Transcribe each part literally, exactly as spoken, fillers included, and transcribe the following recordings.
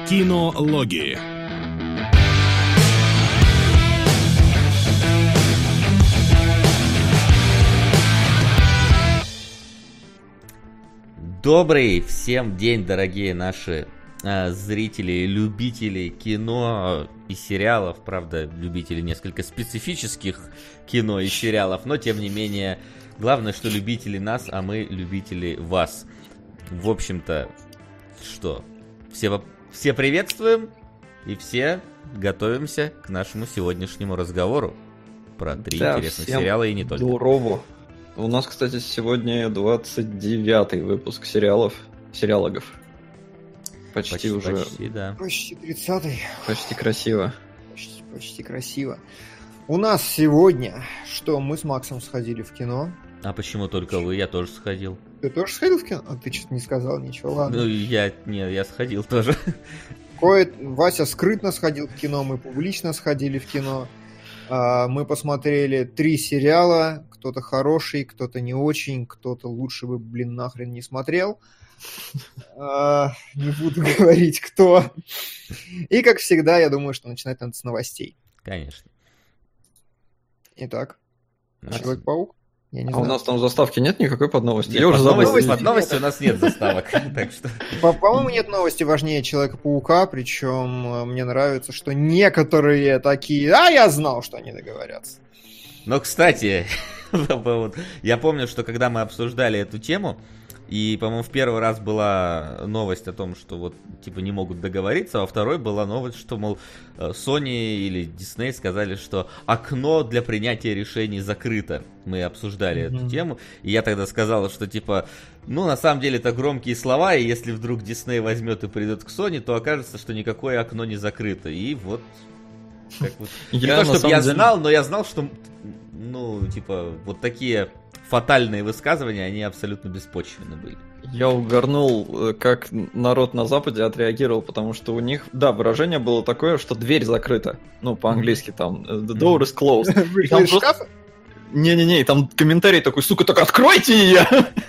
Кинологии. Добрый всем день, дорогие наши э, зрители, любители кино и сериалов. Правда, любители несколько специфических кино и сериалов, но тем не менее, главное, что любители нас, а мы любители вас. В общем-то, что, все, все приветствуем и все готовимся к нашему сегодняшнему разговору про три да, интересных сериала и не только. Здорово. У нас, кстати, сегодня двадцать девятый выпуск сериалов, сериалогов. Почти, почти уже. Почти, да. Почти тридцатый. Почти красиво. Почти, почти красиво. У нас сегодня, что мы с Максом сходили в кино. А почему только вы? Я тоже сходил. Ты тоже сходил в кино? А ты что-то не сказал, ничего, ладно. Ну, я, не, я сходил тоже. Кое... Вася скрытно сходил в кино, мы публично сходили в кино. Мы посмотрели три сериала, кто-то хороший, кто-то не очень, кто-то лучше бы, блин, нахрен не смотрел. Не буду говорить, кто. И, как всегда, я думаю, что начинать надо с новостей. Конечно. Итак, Человек-паук? Я не а знаю. У нас там заставки нет никакой под новости? Нет, я под уже новости, забыл. под новости у нас нет заставок. Так что... По- По-моему, нет новости важнее Человека-паука, причем мне нравится, что некоторые такие, а я знал, что они договорятся. Но, кстати, я помню, что когда мы обсуждали эту тему, и, по-моему, в первый раз была новость о том, что вот, типа, не могут договориться, а во второй была новость, что, мол, Sony или Disney сказали, что окно для принятия решений закрыто. Мы обсуждали mm-hmm. эту тему, и я тогда сказал, что, типа, ну, на самом деле, это громкие слова, и если вдруг Disney возьмет и придет к Sony, то окажется, что никакое окно не закрыто. И вот... Как вот... Я, не то, чтобы я деле... знал, но я знал, что, ну, типа, вот такие... фатальные высказывания, они абсолютно беспочвенны были. Я угорнул, как народ на Западе отреагировал, потому что у них, да, выражение было такое, что дверь закрыта. Ну, по-английски там, the door is closed. И там просто... Не-не-не, там комментарий такой, сука, так откройте ее!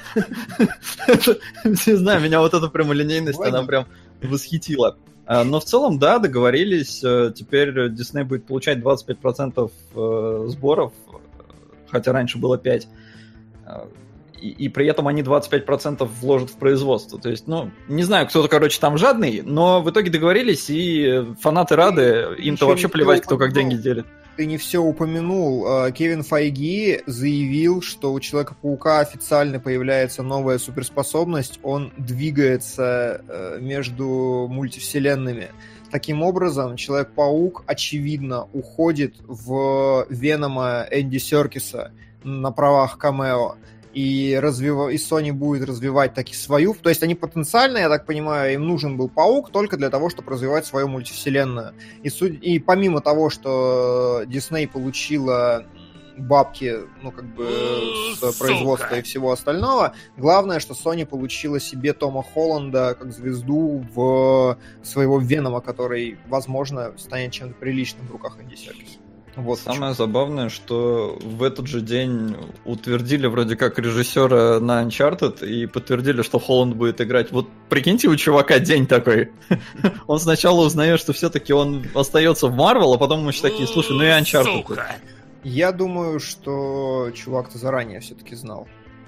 Не знаю, меня вот эта прямолинейность, она прям восхитила. Но в целом, да, договорились, теперь Disney будет получать двадцать пять процентов сборов, хотя раньше было пять процентов. И, и при этом они двадцать пять процентов вложат в производство. То есть, ну, не знаю, кто-то, короче, там жадный, но в итоге договорились, и фанаты рады, им-то вообще плевать, кто как деньги делит. Ты не все упомянул. Кевин Файги заявил, что у Человека-паука официально появляется новая суперспособность, он двигается между мультивселенными. Таким образом, Человек-паук, очевидно, уходит в Венома Энди Серкиса на правах камео, и, развив... и Sony будет развивать таки свою... То есть они потенциально, я так понимаю, им нужен был Паук только для того, чтобы развивать свою мультивселенную. И, суд... и помимо того, что Disney получила бабки, ну, как бы, с производства и всего остального, главное, что Sony получила себе Тома Холланда как звезду в своего Венома, который, возможно, станет чем-то приличным в руках Энди Серкиса. Вот самое забавное, что в этот же день утвердили вроде как режиссера на Uncharted и подтвердили, что Холланд будет играть. Вот прикиньте, у чувака день такой. Он сначала узнает, что все-таки он остается в Marvel, а потом мы еще такие, слушай, ну и Uncharted. Я думаю, что чувак-то заранее все-таки знал.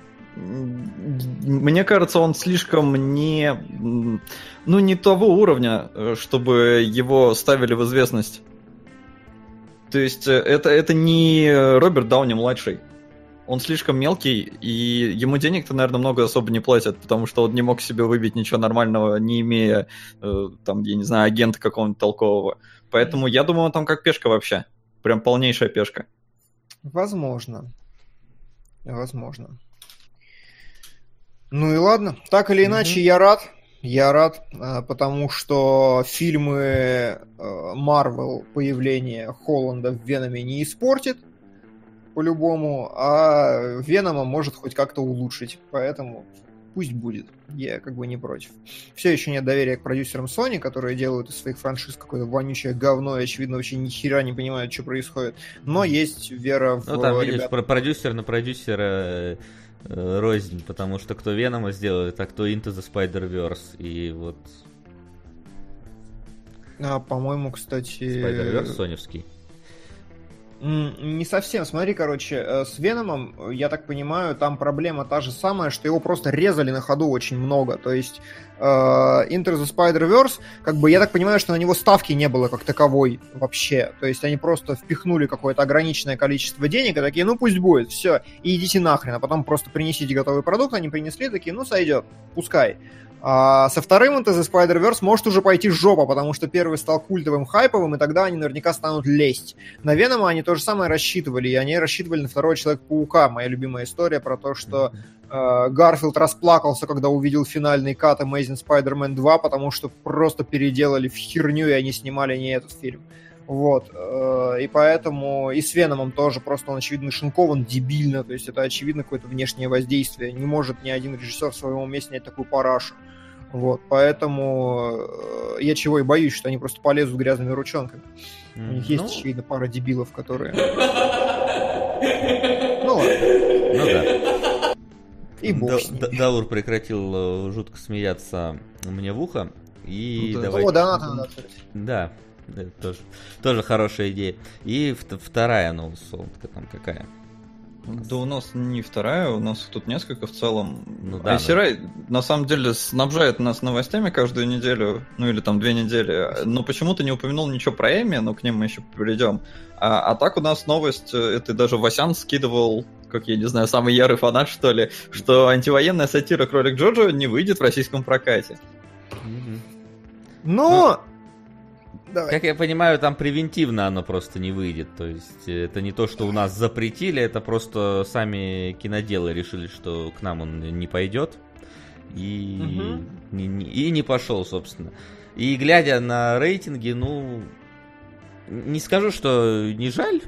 Мне кажется, он слишком не... Ну, не того уровня, чтобы его ставили в известность. То есть это, это не Роберт Дауни-младший. Он слишком мелкий, и ему денег-то, наверное, много особо не платят, потому что он не мог себе выбить ничего нормального, не имея, там, я не знаю, агента какого-нибудь толкового. Поэтому я думаю, он там как пешка вообще. Прям полнейшая пешка. Возможно. Возможно. Ну и ладно. Так или иначе, mm-hmm. я рад. Я рад, потому что фильмы Marvel появление Холланда в Веноме не испортит, по-любому, а Венома может хоть как-то улучшить. Поэтому пусть будет. Я как бы не против. Все еще нет доверия к продюсерам Sony, которые делают из своих франшиз какое-то вонючее говно и, очевидно, вообще ни хера не понимают, что происходит. Но есть вера в... Ну, там, ребят... видишь, про продюсер на продюсера... рознь, потому что кто Венома сделает, а кто Into the Spider-Verse, и вот А, по-моему, кстати... Spider-Verse соневский. Не совсем. Смотри, короче, с Веномом, я так понимаю, там проблема та же самая, что его просто резали на ходу очень много. То есть Into the Spider-Verse, как бы, я так понимаю, что на него ставки не было как таковой вообще. То есть они просто впихнули какое-то ограниченное количество денег и такие, ну пусть будет, все, и идите нахрен. А потом просто принесите готовый продукт, они принесли, такие, ну сойдет, пускай. А со вторым Into the Spider-Verse может уже пойти жопа, потому что первый стал культовым, хайповым, и тогда они наверняка станут лезть. На Венома они то же самое рассчитывали, и они рассчитывали на второго Человека-паука. Моя любимая история про то, что э, Гарфилд расплакался, когда увидел финальный кат Amazing Spider-Man два, потому что просто переделали в херню, и они снимали не этот фильм. Вот, и поэтому и с Веномом тоже, просто он, очевидно, нашинкован дебильно, то есть это, очевидно, какое-то внешнее воздействие, не может ни один режиссер в своем уме снять такую парашу. Вот, поэтому я чего и боюсь, что они просто полезут грязными ручонками. Mm, У них есть, ну... очевидно, пара дебилов, которые... Ну ладно. Ну да. И бог с ним. Далур прекратил жутко смеяться мне в ухо. И давай... О, да, надо, да. Да, тоже, тоже хорошая идея. И вторая ноусолтка там какая? Да у нас не вторая, у нас тут несколько в целом. Ну, да, ай си рай но... на самом деле снабжает нас новостями каждую неделю, ну или там две недели, но почему-то не упомянул ничего про Эми, но к ним мы еще придем. А, а так у нас новость, это даже Васян скидывал, как я не знаю, самый ярый фанат что ли, что антивоенная сатира «Кролик Джоджо» не выйдет в российском прокате. Mm-hmm. Но... Давай. Как я понимаю, там превентивно оно просто не выйдет. То есть это не то, что у нас запретили, это просто сами киноделы решили, что к нам он не пойдет. И, угу. не, не, и не пошел, собственно. И глядя на рейтинги, ну, не скажу, что не жаль,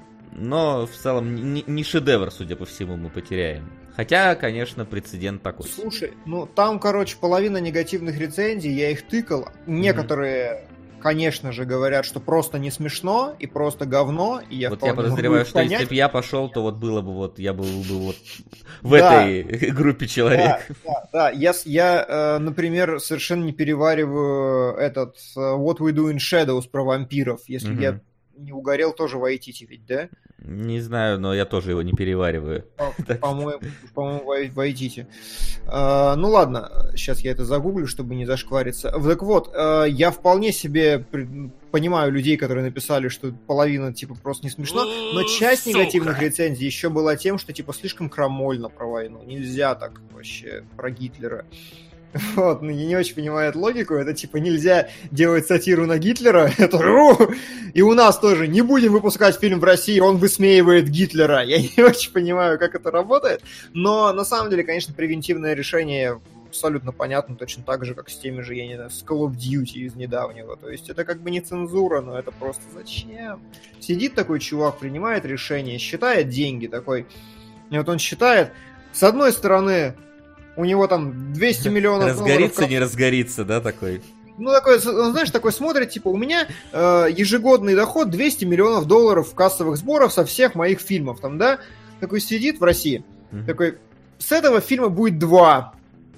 но в целом не, не шедевр, судя по всему, мы потеряем. Хотя, конечно, прецедент такой. Слушай, ну там, короче, половина негативных рецензий, я их тыкал. Некоторые... Mm-hmm. Конечно же, говорят, что просто не смешно и просто говно. И я вот я подозреваю, что понять. Если бы я пошел, то вот было бы вот я был бы вот в да. этой группе человек. Да, да, да. Я, я, например, совершенно не перевариваю этот What We Do in Shadows про вампиров. Если mm-hmm. я не угорел, тоже войдите ведь, да? Не знаю, но я тоже его не перевариваю. По-моему, по-моему войдите. Uh, ну ладно, сейчас я это загуглю, чтобы не зашквариться. Так вот, uh, я вполне себе при... понимаю людей, которые написали, что половина типа просто не смешно, но часть Сука. негативных рецензий еще была тем, что типа слишком крамольно про войну. Нельзя так вообще про Гитлера. Вот, ну, я не очень понимаю эту логику, это типа нельзя делать сатиру на Гитлера, это и у нас тоже не будем выпускать фильм в России, он высмеивает Гитлера, я не очень понимаю, как это работает, но на самом деле, конечно, превентивное решение абсолютно понятно, точно так же, как с теми же, я не знаю, с Call of Duty из недавнего, то есть это как бы не цензура, но это просто зачем? Сидит такой чувак, принимает решение, считает деньги такой, и вот он считает, с одной стороны, у него там двести миллионов долларов... Разгорится, не разгорится, да, такой? Ну, такой, он, знаешь, такой смотрит, типа, у меня э, ежегодный доход двести миллионов долларов кассовых сборов со всех моих фильмов, там, да? Такой сидит в России, mm-hmm. такой, с этого фильма будет два.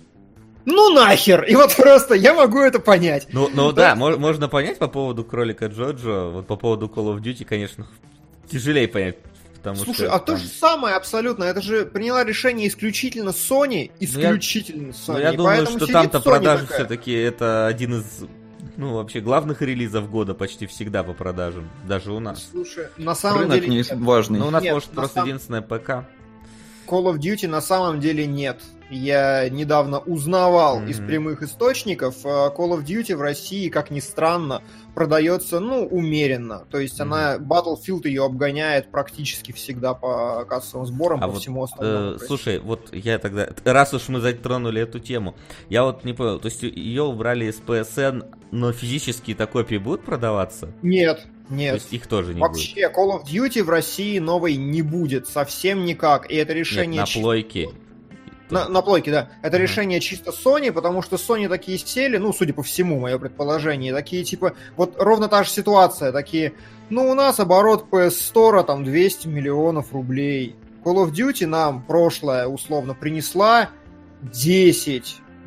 Ну нахер! И вот просто я могу это понять. Ну, ну да, мож, можно понять по поводу Кролика Джоджо, вот по поводу Call of Duty, конечно, тяжелее понять. Потому Слушай, что, а то же самое абсолютно, это же приняла решение исключительно Sony, исключительно Sony. Ну я думаю, что там-то продажи такая. Все-таки это один из, ну вообще главных релизов года почти всегда по продажам, даже у нас. Слушай, на самом Рынок деле не нет. важный. Ну у нас нет, может просто сам... единственное ПК. Call of Duty на самом деле нет. Я недавно узнавал mm-hmm. из прямых источников, Call of Duty в России, как ни странно, продается, ну, умеренно. То есть mm-hmm. она, Battlefield ее обгоняет практически всегда по кассовым сборам, а по вот, всему остальному. Э, слушай, вот я тогда, раз уж мы затронули эту тему, я вот не понял, то есть ее убрали из пи эс эн, но физические-то копии будут продаваться? Нет. Нет. То есть их тоже не Вообще, будет? Вообще, Call of Duty в России новой не будет, совсем никак. И это решение... Нет, на плойке. На, на плойке, да. Это mm-hmm. решение чисто Sony, потому что Sony такие сели, ну, судя по всему, мое предположение, такие, типа, вот ровно та же ситуация, такие, ну, у нас оборот пи эс Store там двести миллионов рублей. Call of Duty нам прошлое, условно, принесла десять.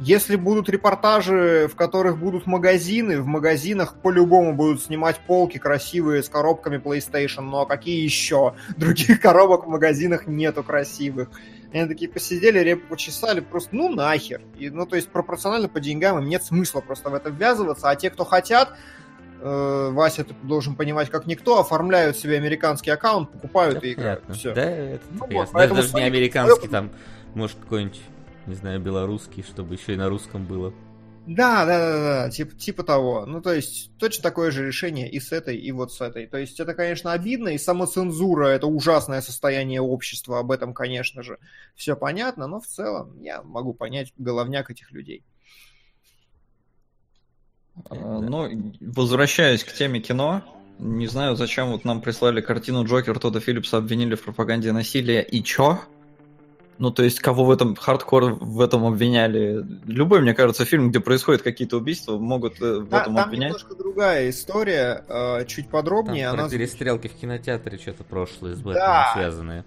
Если будут репортажи, в которых будут магазины, в магазинах по-любому будут снимать полки красивые с коробками PlayStation, ну а какие еще? Других коробок в магазинах нету красивых. И они такие посидели, репу почесали, просто ну нахер. И, ну то есть пропорционально по деньгам им нет смысла просто в это ввязываться, а те, кто хотят, э, Вася, ты должен понимать, как никто, оформляют себе американский аккаунт, покупают да, и играют. Все. Да, это ну, ясно. вот, поэтому даже не американский, там, может, какой-нибудь, не знаю, белорусский, чтобы еще и на русском было. Да, да, да, да, типа, типа того. Ну, то есть, точно такое же решение и с этой, и вот с этой. То есть, это, конечно, обидно, и самоцензура — это ужасное состояние общества, об этом, конечно же, все понятно, но в целом я могу понять головняк этих людей. А, ну, возвращаясь к теме кино, не знаю, зачем вот нам прислали картину Джокер, Тодда Филлипса обвинили в пропаганде насилия, и чё? Ну, то есть, кого в этом хардкор в этом обвиняли? Любой, мне кажется, фильм, где происходят какие-то убийства, могут в да, этом там обвинять. Там немножко другая история, чуть подробнее. Там про она... перестрелки в кинотеатре что-то прошлое с Бэтменом да. связанное.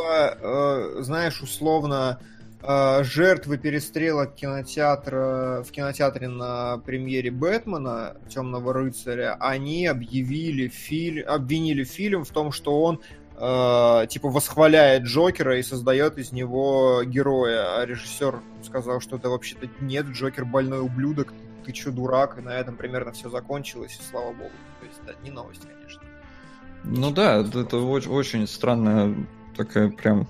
Знаешь, условно, жертвы перестрелок кинотеатра, в кинотеатре на премьере Бэтмена, Темного рыцаря, они объявили фильм, обвинили фильм в том, что он типа восхваляет Джокера и создает из него героя, а режиссер сказал, что это вообще-то нет, Джокер больной ублюдок, ты чё, дурак, и на этом примерно все закончилось, и слава богу. То есть, да, не новость, конечно. Ну да, это очень, очень странная такая прям...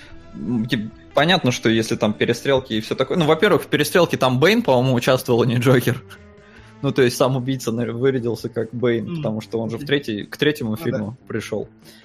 Понятно, что если там перестрелки и все такое... Ну, во-первых, в перестрелке там Бэйн, по-моему, участвовал, а не Джокер. Ну, то есть сам убийца вырядился как Бэйн, mm. потому что он же в третий, к третьему ну, фильму да. пришел.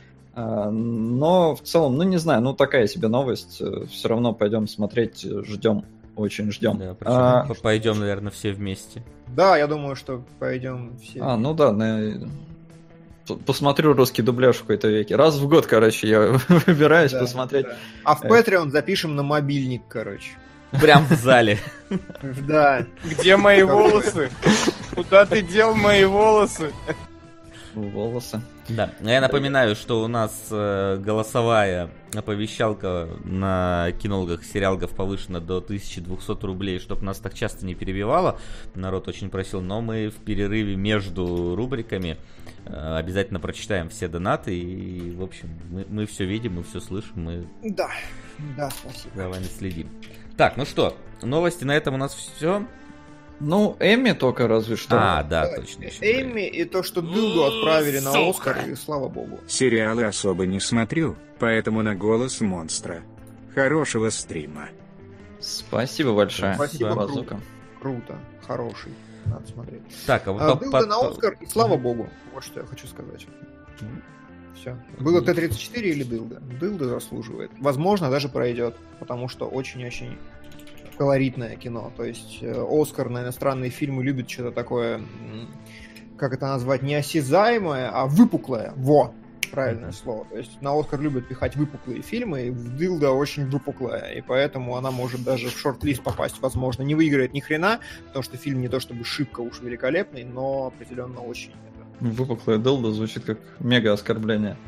Но в целом, ну не знаю, ну такая себе новость. Все равно пойдем смотреть, ждем, очень ждем. Да, а... пойдем, наверное, все вместе. Да, я думаю, что пойдем все. А, ну да, на... посмотрю русский дубляж в какой-то веке. Раз в год, короче, я выбираюсь да, посмотреть. Да. А в Patreon запишем на мобильник, короче. Прям в зале. Да. Где мои волосы? Куда ты дел мои волосы? Волосы. Да, я напоминаю, что у нас э, голосовая оповещалка на кинологах сериалгов повышена до тысяча двести рублей, чтобы нас так часто не перебивало. Народ очень просил, но мы в перерыве между рубриками э, обязательно прочитаем все донаты. И, в общем, мы, мы все видим, мы все слышим. Мы... Да, да, спасибо. За вами следим. Так, ну что, новости на этом у нас все. Ну, Эмми только разве что. А, да, точно. Эмми и то, что Дылду отправили на Оскар, и слава богу. Сериалы особо не смотрю, поэтому на голос монстра. Хорошего стрима. Спасибо большое. Спасибо, круто. Круто, хороший. Надо смотреть. Так, а вот а, Дылда на Оскар, и слава богу. Вот что я хочу сказать. Все. Было Т тридцать четыре или Дылда? Дылда заслуживает. Возможно, даже пройдет, потому что очень-очень колоритное кино. То есть Оскар на иностранные фильмы любит что-то такое, как это назвать, не осязаемое, а выпуклое. Во! Правильное mm-hmm. слово. То есть на Оскар любят пихать выпуклые фильмы, и Дылда очень выпуклая, и поэтому она может даже в шорт-лист попасть, возможно. Не выиграет ни хрена, потому что фильм не то чтобы шибко уж великолепный, но определенно очень... Выпуклая Дылда звучит как мега оскорбление.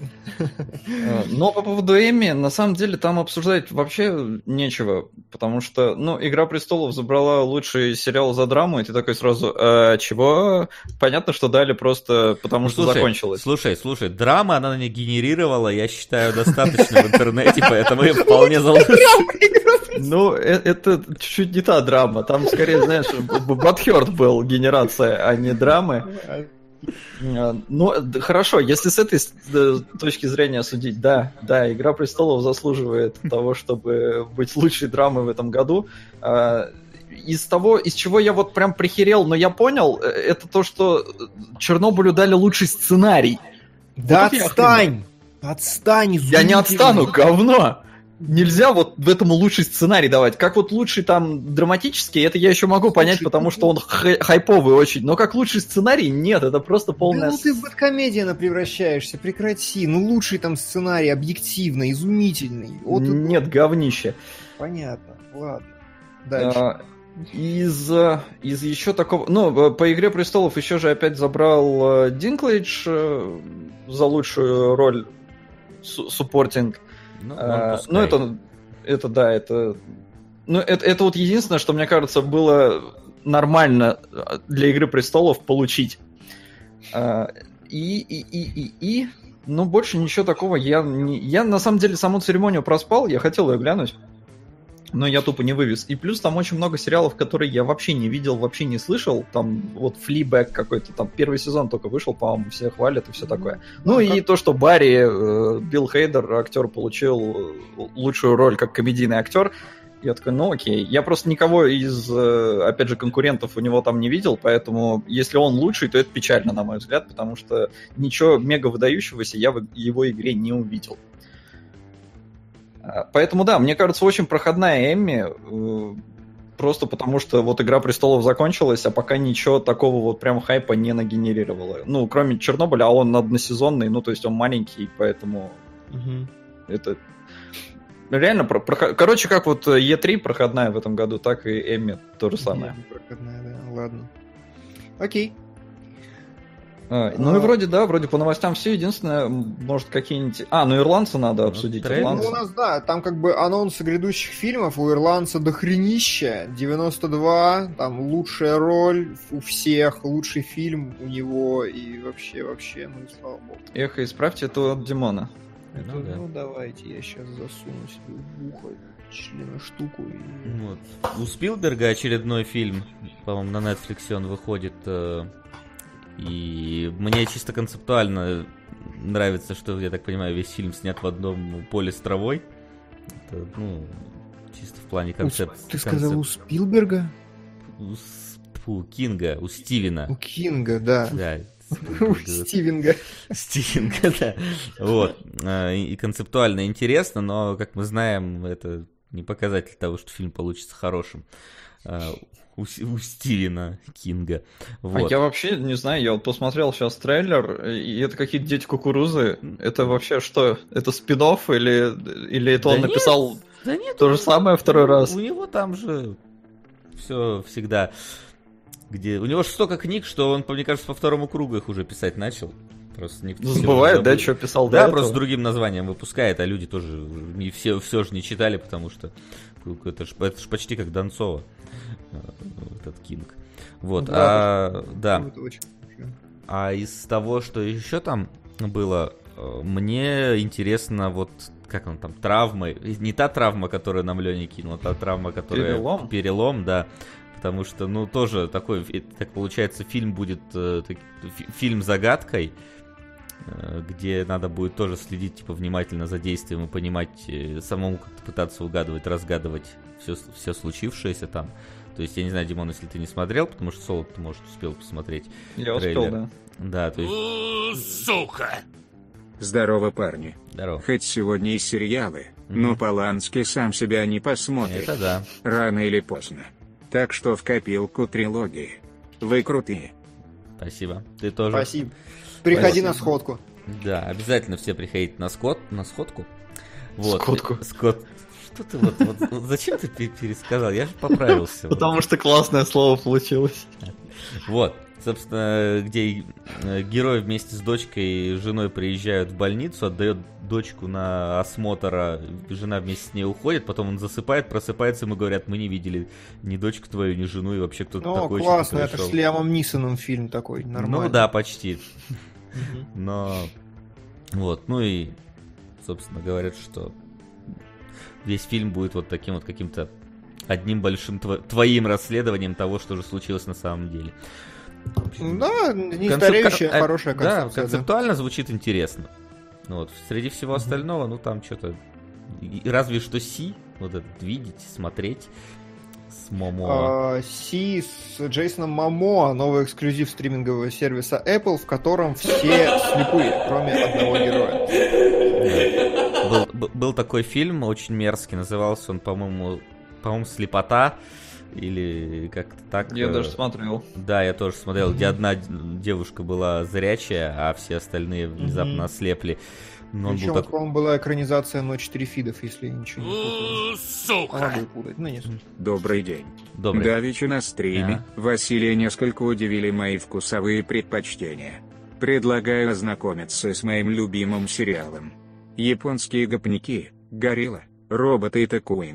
Но по поводу Эмми, на самом деле, там обсуждать вообще нечего, потому что, ну, «Игра престолов» забрала лучший сериал за драму, и ты такой сразу, а, чего? Понятно, что дали просто потому, ну, что слушай, закончилось. Слушай, слушай, драма она не генерировала, я считаю, достаточно в интернете, поэтому я вполне заложил. Ну, это чуть-чуть не та драма, там, скорее, знаешь, Бадхёрд был генерация, а не драмы. Ну, хорошо, если с этой точки зрения судить, да, да, «Игра престолов» заслуживает того, чтобы быть лучшей драмой в этом году. Из того, из чего я вот прям прихерел, но я понял, это то, что «Чернобылю» дали лучший сценарий. Да вот отстань! Отстань, изумительно. Я не отстану, говно! Нельзя вот в этом лучший сценарий давать. Как вот лучший там драматический, это я еще могу понять, слушай, потому что он хай- хайповый очень. Но как лучший сценарий, нет, это просто полная... Да ну ты в бэдкомедиана превращаешься, прекрати. Ну лучший там сценарий, объективно, изумительный. Вот нет, это... говнище. Понятно, ладно. Дальше. А, из, из еще такого... Ну, по «Игре престолов» еще же опять забрал Динклэйдж за лучшую роль суппортинг. Ну, а, ну это, это да, это Ну, это, это вот единственное, что, мне кажется, было нормально для «Игры престолов» получить. И, и, и, и, и... Ну, больше ничего такого. Я, не... я, на самом деле, саму церемонию проспал, я хотел ее глянуть, но я тупо не вывез. И плюс там очень много сериалов, которые я вообще не видел, вообще не слышал. Там вот Флибэг какой-то, там первый сезон только вышел, по-моему, все хвалят и все такое. Ну, ну и как... то, что Барри, э, Билл Хейдер, актер, получил лучшую роль как комедийный актер. Я такой, ну окей. Я просто никого из, опять же, конкурентов у него там не видел, поэтому если он лучший, то это печально, на мой взгляд, потому что ничего мега выдающегося я в его игре не увидел. Поэтому да, мне кажется, очень проходная Эмми, просто потому что вот «Игра престолов» закончилась, а пока ничего такого вот прям хайпа не нагенерировало. Ну, кроме «Чернобыля», а он односезонный, ну, то есть он маленький, поэтому угу. это... Реально, про, про, короче, как вот и три проходная в этом году, так и Эмми то же самое. Эмми проходная, да, ладно. Окей. А, ну а... и вроде, да, вроде по новостям все. Единственное, может, какие-нибудь... А, ну ирландца надо обсудить. Ну, ирландца. у нас, да, там как бы анонсы грядущих фильмов, у ирландца дохренища, девяносто два, там лучшая роль у всех, лучший фильм у него, и вообще, вообще, ну и слава богу. Эхо, исправьте это от Димона. Это, ну, да. ну давайте, я сейчас засуну себе в ухо члена штуку. И... Вот. У Спилберга очередной фильм, по-моему, на Netflix он выходит. Э, и мне чисто концептуально нравится, что, я так понимаю, весь фильм снят в одном поле с травой. Это, ну, чисто в плане концепции. Ты сказал у Спилберга? У, у Кинга, у Стивена. У Кинга, да. Да. У Стивенга. Стивенга, да. Вот. И концептуально интересно, но, как мы знаем, это не показатель того, что фильм получится хорошим. У, у Стивена Кинга. Вот. А я вообще не знаю, я вот посмотрел сейчас трейлер, и это какие-то дети кукурузы. Это вообще что? Это спин-офф или, или это да он нет, написал да нет, то же самое второй раз? У него там же все всегда... Где... У него же столько книг, что он, мне кажется, по второму кругу их уже писать начал. Просто не забывает, да, что писал да, до просто этого. с другим названием выпускает, а люди тоже не все, все же не читали, потому что это же это ж почти как Донцова, этот Кинг. Вот, да, а, да. А из того, что еще там было, мне интересно вот как он там, травмы, не та травма, которую нам Леня кинул, а та травма, которая... Перелом? Перелом, да. Потому что, ну, тоже такой, так получается, фильм будет э, так, фильм загадкой, э, где надо будет тоже следить, типа, внимательно за действием и понимать, э, самому как-то пытаться угадывать, разгадывать все, все случившееся там. То есть, я не знаю, Димон, если ты не смотрел, потому что Соло ты, может, успел посмотреть. Я трейлер. успел, да. Да, то есть... Сука! Здорово, парни. Здорово. Хоть сегодня и сериалы, mm-hmm. но Поланский сам себя не посмотрит. Это да. Рано или поздно. Так что в копилку трилогии. Вы крутые. Спасибо. Ты тоже. Спасибо. Приходи Спасибо. На сходку. Да, обязательно все приходите на скот, на сходку. Вот. Сходку. Скот. Что ты вот, вот, вот зачем ты пересказал? Я же поправился. Потому что классное слово получилось. Вот. Собственно, где герой вместе с дочкой и женой приезжают в больницу, отдает дочку на осмотр, жена вместе с ней уходит, потом он засыпает, просыпается, ему говорят, мы не видели ни дочку твою, ни жену, и вообще кто-то ну, такой. Ну, классно, это с Лиамом Нисоном фильм такой, нормальный. Ну да, почти. Но, вот, ну и, собственно, говорят, что весь фильм будет вот таким вот каким-то одним большим твоим расследованием того, что же случилось на самом деле. Да, не стареющая, Концеп... хорошая концепция. Да, концептуально да. Звучит интересно. Вот. Среди всего остального, ну там что-то... Разве что Си, вот этот видеть, смотреть с Момоа. А, Си с Джейсоном Момоа, новый эксклюзив стримингового сервиса Apple, в котором все слепые, кроме одного героя. Да. Был, был такой фильм, очень мерзкий, назывался он, по-моему, по-моему, «Слепота». Или как-то так. Я даже смотрел. Да, я тоже смотрел, mm-hmm. где одна девушка была зрячая, а все остальные внезапно mm-hmm. ослепли. Но Причем, был так... по-моему, была экранизация «Ночь трифидов», если я ничего не путаю. Сука! Могу путать, но не суть. Добрый день. Добрый. Давеча на стриме а? Василия несколько удивили мои вкусовые предпочтения. Предлагаю ознакомиться с моим любимым сериалом. Японские гопники, горилла, роботы и Такуин.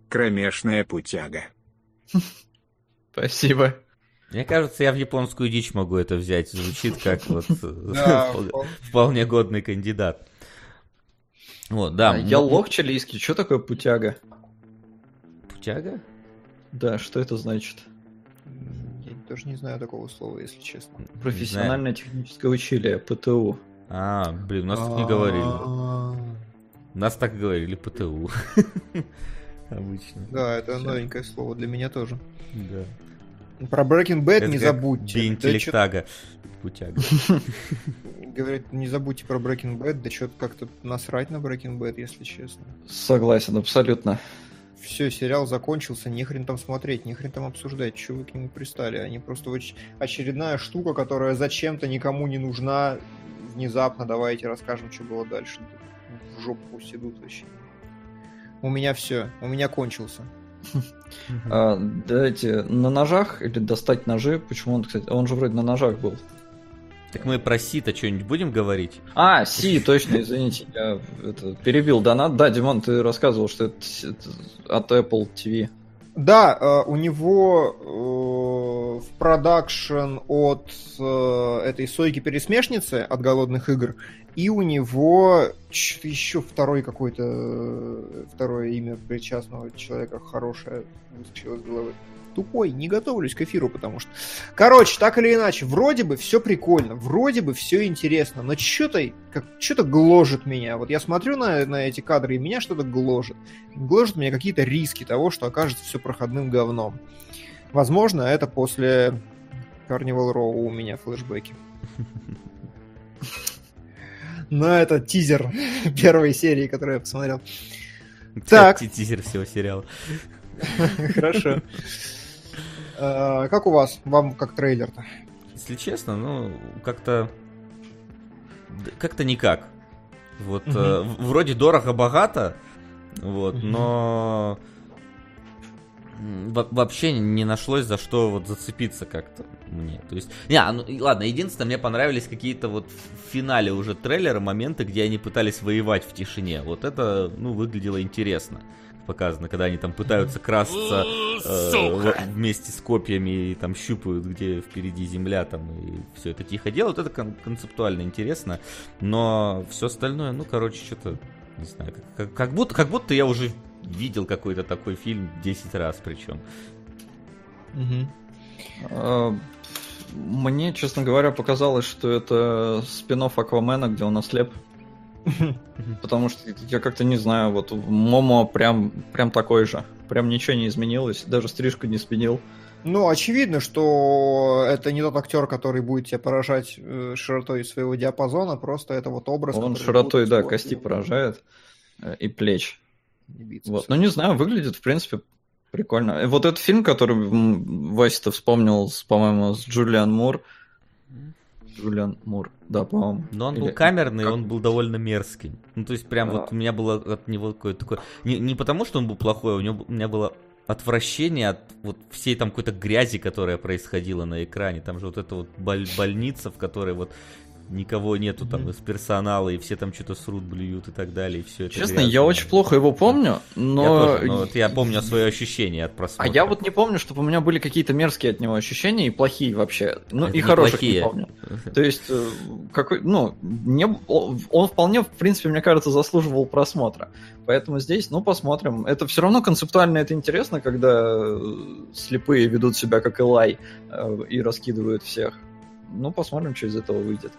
Кромешная путяга. Спасибо. Мне кажется, я в японскую дичь могу это взять. Звучит как вот Да, вполне годный кандидат. Вот, да. А, я ну, лох чилийский. Что такое путяга? Путяга? Да, что это значит? Я тоже не знаю такого слова, если честно. Профессиональное техническое училие, ПТУ. А, блин, у нас так не говорили. У нас так говорили, ПТУ. Обычно. Да, это новенькое слово для меня тоже. Да. Про Breaking Bad Это не как забудьте. для Да интеллектага. Путяга. чё- Говорит, не забудьте про Breaking Bad, да что-то как-то насрать на Breaking Bad, если честно. Согласен, абсолютно. Все, сериал закончился, не хрен там смотреть, не хрен там обсуждать, чего вы к нему пристали. Они просто вот очередная штука, которая зачем-то никому не нужна. Внезапно давайте расскажем, что было дальше. В жопу пусть идут вообще. У меня все, у меня кончился. А, давайте на ножах или достать ножи. Почему он, кстати, он же вроде на ножах был. Так мы про Си-то что-нибудь будем говорить? А, Си, точно, извините, я это, перебил донат. Да, Димон, ты рассказывал, что это, с- это от Apple ти ви. Да, э, у него э, в продакшн от э, этой сойки-пересмешницы от голодных игр, и у него что-то еще второй какой-то э, второе имя причастного человека хорошее выскочило из головы. Тупой, не готовлюсь к эфиру, потому что... Короче, так или иначе, вроде бы все прикольно, вроде бы все интересно, но что-то как, что-то гложет меня. Вот я смотрю на, на эти кадры, и меня что-то гложет. Гложет меня какие-то риски того, что окажется все проходным говном. Возможно, это после Carnival Row у меня флешбеки. Но это тизер первой серии, которую я посмотрел. Так. Ти- Тизер всего сериала. Хорошо. А, Как у вас? Вам как трейлер-то? Если честно, ну, как-то... д- Как-то никак. Вот, Мгм. э, в- вроде дорого-богато, вот, Мгм. но... м, во- Вообще не нашлось за что вот зацепиться как-то мне. То есть, не, а, ну и ладно, единственное, мне понравились какие-то вот в финале уже трейлера моменты, где они пытались воевать в тишине. Вот это, ну, выглядело интересно. Показано, когда они там пытаются красться э, в- вместе с копьями и там щупают, где впереди земля, там и все это тихо делают. Это кон- концептуально интересно, но все остальное, ну, короче, что-то, не знаю, как, как- как будто, как будто я уже видел какой-то такой фильм десять раз причем. А, Мне, честно говоря, показалось, что это спин-офф Аквамена, где он ослеп. Потому что я как-то не знаю, вот Момо прям, прям такой же. Прям ничего не изменилось, даже стрижку не сменил. Ну, очевидно, что это не тот актер, который будет тебя поражать э, широтой своего диапазона, просто это вот образ. Он который широтой, будет да, вот кости поражает. э, И плеч. не бицепс. Вот. Ну, не знаю, выглядит, в принципе, прикольно. Э, Вот этот фильм, который м, Вася-то вспомнил, с, по-моему, с Джулиан Мур. Джулиан Мур, да, по-моему. Но он был Или- камерный, как? он был довольно мерзкий. Ну, то есть, прям Да. вот у меня было от него какое-то такое... Не, не потому, что он был плохой, у, него, у меня было отвращение от вот всей там какой-то грязи, которая происходила на экране. Там же вот эта вот боль- больница, в которой вот никого нету там из персонала, и все там что-то срут, блюют и так далее, и все это Честно, грязно. я очень плохо его помню, но... Я тоже, но вот я помню свое ощущение от А просмотра. я вот не помню, чтобы у меня были какие-то мерзкие от него ощущения и плохие вообще. Ну, Это и не хороших плохие. не помню. То есть, э, какой, ну, не, он вполне, в принципе, мне кажется, заслуживал просмотра. Поэтому здесь, ну, посмотрим. Это все равно концептуально это интересно, когда э, слепые ведут себя как Элай э, и раскидывают всех. Ну, посмотрим, что из этого выйдет.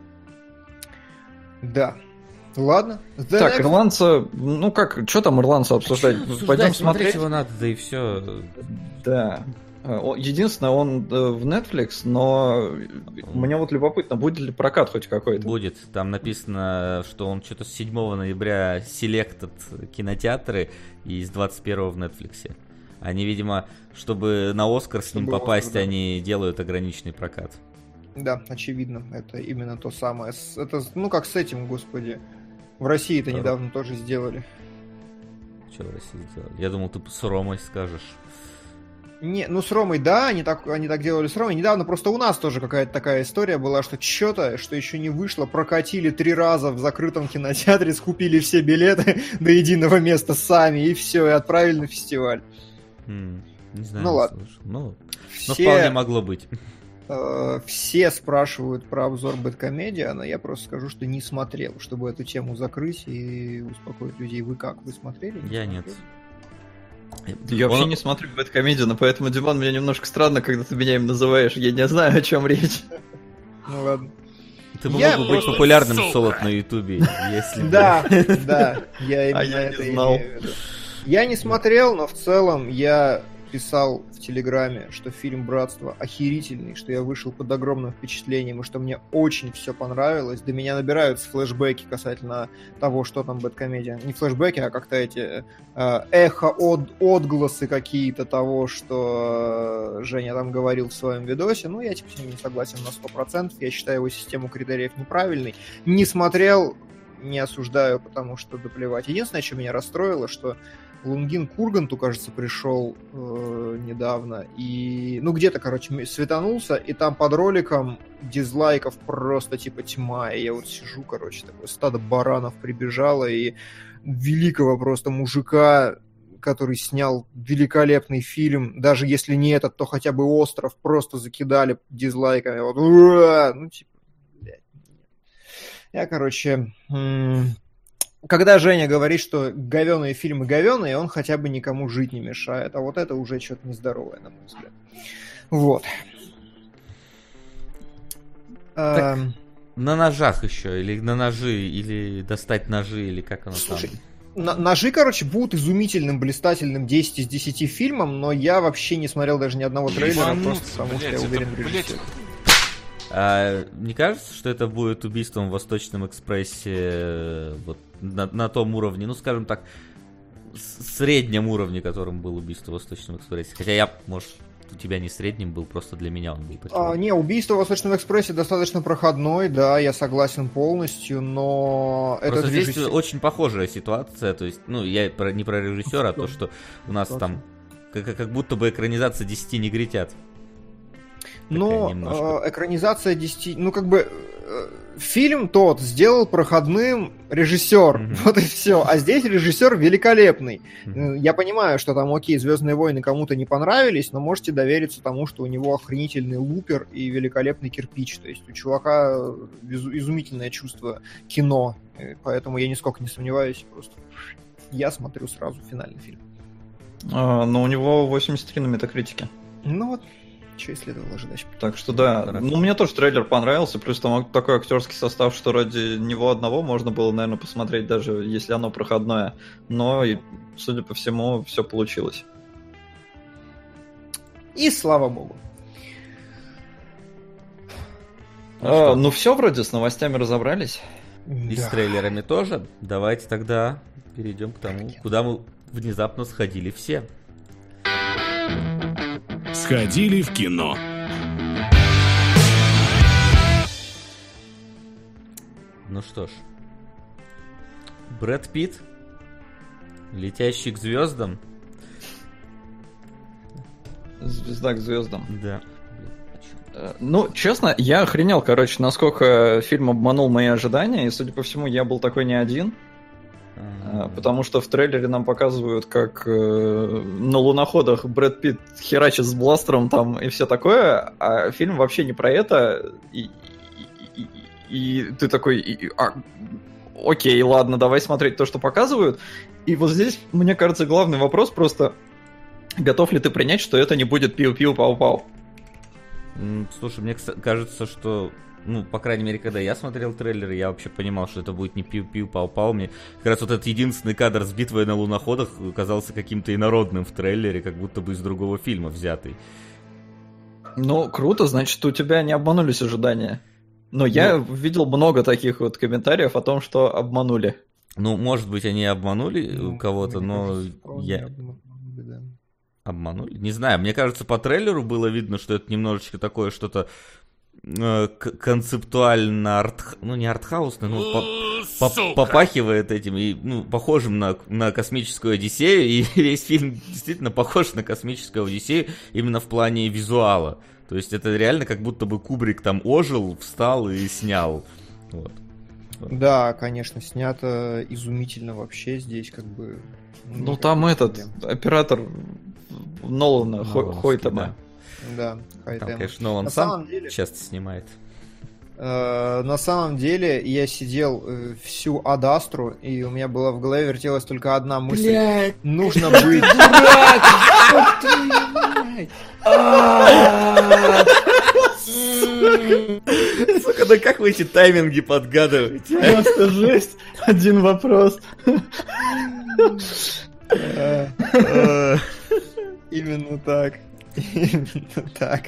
Да. Ладно. The Так, next. ирландца, ну как, что там ирландца обсуждать? Обсуждать, Пойдем смотреть смотреть. его надо, да и все. Да. Э, о- Единственное, он э, в Netflix, но мне вот любопытно, будет ли прокат хоть какой-то. Будет. Там написано, что он что-то с седьмого ноября селектед кинотеатры и с двадцать первого в Netflix. Они, видимо, чтобы на Оскар с ним Чтобы попасть, Оскар, да. они делают ограниченный прокат. Да, очевидно, это именно то самое. С- Это, ну, как с этим, господи. В России это Да. недавно тоже сделали. Что в России сделали? Я думал, ты с Ромой скажешь. Не, ну с Ромой, да, они так, они так делали с Ромой. Недавно просто у нас тоже какая-то такая история была, что что-то, что еще не вышло, прокатили три раза в закрытом кинотеатре, скупили все билеты до единого места сами, и все, и отправили на фестиваль. М, Не знаю, Ну не ладно. слышал. Ну, но Все, вполне могло быть. э, все спрашивают про обзор Бэдкомедиана, я просто скажу, что не смотрел, чтобы эту тему закрыть и успокоить людей. Вы как, вы смотрели? Не Я нет. смотрели? Я вообще Он- не смотрю Бэдкомедиана, поэтому, Диман, мне немножко странно, когда ты меня им называешь. Я не знаю, о чем речь. Ну ладно. Ты бы Я мог бы быть просто, популярным сука. солод на Ютубе, если бы- Да, да, я именно А я не это знал. имею в виду. Я не смотрел, но в целом я писал в Телеграме, что фильм «Братство» охерительный, что я вышел под огромным впечатлением, и что мне очень все понравилось. До меня набираются флешбеки касательно того, что там Бэдкомедиан. Не флешбеки, а как-то эти э, эхо, от, отгласы какие-то того, что э, Женя там говорил в своем видосе. Ну, я типа с ним не согласен на сто процентов. Я считаю его систему критериев неправильной. Не смотрел, не осуждаю, потому что доплевать. Единственное, что меня расстроило, что Лунгин к Урганту, кажется, пришел э, недавно, и, ну, где-то, короче, светанулся, и там под роликом дизлайков просто, типа, тьма, и я вот сижу, короче, такое стадо баранов прибежало, и великого просто мужика, который снял великолепный фильм, даже если не этот, то хотя бы «Остров», просто закидали дизлайками, вот, ура! Ну, типа, блядь, нет. Я, короче... м- Когда Женя говорит, что говёные фильмы говёные, он хотя бы никому жить не мешает. А вот это уже что-то нездоровое, на мой взгляд. Вот. Так, Эм, На ножах еще, или на ножи, или достать ножи, или как оно Слушай, там. на- ножи, короче, будут изумительным, блистательным десять из десяти фильмом, но я вообще не смотрел даже ни одного трейлера, Ебануться, просто потому что я блядь, уверен это, в блядь, режиссере. А, не кажется, что это будет убийством в Восточном экспрессе э, вот, на, на том уровне, ну, скажем так, с- среднем уровне, которым был убийство в Восточном экспрессе? Хотя я, может, у тебя не средним был, просто для меня он был таким. А, не, убийство в Восточном экспрессе достаточно проходной, да, я согласен полностью, но Просто этот здесь режиссер- очень похожая ситуация, то есть, ну, я про- не про режиссера, а то, что у нас там как, как будто бы экранизация десяти негритят. Но немножко. э, экранизация десяти... Ну, как бы, э, фильм тот сделал проходным режиссер, Мгм. вот и все. А здесь режиссер великолепный. Мгм. Э, Я понимаю, что там, окей, «Звездные войны» кому-то не понравились, но можете довериться тому, что у него охренительный лупер и великолепный кирпич. То есть у чувака изу- изумительное чувство кино, э, поэтому я нисколько не сомневаюсь, просто я смотрю сразу финальный фильм. А, но у него восемьдесят три на метакритике. Ну вот, что и следовало ожидать. Так что да, Хорошо. ну мне тоже трейлер понравился, плюс там такой актерский состав, что ради него одного можно было, наверное, посмотреть, даже если оно проходное. Но, и, судя по всему, все получилось. И слава богу. Ну А, что? ну все, вроде с новостями разобрались. И Да. с трейлерами тоже. Давайте тогда перейдем к тому, куда мы внезапно сходили все. Сходили в кино. Ну что ж. Брэд Питт, летящий к звездам. Звезда к звездам. Да. Э, Ну, честно, я охренел, короче, насколько фильм обманул мои ожидания, и, судя по всему, я был такой не один. А, Потому что в трейлере нам показывают, как э, на луноходах Брэд Питт херачит с бластером там и все такое, а фильм вообще не про это. И, и- и- и ты такой, и- и- а, окей, ладно, давай смотреть то, что показывают. И вот здесь, мне кажется, главный вопрос просто, готов ли ты принять, что это не будет пиу-пиу-пау-пау? М, Слушай, мне кста- кажется, что, ну, по крайней мере, когда я смотрел трейлер, я вообще понимал, что это будет не пиу-пиу-пау-пау. Мне как раз вот этот единственный кадр с битвой на луноходах казался каким-то инородным в трейлере, как будто бы из другого фильма взятый. Ну, круто, значит, у тебя не обманулись ожидания. Но я видел много таких вот комментариев о том, что обманули. Ну, может быть, они обманули Ну, кого-то, мне но кажется, вполне я... обманули, да. Обманули? Не знаю, мне кажется, по трейлеру было видно, что это немножечко такое что-то э, к- концептуально арт... ну не артхаусный, но по- по- попахивает этим, и, ну, похожим на, на космическую Одиссею, и весь фильм действительно похож на космическую Одиссею именно в плане визуала. То есть это реально как будто бы Кубрик там ожил, встал и снял. Вот. Да, конечно, снято изумительно вообще здесь, как бы... Ну там этот, оператор Нолана, Хо- Нолановский, Хойтема. Да, Там, Хайтема. конечно, Нолан На сам самом деле- часто снимает. Э, На самом деле, я сидел э, всю Адастру, и у меня была в голове вертелась только одна мысль. Нужно быть... Сука, да как вы эти тайминги подгадываете? Просто жесть. Один вопрос. Э, Именно так. Именно так.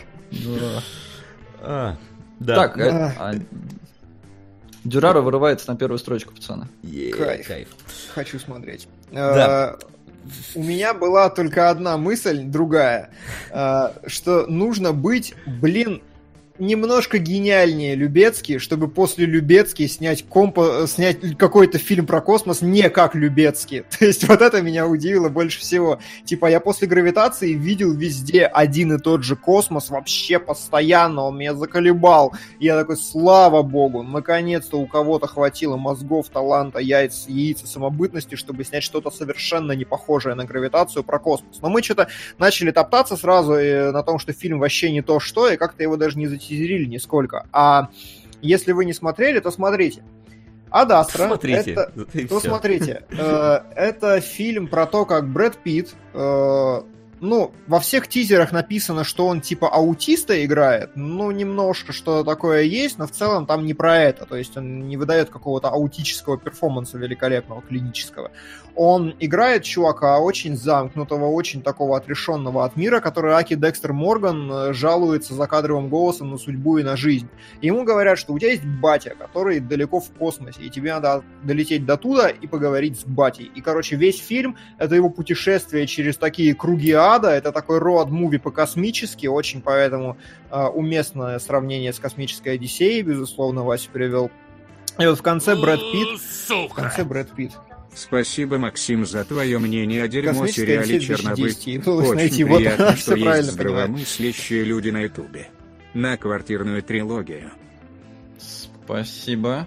А, да. Так, э, а, Дюрара вырывается на первую строчку, пацаны. Е, кайф. кайф. Хочу смотреть. Да. Э, У меня была только одна мысль, другая, э, что нужно быть, блин, немножко гениальнее Любецкий, чтобы после Любецкий снять, компо... снять какой-то фильм про космос не как Любецкий. То есть вот это меня удивило больше всего. Типа я после «Гравитации» видел везде один и тот же космос, вообще постоянно, он меня заколебал. И я такой, слава богу, наконец-то у кого-то хватило мозгов, таланта, яиц, яиц и самобытности, чтобы снять что-то совершенно не похожее на «Гравитацию» про космос. Но мы что-то начали топтаться сразу на том, что фильм вообще не то что, и как-то его даже не затеяли нисколько. А если вы не смотрели, то смотрите. Ад Астра. Смотрите. Это, И то всё. смотрите. Э, это фильм про то, как Брэд Питт, э, ну, во всех тизерах написано, что он типа аутиста играет. Ну, немножко что такое есть, но в целом там не про это. То есть он не выдает какого-то аутического перформанса великолепного, клинического. Он играет чувака очень замкнутого, очень такого отрешенного от мира, который Аки Декстер Морган жалуется за кадровым голосом на судьбу и на жизнь. И ему говорят, что у тебя есть батя, который далеко в космосе, и тебе надо долететь до туда и поговорить с батей. И, короче, весь фильм — это его путешествие через такие круги ада, это такой роад-муви по-космически, очень поэтому э, уместное сравнение с «Космической Одиссеей», безусловно, Вася привел. И вот в конце Брэд Питт... В конце Брэд Питт. Спасибо, Максим, за твое мнение о дерьмо Космическая сериале Одиссея «Чернобыль». две тысячи десять. Удалось Очень найти. Вот приятно, она что все правильно есть понимает. здравомыслящие люди на Ютубе. На квартирную трилогию. Спасибо.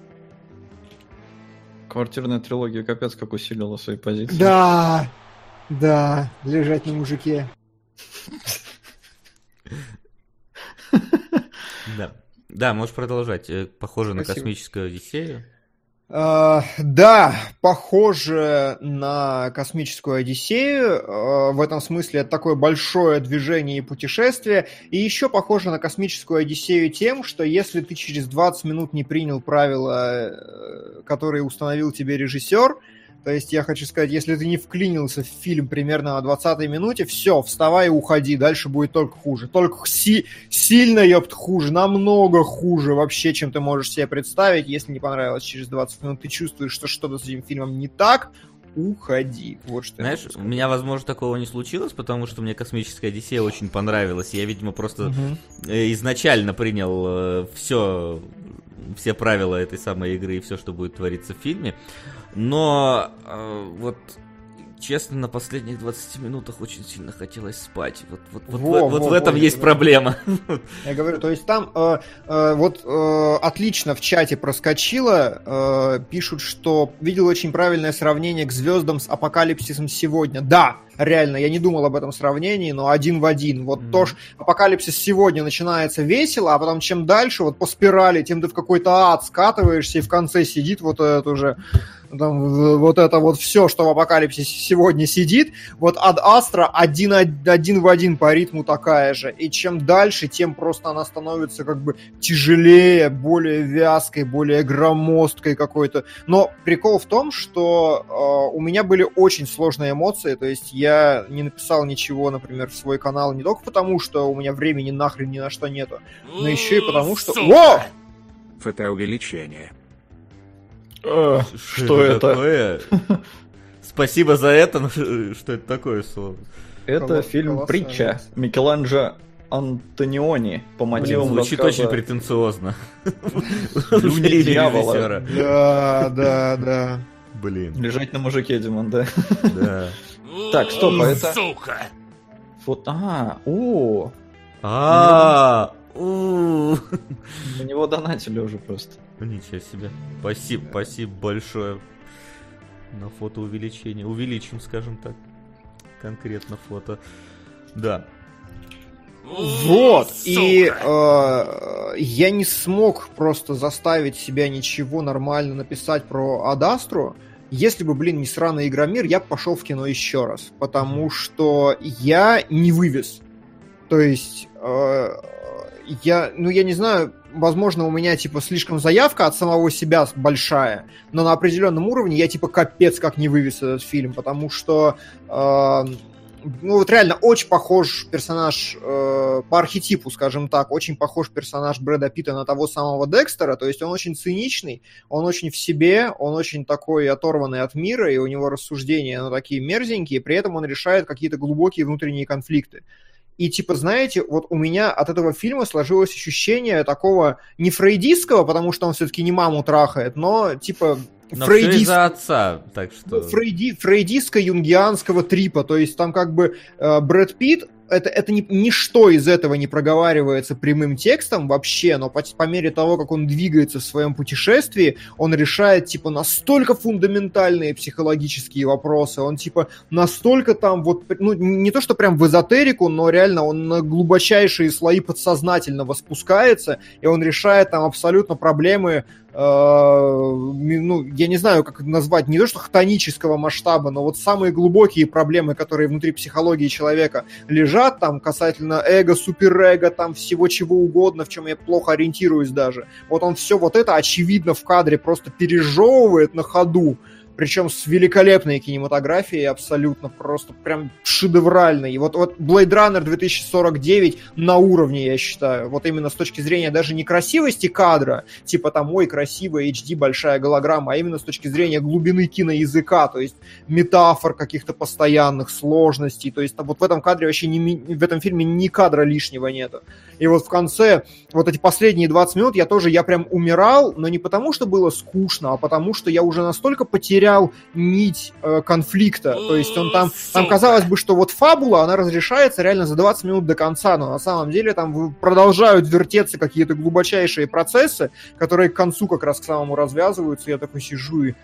Квартирная трилогия капец как усилила свои позиции. Да, да, лежать на мужике. Да. Да, можешь продолжать. Э, Похоже на Спасибо. космическую Одиссею. А, да, похоже на «Космическую Одиссею». А, в этом смысле это такое большое движение и путешествие. И еще похоже на «Космическую Одиссею» тем, что если ты через двадцать минут не принял правила, э, которые установил тебе режиссер, то есть я хочу сказать, если ты не вклинился в фильм примерно на двадцатой минуте, все, вставай и уходи, дальше будет только хуже. Только си- сильно, ёпт, хуже, намного хуже вообще, чем ты можешь себе представить. Если не понравилось через двадцать минут, ты чувствуешь, что что-то с этим фильмом не так, уходи. Вот что я Знаешь, могу у сказать. меня, возможно, такого не случилось, потому что мне «Космическая Одиссея» очень понравилась. Я, видимо, просто Мгм. э, изначально принял все, все правила этой самой игры и все, что будет твориться в фильме. Но э, вот, честно, на последних двадцати минутах очень сильно хотелось спать. Вот, вот, вот, Во, в, вот во, в этом во, есть да. проблема. Я говорю, то есть там э, э, вот э, отлично в чате проскочило, э, пишут, что видел очень правильное сравнение к «Звездам» с «Апокалипсисом сегодня». Да, реально, я не думал об этом сравнении, но один в один. Вот Мгм. то ж «Апокалипсис сегодня» начинается весело, а потом чем дальше, вот по спирали, тем ты в какой-то ад скатываешься, и в конце сидит вот это уже... Там, вот это вот все, что в «Апокалипсисе сегодня» сидит, вот Ад Астра один, один в один по ритму такая же. И чем дальше, тем просто она становится как бы тяжелее, более вязкой, более громоздкой какой-то. Но прикол в том, что э, у меня были очень сложные эмоции, то есть я не написал ничего, например, в свой канал не только потому, что у меня времени нахрен ни на что нету, но еще и потому, что... Во! Фотоувеличение. Э, Что это? такое? Спасибо за это, но что это такое слово? Это Колосс- фильм колоссальный. «Притча» Микеланджело Антониони по Блин, мотивам звучит рассказа очень претенциозно. «Люди дьявола». Режиссера. Да, да, да. Блин, Лежать на мужике, Димон, да. да. Так, стоп, а это... Сука! Вот, а, о, А, у. на него донатили уже просто. Ничего себе. Спасибо, спасибо большое. На фотоувеличение. Увеличим, скажем так. Конкретно фото. Да. Вот, и э, я не смог просто заставить себя ничего нормально написать про Ад Астру. Если бы, блин, не сраный Игромир, я бы пошел в кино еще раз, потому что я не вывез. То есть, э, я, ну, я не знаю, возможно, у меня, типа, слишком заявка от самого себя большая, но на определенном уровне я, типа, капец как не вывез этот фильм, потому что... Э, ну вот реально очень похож персонаж э, по архетипу, скажем так, очень похож персонаж Брэда Питта на того самого Декстера, то есть он очень циничный, он очень в себе, он очень такой оторванный от мира, и у него рассуждения, ну, такие мерзенькие, при этом он решает какие-то глубокие внутренние конфликты. И, типа, знаете, вот у меня от этого фильма сложилось ощущение такого не фрейдистского, потому что он все-таки не маму трахает, но, типа... Но все из-за отца, так что... Фрейди, фрейдистско-юнгианского трипа, то есть там как бы э, Брэд Питт, это, это ни, ничто из этого не проговаривается прямым текстом вообще, но по, по мере того, как он двигается в своем путешествии, он решает, типа, настолько фундаментальные психологические вопросы, он, типа, настолько там вот, ну, не то, что прям в эзотерику, но реально он на глубочайшие слои подсознательного спускается, и он решает там абсолютно проблемы, э, ну, я не знаю, как это назвать, не то, что хтонического масштаба, но вот самые глубокие проблемы, которые внутри психологии человека лежат, там, касательно эго, суперэго, там, всего чего угодно, в чем я плохо ориентируюсь даже. Вот он все вот это, очевидно, в кадре просто пережевывает на ходу, причем с великолепной кинематографией, абсолютно просто прям шедевральной. И вот, вот Blade Runner две тысячи сорок девять на уровне, я считаю. Вот именно с точки зрения даже не красивости кадра, типа там, ой, красивая эйч ди, большая голограмма, а именно с точки зрения глубины киноязыка, то есть метафор каких-то постоянных, сложностей. То есть там, вот в этом кадре вообще, не, в этом фильме ни кадра лишнего нету. И вот в конце, вот эти последние двадцать минут, я тоже, я прям умирал, но не потому, что было скучно, а потому, что я уже настолько потерял нить э, конфликта. То есть он там, там казалось бы, что вот фабула, она разрешается реально за двадцать минут до конца, но на самом деле там продолжают вертеться какие-то глубочайшие процессы, которые к концу как раз к самому развязываются. Я такой сижу и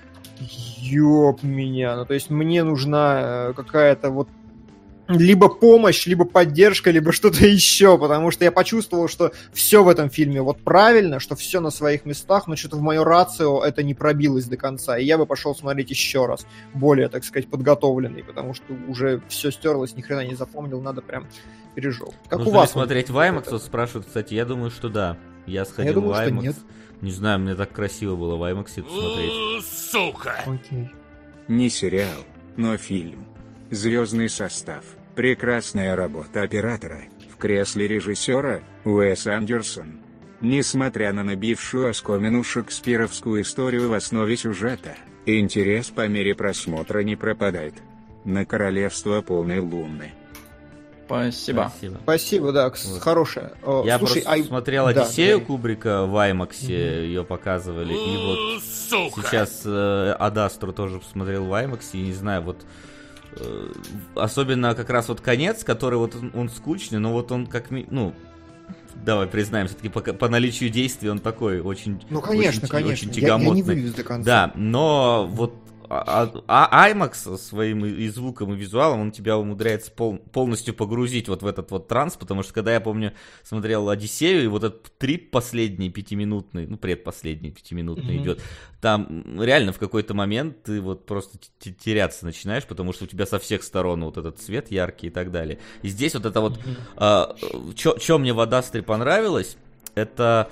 ёб меня. Ну, то есть мне нужна какая-то вот либо помощь, либо поддержка, либо что-то еще, потому что я почувствовал, что все в этом фильме вот правильно, что все на своих местах, но что-то в мое рацио это не пробилось до конца, и я бы пошел смотреть еще раз, более, так сказать, подготовленный, потому что уже все стерлось, ни хрена не запомнил, надо прям пережил. Как Нужно у вас? ли смотреть в IMAX, вот спрашивают, кстати, я думаю, что да. Я сходил я думаю, в что IMAX. нет. Не знаю, мне так красиво было в IMAX это смотреть. Сука! Окей. Не сериал, но фильм. Звездный состав. Прекрасная работа оператора. В кресле режиссера Уэс Андерсон. Несмотря на набившую оскомину шекспировскую историю в основе сюжета, интерес по мере просмотра не пропадает. На королевство полной луны. Спасибо. Спасибо. Спасибо, да, Вот. хорошая. О, Я слушай, просто а- смотрел да, Одиссею говори. Кубрика в IMAX, ее показывали, и вот Сука! сейчас э, Ад Астру тоже посмотрел в IMAX, и не знаю, вот э, особенно как раз вот конец, который вот он, он скучный, но вот он как, ми- ну, давай признаем, все-таки по, по наличию действий он такой очень, Ну, конечно, очень, конечно. очень Я, я не тягомотный. вывез до конца. Да, но вот а, а IMAX своим и, и звуком, и визуалом, он тебя умудряется пол, полностью погрузить вот в этот вот транс, потому что когда я, помню, смотрел Одиссею, и вот этот трип последний пятиминутный, ну, предпоследний пятиминутный mm-hmm. идет, там реально в какой-то момент ты вот просто теряться начинаешь, потому что у тебя со всех сторон вот этот цвет яркий и так далее. И здесь вот это вот, mm-hmm. а, что мне в Ад Астре понравилось, это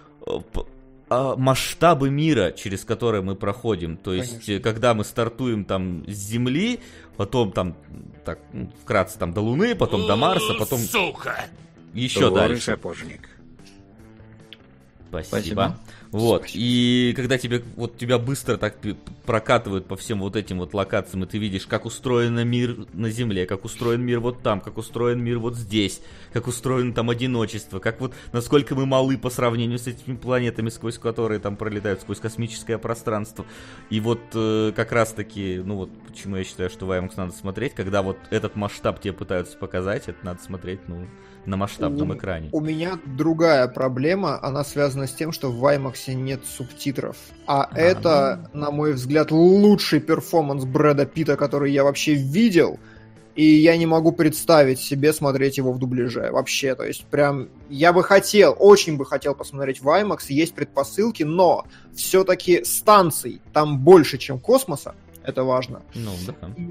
масштабы мира, через который мы проходим. То есть, Конечно. Когда мы стартуем там с Земли, потом там, так, вкратце там до Луны, потом до Марса, потом Сука! еще Вор и дальше. сапожник. Спасибо. Спасибо. Вот, Спасибо. и когда тебе, вот тебя быстро так прокатывают по всем вот этим вот локациям, и ты видишь, как устроен мир на Земле, как устроен мир вот там, как устроен мир вот здесь, как устроено там одиночество, как вот, насколько мы малы по сравнению с этими планетами, сквозь которые там пролетают, сквозь космическое пространство. И вот э, как раз-таки, ну вот, почему я считаю, что в IMAX надо смотреть, когда вот этот масштаб тебе пытаются показать, это надо смотреть, ну, на масштабном у, экране. У меня другая проблема, она связана с тем, что в IMAX нет субтитров. А, а это, ну... на мой взгляд, лучший перформанс Брэда Питта, который я вообще видел. И я не могу представить себе смотреть его в дубляже вообще. То есть прям я бы хотел, очень бы хотел посмотреть в IMAX, есть предпосылки, но все-таки станций там больше, чем космоса. Это важно. Ну, да.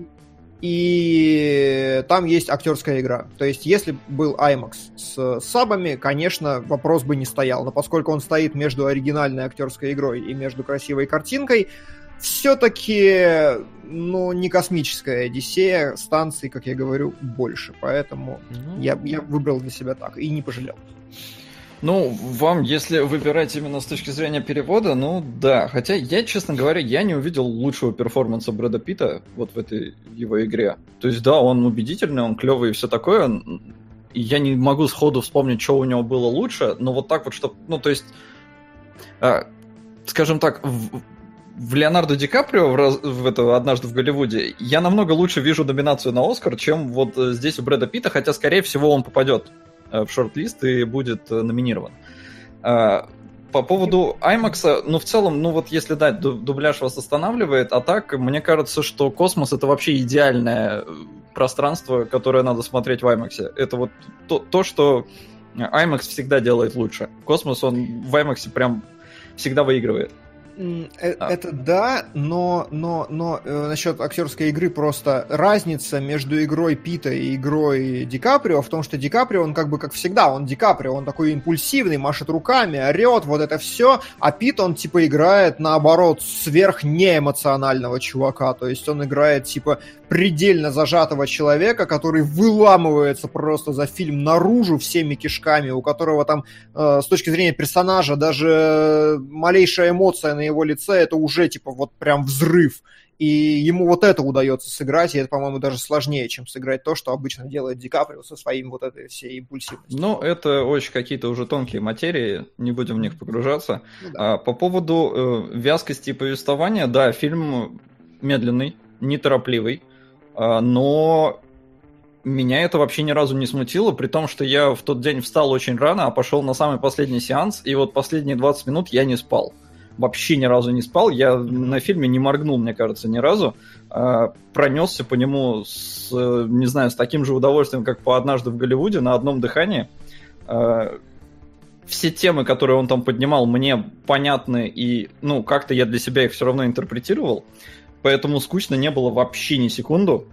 И там есть актерская игра. То есть, если был IMAX с сабами, конечно, вопрос бы не стоял. Но поскольку он стоит между оригинальной актерской игрой и между красивой картинкой, все-таки, ну, не космическая Одиссея, станций, как я говорю, больше. Поэтому mm-hmm. я, я выбрал для себя так и не пожалел. Ну, вам, если выбирать именно с точки зрения перевода, ну да. Хотя я, честно говоря, я не увидел лучшего перформанса Брэда Питта вот в этой его игре. То есть, да, он убедительный, он клевый и все такое. И я не могу сходу вспомнить, что у него было лучше, но вот так вот, что... Ну, то есть, э, скажем так, в, в Леонардо Ди Каприо в, раз, в это, «Однажды в Голливуде» я намного лучше вижу номинацию на Оскар, чем вот здесь у Брэда Питта, хотя, скорее всего, он попадет в шорт-лист и будет номинирован. По поводу IMAX, ну, в целом, ну, вот если дать, дубляж вас останавливает, а так, мне кажется, что космос — это вообще идеальное пространство, которое надо смотреть в IMAX. Это вот то, то, что IMAX всегда делает лучше. Космос, он в IMAX прям всегда выигрывает. Это да, но, но, но э, насчет актерской игры просто разница между игрой Питта и игрой Ди Каприо в том, что Ди Каприо, он как бы как всегда, он Ди Каприо, он такой импульсивный, машет руками, орет, вот это все, а Питт, он типа играет наоборот сверх неэмоционального чувака, то есть он играет типа предельно зажатого человека, который выламывается просто за фильм наружу всеми кишками, у которого там э, с точки зрения персонажа даже малейшая эмоция на его лице, это уже типа вот прям взрыв. И ему вот это удается сыграть, и это, по-моему, даже сложнее, чем сыграть то, что обычно делает Ди Каприо со своим вот этой всей импульсивностью. Ну, это очень какие-то уже тонкие материи, не будем в них погружаться. Ну, да. а, по поводу э, вязкости повествования, да, фильм медленный, неторопливый, э, но меня это вообще ни разу не смутило, при том, что я в тот день встал очень рано, а пошел на самый последний сеанс, и вот последние двадцать минут я не спал. Вообще ни разу не спал, я на фильме не моргнул, мне кажется, ни разу. А, пронесся по нему, с, не знаю, с таким же удовольствием, как по «Однажды в Голливуде», на одном дыхании. А, все темы, которые он там поднимал, мне понятны, и, ну, как-то я для себя их все равно интерпретировал, поэтому скучно не было вообще ни секунду.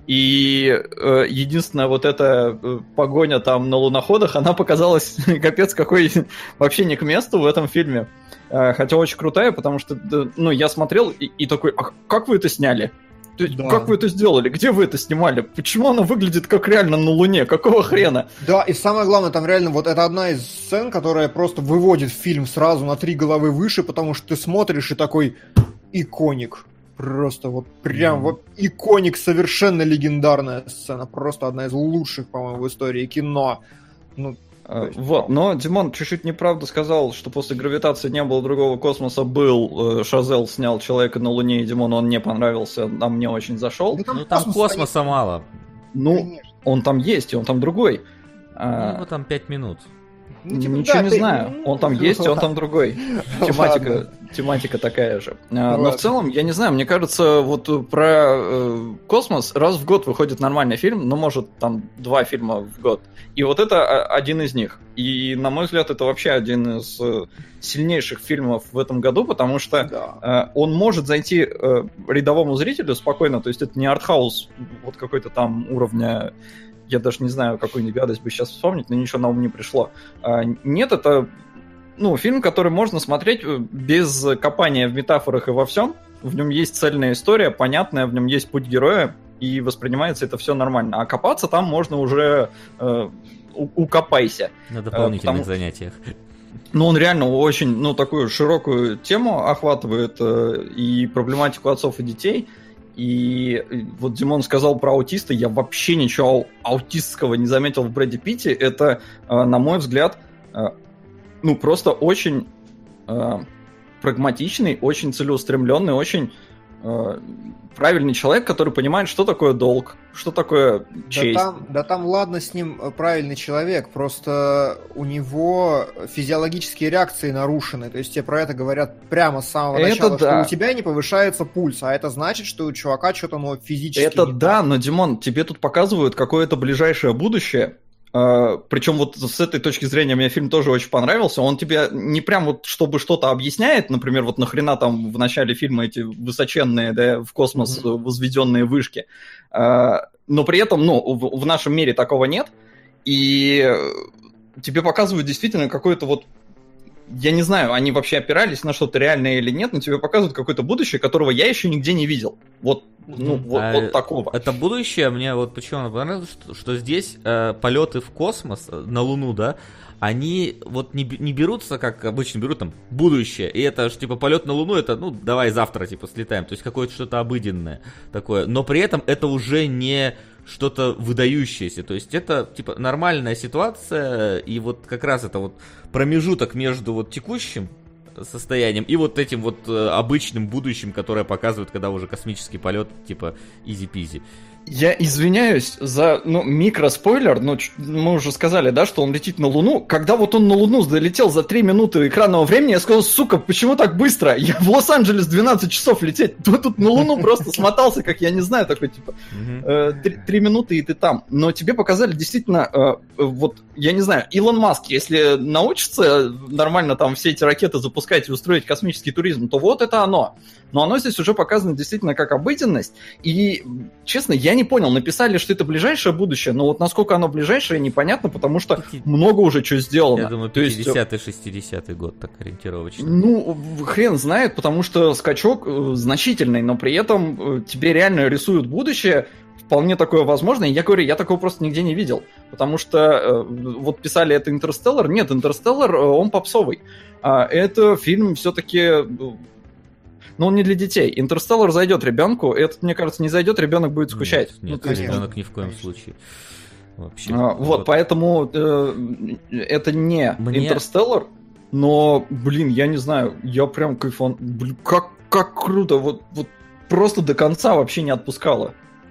И э, единственная вот эта э, погоня там на луноходах, она показалась капец какой вообще не к месту в этом фильме. Э, хотя очень крутая, потому что, да, ну, я смотрел и, и такой, а как вы это сняли? Да. Как вы это сделали? Где вы это снимали? Почему она выглядит как реально на Луне? Какого хрена? Да, и самое главное, там реально вот это одна из сцен, которая просто выводит фильм сразу на три головы выше, потому что ты смотришь и такой иконик. Просто вот прям mm. вот иконик, совершенно легендарная сцена. Просто одна из лучших, по-моему, в истории кино. Ну, а, есть, вот, но Димон чуть-чуть неправду сказал, что после «Гравитации» не было другого космоса. Был, Шазел снял «Человека на Луне», и Димону он не понравился, а мне очень зашел. Да там, ну, там космоса, космоса мало. Ну, конечно. Он там есть, и он там другой. Ну, а... там пять минут. Ну, типа, Ничего да, не ты... знаю. Он там есть, и он там другой. Тематика, тематика такая же. Ну, но в целом, я не знаю, мне кажется, вот про э, космос раз в год выходит нормальный фильм, ну, может, там два фильма в год. И вот это один из них. И, на мой взгляд, это вообще один из сильнейших фильмов в этом году, потому что да. э, он может зайти э, рядовому зрителю спокойно, то есть это не артхаус вот какой-то там уровня... Я даже не знаю, какую-нибудь гадость бы сейчас вспомнить, но ничего на ум не пришло. А, нет, это ну, фильм, который можно смотреть без копания в метафорах и во всем. В нем есть цельная история, понятная, в нем есть путь героя, и воспринимается это все нормально. А копаться там можно уже э, укопайся. На дополнительных Потому... занятиях. Ну, он реально очень, ну, такую широкую тему охватывает, э, и проблематику отцов и детей. И вот Димон сказал про аутиста, я вообще ничего аутистского не заметил в Брэде Питте. Это, э, на мой взгляд, э, ну, просто очень э, прагматичный, очень целеустремленный, очень э, правильный человек, который понимает, что такое долг, что такое честь. Да там, да там ладно с ним правильный человек, просто у него физиологические реакции нарушены, то есть тебе про это говорят прямо с самого это начала, да. что у тебя не повышается пульс, а это значит, что у чувака что-то ну, физически Это не да, так. но, Димон, тебе тут показывают какое-то ближайшее будущее. Uh, причем вот с этой точки зрения мне фильм тоже очень понравился. Он тебе не прям вот чтобы что-то объясняет, например, вот нахрена там в начале фильма эти высоченные, да, в космос mm-hmm. возведенные вышки. Uh, но при этом, ну, в, в нашем мире такого нет. И тебе показывают действительно какое-то вот, я не знаю, они вообще опирались на что-то реальное или нет, но тебе показывают какое-то будущее, которого я еще нигде не видел. Вот, ну, вот, а вот такого. Это будущее, мне вот почему понравилось, что, что здесь э, полеты в космос, на Луну, да, они вот не, не берутся, как обычно берут там, будущее, и это же, типа, полет на Луну, это, ну, давай завтра, типа, слетаем, то есть какое-то что-то обыденное такое, но при этом это уже не что-то выдающееся, то есть это, типа, нормальная ситуация, и вот как раз это вот промежуток между вот текущим состоянием и вот этим вот э, обычным будущим, которое показывают, когда уже космический полет, типа, изи-пизи. Я извиняюсь за, ну, микроспойлер, но мы уже сказали, да, что он летит на Луну. Когда вот он на Луну долетел за три минуты экранного времени, я сказал, сука, почему так быстро? Я в Лос-Анджелес двенадцать часов лететь, тут, тут на Луну просто смотался, как я не знаю, такой, типа, три минуты и ты там. Но тебе показали действительно, э, вот, я не знаю, Илон Маск, если научится нормально там все эти ракеты запускать и устроить космический туризм, то вот это оно. Но оно здесь уже показано действительно как обыденность. И, честно, я не понял, написали, что это ближайшее будущее, но вот насколько оно ближайшее, непонятно, потому что много уже чего сделано. Я думаю, пятидесятый шестидесятый год так ориентировочно. Ну, хрен знает, потому что скачок значительный, но при этом тебе реально рисуют будущее, вполне такое возможно. И я говорю, я такого просто нигде не видел, потому что вот писали это «Интерстеллар». Нет, «Интерстеллар», он попсовый. А это фильм все-таки... Но он не для детей. «Интерстеллар» зайдет ребенку, этот, мне кажется, не зайдет, ребенок будет скучать. Нет, ну, нет ребенок ни в коем случае. Вообще. А, вот, вот, поэтому э, это не Мне... «Интерстеллар», но, блин, я не знаю, я прям кайфан... Блин, как, как круто, вот, вот просто до конца вообще не отпускало.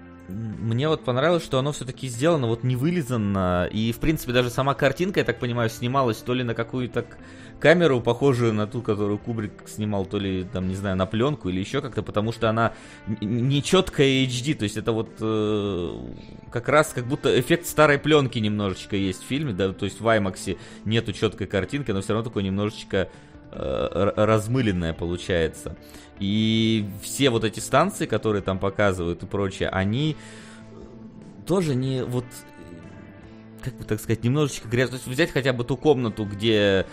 Мне вот понравилось, что оно все-таки сделано вот не вылизанно, и, в принципе, даже сама картинка, я так понимаю, снималась то ли на какую-то камеру, похожую на ту, которую Кубрик снимал, то ли, там, не знаю, на пленку или еще как-то, потому что она не четкая эйч ди, то есть это вот э, как раз как будто эффект старой пленки немножечко есть в фильме, да, то есть в IMAX нету четкой картинки, но все равно такое немножечко э, размыленное получается. И все вот эти станции, которые там показывают и прочее, они тоже не вот, как бы так сказать, немножечко грязно. То есть взять хотя бы ту комнату, где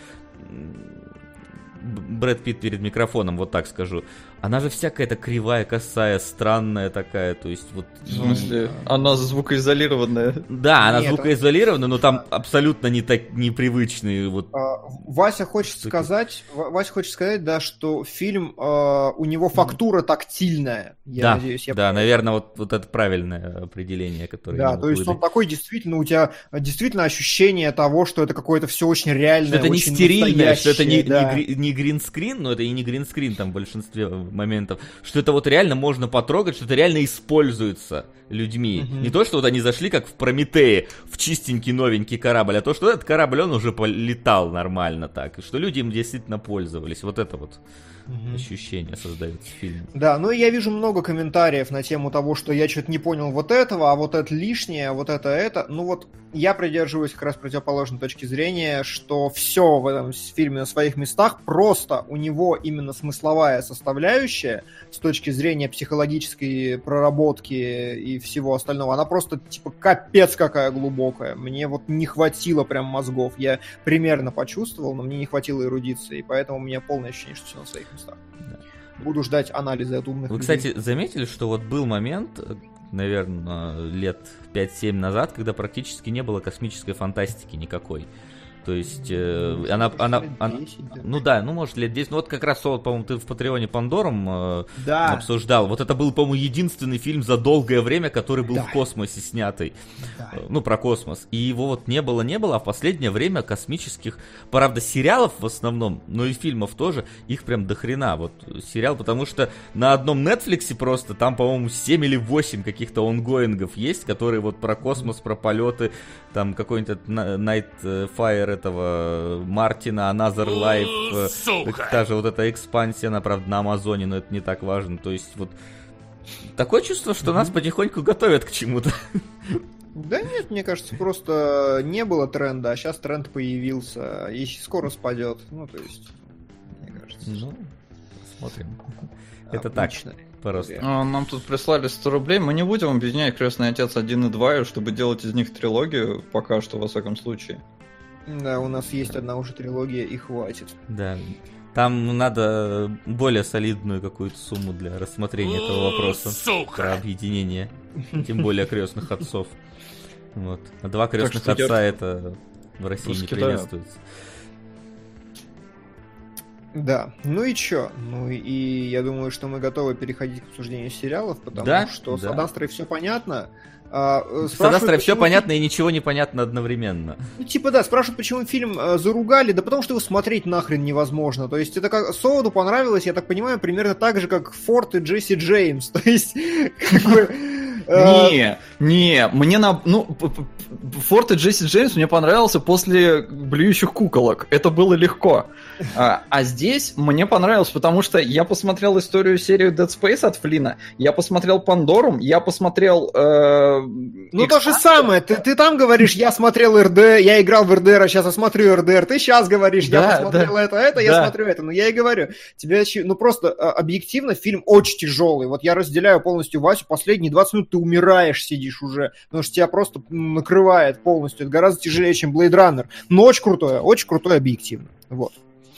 Брэд Питт перед микрофоном, вот так скажу. Она же вся какая-то кривая, косая, странная такая, то есть вот... В смысле? Она звукоизолированная? Да, она Нет, звукоизолирована, но там абсолютно не так непривычные вот... Вася хочет штуки. сказать, Вася хочет сказать, да, что фильм, у него фактура тактильная. Я да, надеюсь, я да, понял. наверное, вот, вот это правильное определение, которое... Да, то есть выдать. Он такой действительно, у тебя действительно ощущение того, что это какое-то все очень реальное, что это не очень стерильное, что это не, да. не, не гринскрин, но это и не гринскрин там в большинстве моментов, что это вот реально можно потрогать, что это реально используется людьми. Mm-hmm. Не то, что вот они зашли как в Прометее, в чистенький новенький корабль, а то, что этот корабль, он уже полетал нормально так, и что люди им действительно пользовались. Вот это вот mm-hmm. ощущение создается в фильме. Да, ну и я вижу много комментариев на тему того, что я что-то не понял вот этого, а вот это лишнее, а вот это это. Ну вот я придерживаюсь как раз противоположной точки зрения, что все в этом фильме на своих местах, просто у него именно смысловая составляющая с точки зрения психологической проработки и всего остального, она просто типа капец какая глубокая. Мне вот не хватило прям мозгов. Я примерно почувствовал, но мне не хватило эрудиции, и поэтому у меня полное ощущение, что все на своих местах. Да. Буду ждать анализа от умных Вы, людей. кстати, заметили, что вот был момент, наверное, лет пять-семь назад, когда практически не было космической фантастики никакой. То есть, э, она, она, она, ну да, ну может лет десять, ну вот как раз, вот, по-моему, ты в Патреоне Пандорум э, Да. обсуждал, вот это был, по-моему, единственный фильм за долгое время, который был Да. в космосе снятый, Да. Э, ну про космос, и его вот не было, не было, а в последнее время космических, правда, сериалов в основном, но и фильмов тоже, их прям дохрена, вот сериал, потому что на одном Netflix просто, там, по-моему, семь или восемь каких-то онгоингов есть, которые вот про космос, про полеты, там какой-нибудь Nightfire этого Мартина, Another Life, э, та же вот эта экспансия, она, правда, на Амазоне, но это не так важно. То есть вот такое чувство, что нас потихоньку готовят к чему-то. Да нет, мне кажется, просто не было тренда, а сейчас тренд появился, и скоро спадет. Ну, то есть, мне кажется. Ну, посмотрим. Это так, Обычно. просто. А, Нам тут прислали сто рублей. Мы не будем объединять «Крестный отец один и два», чтобы делать из них трилогию, пока что, во всяком случае. Да, у нас есть одна уже трилогия, и хватит. Да. Там надо более солидную какую-то сумму для рассмотрения этого вопроса. Про объединение. Тем более крестных отцов. Вот. А два крестных что отца я- это в России не Раскидаю. приветствуется. Да, ну и чё? Ну и я думаю, что мы готовы переходить к обсуждению сериалов, потому Да, что с да. Адастрой все понятно. А, э, С спрашивают, Адастрой все почему понятно и ничего не понятно одновременно. Ну, типа, да, спрашивают, почему фильм э, заругали, да потому что его смотреть нахрен невозможно. То есть это как Солоду понравилось, я так понимаю, примерно так же, как Форд и Джесси Джеймс. То есть, как бы... э, Не, не, мне на... Ну, п- п- Форд и Джесси Джеймс мне понравился после «Блюющих куколок». Это было легко. А, а здесь мне понравилось, потому что я посмотрел историю серию Dead Space от Флина, я посмотрел Пандорум, я посмотрел... э, Ну, то же самое. Ты, ты там говоришь, я смотрел эр дэ, я играл в эр дэ эр, а сейчас я смотрю эр дэ эр. Ты сейчас говоришь, я Да, посмотрел да. это, это, я Да. смотрю это. Ну, я и говорю. Тебе, очи- ну, просто а, объективно фильм очень тяжелый. Вот я разделяю полностью Васю. Последние двадцать минут ты умираешь, сидишь уже. Потому что тебя просто м, накрывает полностью. Это гораздо тяжелее, чем Blade Runner. Но очень крутое, очень крутое объективно. Вот.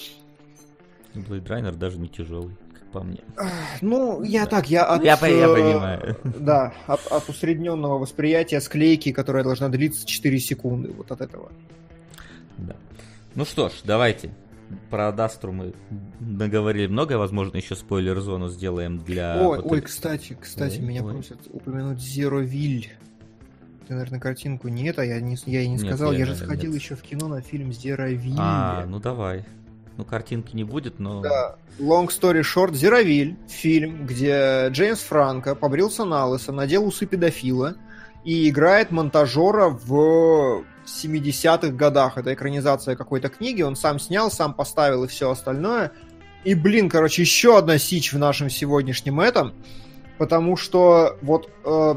Blade Runner даже не тяжелый, как по мне. Ну, я так, я от... Я по- я э, понимаю. Да, от, от усредненного восприятия склейки, которая должна длиться четыре секунды. Вот от этого. Да. Ну что ж, давайте. Про Адастру мы наговорили многое, возможно, еще спойлер-зону сделаем для... Ой, вот ой, этих- кстати, кстати, Ой, меня ой. просят упомянуть Zero Will. Ты, наверное, картинку нет, а я, не, я и не Нет, сказал. я, Я, же наверное, сходил нет. еще в кино на фильм Zero Will. А, ну давай. Ну, картинки не будет, но... Да. Long story short, Zero Will, фильм, где Джеймс Франко побрился на лысо, надел усы педофила и играет монтажера в семидесятых годах. Это экранизация какой-то книги, он сам снял, сам поставил и все остальное. И, блин, короче, еще одна сичь в нашем сегодняшнем этом, потому что вот, э,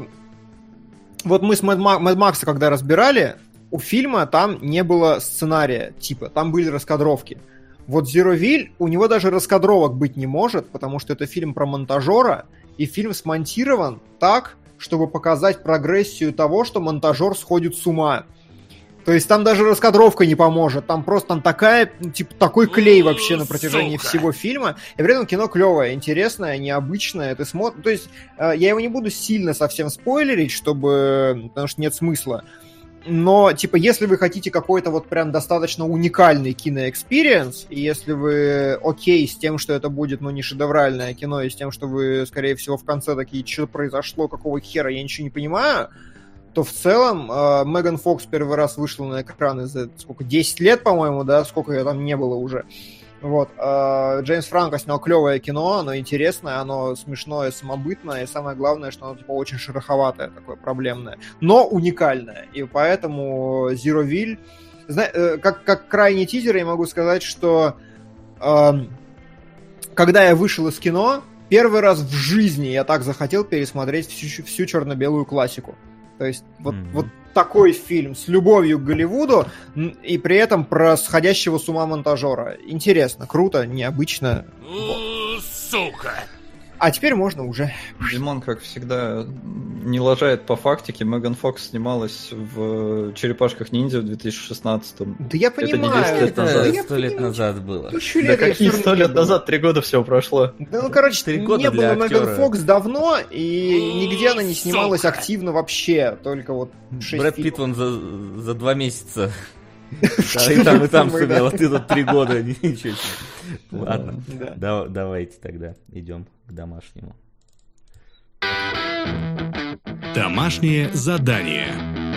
вот мы с Мэд, Мак- Мэд Макса когда разбирали, у фильма там не было сценария, типа, там были раскадровки. Вот Zero Will, у него даже раскадровок быть не может, потому что это фильм про монтажера, и фильм смонтирован так, чтобы показать прогрессию того, что монтажер сходит с ума. То есть там даже раскадровка не поможет, там просто там такая, ну, типа, такой клей вообще на протяжении Сука. всего фильма, и при этом кино клевое, интересное, необычное, ты смотришь, то есть э, я его не буду сильно совсем спойлерить, чтобы, потому что нет смысла, но, типа, если вы хотите какой-то вот прям достаточно уникальный киноэкспириенс, и если вы окей с тем, что это будет, ну, не шедевральное кино, и с тем, что вы, скорее всего, в конце такие, что произошло, какого хера, я ничего не понимаю, то в целом э, Меган Фокс первый раз вышла на экраны за сколько, десять лет, по-моему, да, сколько ее там не было уже. Вот. Э, Джеймс Франко снял клевое кино, оно интересное, оно смешное, самобытное, и самое главное, что оно типа очень шероховатое, такое проблемное, но уникальное. И поэтому Zero Will, зна- э, как, как крайний тизер, я могу сказать, что э, когда я вышел из кино, первый раз в жизни я так захотел пересмотреть всю, всю черно-белую классику. То есть вот, Мгм. вот такой фильм с любовью к Голливуду м, и при этом про сходящего с ума монтажера. Интересно, круто, необычно. Вот. Сука! А теперь можно уже. Димон, как всегда, не лажает по фактике. Меган Фокс снималась в «Черепашках ниндзя» в две тысячи шестнадцатом. Да я Это не понимаю. десять лет да назад. я Сто лет понимаю. назад было. Тысячу Да лет я какие всё сто равно лет не был. назад? Три года всего прошло. Да, ну, короче, Три не года было для Меган актера. Фокс давно, и нигде она не снималась Сука. активно вообще. Только вот шесть Брэд Питт фильмов. вон за, за два месяца Да, и там, и там сумел, а ты тут три года, ничего себе. Ладно, Да. да- давайте тогда идем к домашнему. Домашнее задание.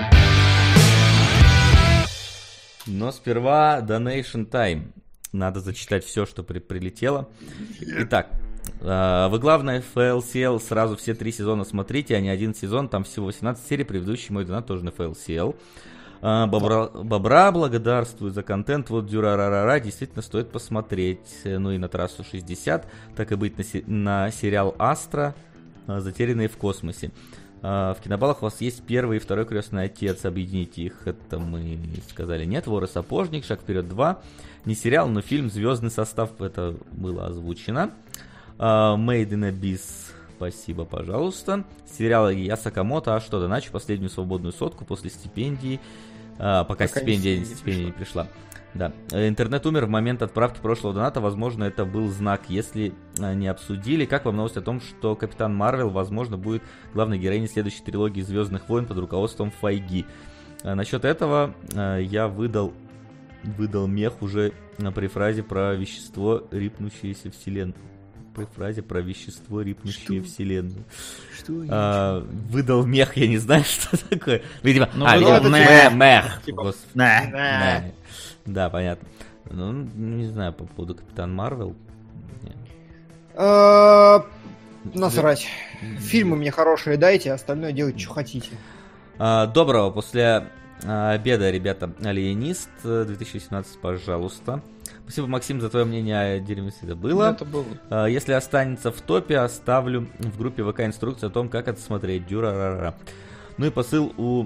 Но сперва Donation Time. Надо зачитать все, что при- прилетело. Итак, э, вы, главное, эф эл си эл сразу все три сезона смотрите, а не один сезон. Там всего восемнадцать серий, предыдущий мой донат тоже на эф эл си эл. Э, Бобра, Бобра благодарствую за контент. Вот Дюрарарара действительно стоит посмотреть. Ну и на Трассу шестьдесят. Так и быть на, се- на сериал Астра «Затерянные в космосе». В кинобаллах у вас есть первый и второй «Крестный отец». Объедините их. Это мы сказали нет. «Вор и сапожник», «Шаг вперед два». Не сериал, но фильм «Звездный состав». Это было озвучено. Made in Abyss. Спасибо, пожалуйста. Сериал «Я Сакамото». А что, доначу последнюю свободную сотку после стипендии. Пока, пока стипендия, стипендия, стипендия не пришла. Да. Интернет умер в момент отправки прошлого доната. Возможно, это был знак. Если не обсудили, как вам новость о том, что Капитан Марвел, возможно, будет главной героиней следующей трилогии «Звездных войн» под руководством Файги? Насчет этого я выдал, выдал мех уже при фразе про вещество, рипнущееся вселенную. При фразе про вещество, рипнущее Что? вселенную. Что А, выдал мех, я не знаю, что такое. Видимо, Ну, а, выдал видимо, это мэ- мех. типа, Господи. Да. Да. Да, понятно. Ну, не знаю, по поводу Капитан Марвел. Не. А, Насрать. Фильмы мне хорошие дайте, остальное делайте, что хотите. А, доброго после а, обеда, ребята. Алиенист две тысячи семнадцать, пожалуйста. Спасибо, Максим, за твое мнение о дерьме всегда было. Это было. А, если останется в топе, оставлю в группе ВК инструкцию о том, как это смотреть. Дюрарара. Ну и посыл у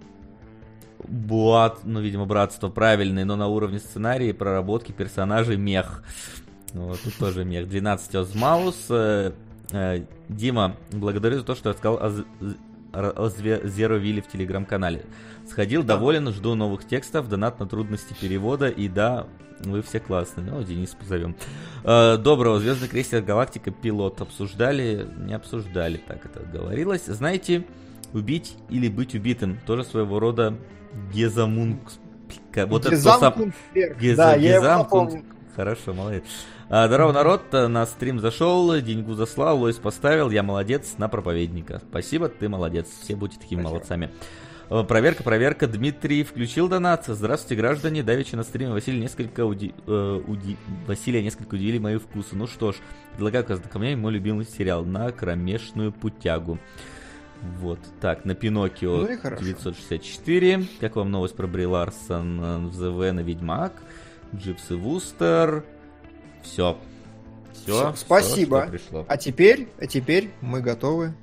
Буат, ну, видимо, братство правильный, но на уровне сценария и проработки персонажей мех. Вот, тут тоже мех. двенадцать Озмаус. Э, э, Дима, благодарю за то, что рассказал о, з- о Зве- Zero Вилле в телеграм-канале. Сходил, доволен, жду новых текстов, донат на трудности перевода, и да, вы все классные. Ну, Денис позовем. Э, доброго, Звездный крейсер Галактика, пилот. Обсуждали? Не обсуждали, так это говорилось. Знаете, убить или быть убитым, тоже своего рода Гезамунг. Вот это кто сам... Гезамкунфтверк. Геза- Да, я его Гезамкун- запомнил. Хорошо, молодец. А, здорово, народ, на стрим зашел, деньгу заслал, лойс поставил, я молодец, на проповедника. Спасибо, ты молодец, все будете такими Спасибо. молодцами. А, Проверка, проверка, Дмитрий включил донат. Здравствуйте, граждане, давеча на стриме Василий несколько уди... э, уди... Василия несколько удивили мои вкусы. Ну что ж, предлагаю к ознакомлению мой любимый сериал «На кромешную путягу». Вот, так, на Пиноккио Ну и хорошо. девятьсот шестьдесят четыре. Как вам новость про Бри Ларсон в ЗВ на Ведьмак? Джипс и Вустер. Все. Все. Всё, спасибо. пришло. А теперь, а теперь мы готовы.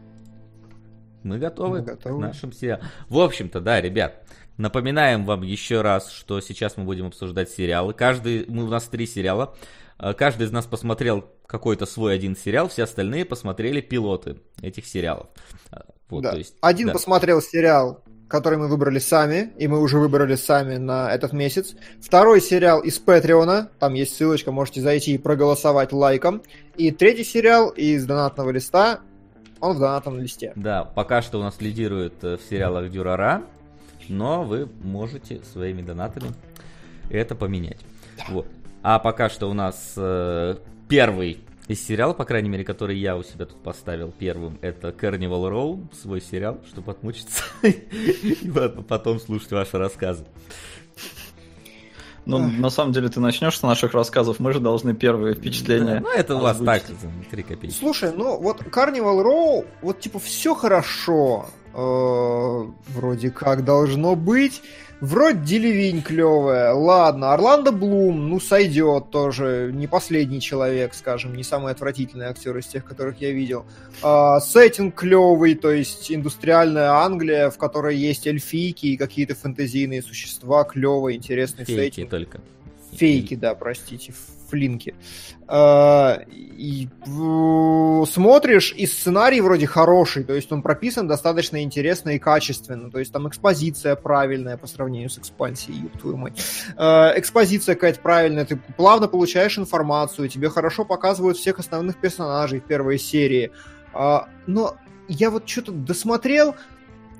Мы готовы, Мы готовы. к нашим сериалам. В общем-то, да, ребят, напоминаем вам еще раз, что сейчас мы будем обсуждать сериалы. Каждый, мы, у нас три сериала. А, Каждый из нас посмотрел какой-то свой один сериал, все остальные посмотрели пилоты этих сериалов. А, Вот, Да. то есть, Один да. посмотрел сериал, который мы выбрали сами, и мы уже выбрали сами на этот месяц. Второй сериал из Патреона, там есть ссылочка, можете зайти и проголосовать лайком. И третий сериал из донатного листа, он в донатном листе. Да, пока что у нас лидирует э, в сериалах Дюрара, но вы можете своими донатами это поменять. Вот. А пока что у нас э, первый из сериалов, по крайней мере, который я у себя тут поставил первым, это Carnival Row, свой сериал, чтобы отмучиться и потом слушать ваши рассказы. Ну, на самом деле, ты начнешь с наших рассказов, мы же должны первые впечатления. Ну, это у вас так, озвучить. три копейки. Слушай, ну вот Carnival Row, вот типа все хорошо, э, вроде как должно быть. Вроде Делевинь клевая, ладно. Орландо Блум, ну сойдет тоже, не последний человек, скажем, не самый отвратительный актер из тех, которых я видел. А, сеттинг клевый, то есть индустриальная Англия, в которой есть эльфийки и какие-то фэнтезийные существа, клевый, интересный Фейки сеттинг. только. Фейки, да, простите, флинки. А, и, в- смотришь, и сценарий вроде хороший, то есть он прописан достаточно интересно и качественно, то есть там экспозиция правильная по сравнению с экспансией, ёб твою мать. А, экспозиция какая-то правильная, ты плавно получаешь информацию, тебе хорошо показывают всех основных персонажей в первой серии. А, но я вот что-то досмотрел,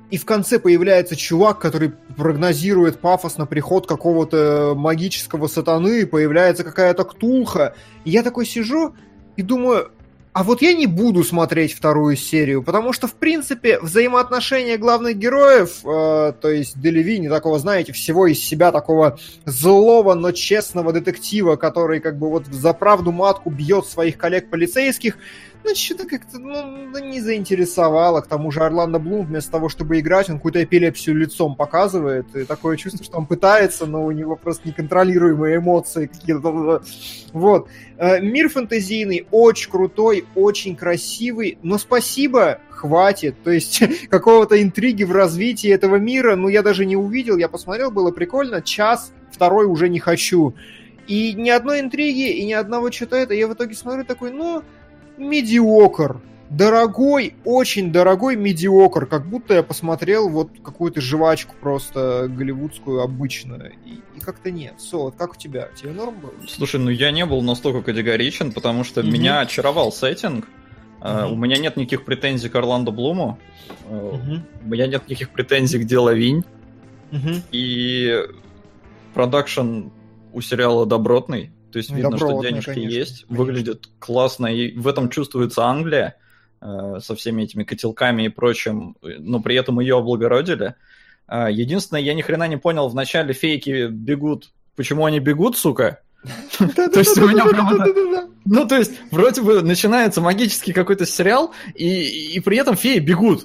и в конце появляется чувак, который прогнозирует пафосно приход какого-то магического сатаны, появляется какая-то ктулха. И я такой сижу и думаю, а вот я не буду смотреть вторую серию, потому что, в принципе, взаимоотношения главных героев, э, то есть Делевини, такого, знаете, всего из себя такого злого, но честного детектива, который как бы вот за правду матку бьет своих коллег-полицейских, ну, что-то как-то ну, не заинтересовало. К тому же Орландо Блум вместо того, чтобы играть, он какую-то эпилепсию лицом показывает. И такое чувство, что он пытается, но у него просто неконтролируемые эмоции какие-то. Вот. Мир фэнтезийный, очень крутой, очень красивый. Но спасибо, хватит. То есть какого-то интриги в развитии этого мира, ну, я даже не увидел. Я посмотрел, было прикольно. Час, второй уже не хочу. И ни одной интриги, и ни одного что-то это. Я в итоге смотрю такой, ну... медиокр. Дорогой, очень дорогой медиокр. Как будто я посмотрел вот какую-то жвачку просто голливудскую обычную. И, и как-то нет. Солод, как у тебя? Тебе норм был? Слушай, ну я не был настолько категоричен, потому что mm-hmm. меня очаровал сеттинг. Mm-hmm. Uh, у меня нет никаких претензий к Орландо Блуму. Uh, mm-hmm. У меня нет никаких претензий к Делавинь. Mm-hmm. И продакшн у сериала добротный. То есть видно, что денежки конечно, есть, конечно. Выглядит классно, и в этом чувствуется Англия э, со всеми этими котелками и прочим, но при этом ее облагородили. Э, единственное, я ни хрена не понял, в начале фейки бегут, почему они бегут, сука? То есть у меня прям... Ну, то есть, вроде бы начинается магический какой-то сериал, и при этом феи бегут.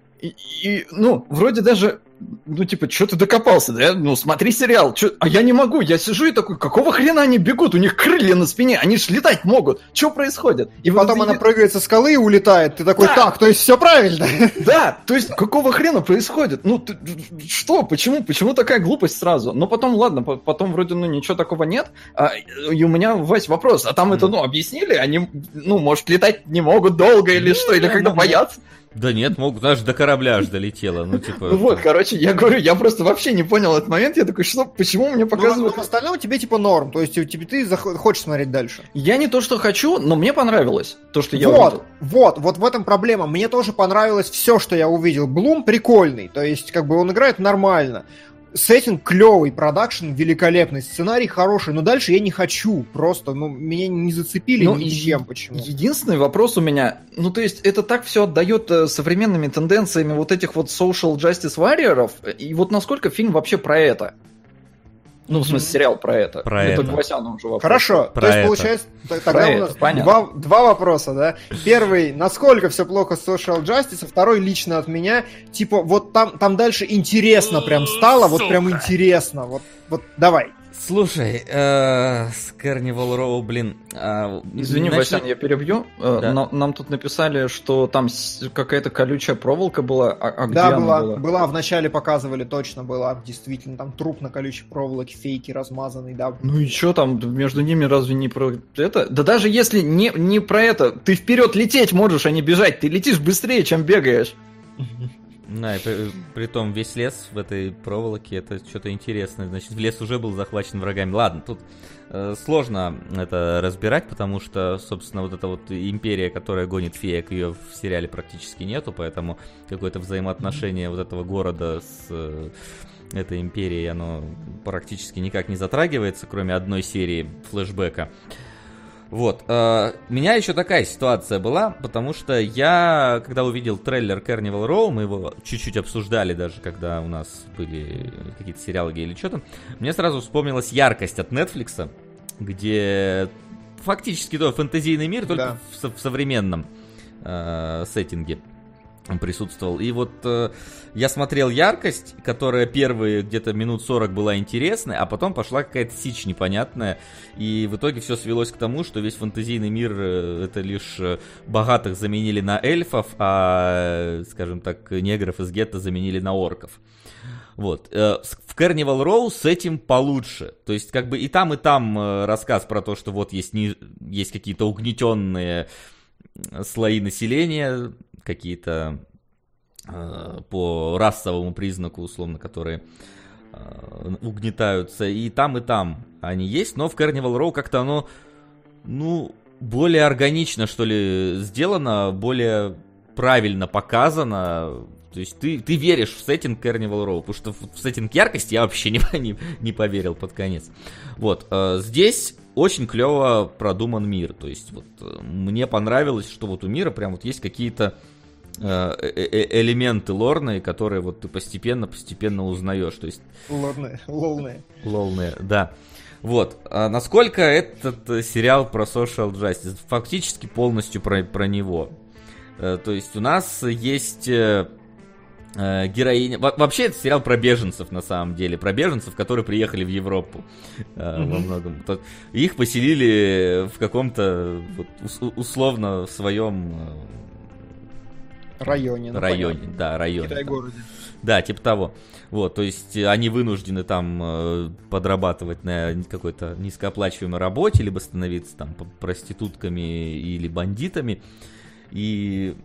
И, ну, вроде даже... Ну, типа, что ты докопался, да? Ну, смотри сериал. Чё? А я не могу, я сижу и такой, какого хрена они бегут? У них крылья на спине, они ж летать могут. Что происходит? И потом вот, она и... прыгает со скалы и улетает. Ты такой, да. Так, то есть все правильно. Да, то есть какого хрена происходит? Ну, ты, что? Почему? Почему такая глупость сразу? Но потом, ладно, потом вроде, ну, ничего такого нет. А, и у меня, Вась, вопрос. А там mm. это, ну, объяснили? Они, ну, может, летать не могут долго или что? Или когда боятся? Да нет, могут, даже до корабля аж долетело, ну типа... Ну вот, короче, я говорю, я просто вообще не понял этот момент, я такой, что, почему мне показывают... Но, но в остальном тебе типа норм, то есть тебе, ты зах- хочешь смотреть дальше. Я не то, что хочу, но мне понравилось то, что я вот, увидел. Вот, вот в этом проблема, мне тоже понравилось все, что я увидел. Блум прикольный, то есть как бы он играет нормально. Сеттинг клевый, продакшн великолепный, сценарий хороший, но дальше я не хочу, просто, ну, меня не зацепили ну, ничем, почему. Единственный вопрос у меня, ну, то есть, это так все отдает современными тенденциями вот этих вот social justice warrior'ов, и вот насколько фильм вообще про это? Ну, в смысле, сериал про это. Про это. это. Гвасяну уже вопрос. Хорошо, про то есть, это. получается, тогда про у нас это, два, два вопроса, да? Первый, насколько все плохо с social justice, а второй лично от меня, типа, вот там, там дальше интересно прям стало, вот прям интересно, вот, вот давай. Слушай, э, с Carnival Row, блин... Э, Извини, начали... Васян, я перебью. Да. Нам, нам тут написали, что там какая-то колючая проволока была, а, а где да, она была, была? была, вначале показывали, точно была, действительно, там труп на колючей проволоке, фейки размазанный, да. Ну и что там, между ними разве не про это? Да даже если не, не про это, ты вперед лететь можешь, а не бежать, ты летишь быстрее, чем бегаешь. Да, и при, при том весь лес в этой проволоке, это что-то интересное. Значит, в лес уже был захвачен врагами. Ладно, тут э, сложно это разбирать, потому что, собственно, вот эта вот империя, которая гонит феек, ее в сериале практически нету, поэтому какое-то взаимоотношение вот этого города с э, этой империей, оно практически никак не затрагивается, кроме одной серии флешбека. Вот, э, у меня еще такая ситуация была, потому что я, когда увидел трейлер Carnival Row, мы его чуть-чуть обсуждали даже, когда у нас были какие-то сериалоги или что-то, мне сразу вспомнилась яркость от Netflix, где фактически да, фэнтезийный мир, только да. в, в современном э, сеттинге присутствовал. И вот э, я смотрел яркость, которая первые где-то минут сорок была интересной, а потом пошла какая-то сичь непонятная. И в итоге все свелось к тому, что весь фэнтезийный мир э, это лишь богатых заменили на эльфов, а, скажем так, негров из гетто заменили на орков. Вот. В Carnival Row с этим получше. То есть, как бы и там, и там рассказ про то, что вот есть, не... есть какие-то угнетенные слои населения, какие-то э, по расовому признаку, условно, которые э, угнетаются. И там, и там они есть, но в Carnival Row как-то оно, ну, более органично, что ли, сделано, более правильно показано. То есть ты, ты веришь в сеттинг Carnival Row, потому что в, в сеттинг яркости я вообще не, не, не поверил под конец. Вот, э, здесь очень клево продуман мир. То есть вот э, мне понравилось, что вот у мира прям вот есть какие-то э, э, элементы лорные, которые вот ты постепенно-постепенно узнаешь. То есть... Лорные, лолные. Лолные, да. Вот, а насколько этот сериал про social justice? Фактически полностью про, про него. Э, то есть у нас есть... Э, героиня. Во- вообще это сериал про беженцев на самом деле, про беженцев, которые приехали в Европу э, mm-hmm. во многом. Их поселили в каком-то вот, ус- условно в своем э, районе, ну, районе, понятно. да, районе. Китай-городе. Да, типа того. Вот, то есть они вынуждены там э, подрабатывать на какой-то низкооплачиваемой работе, либо становиться там проститутками или бандитами. И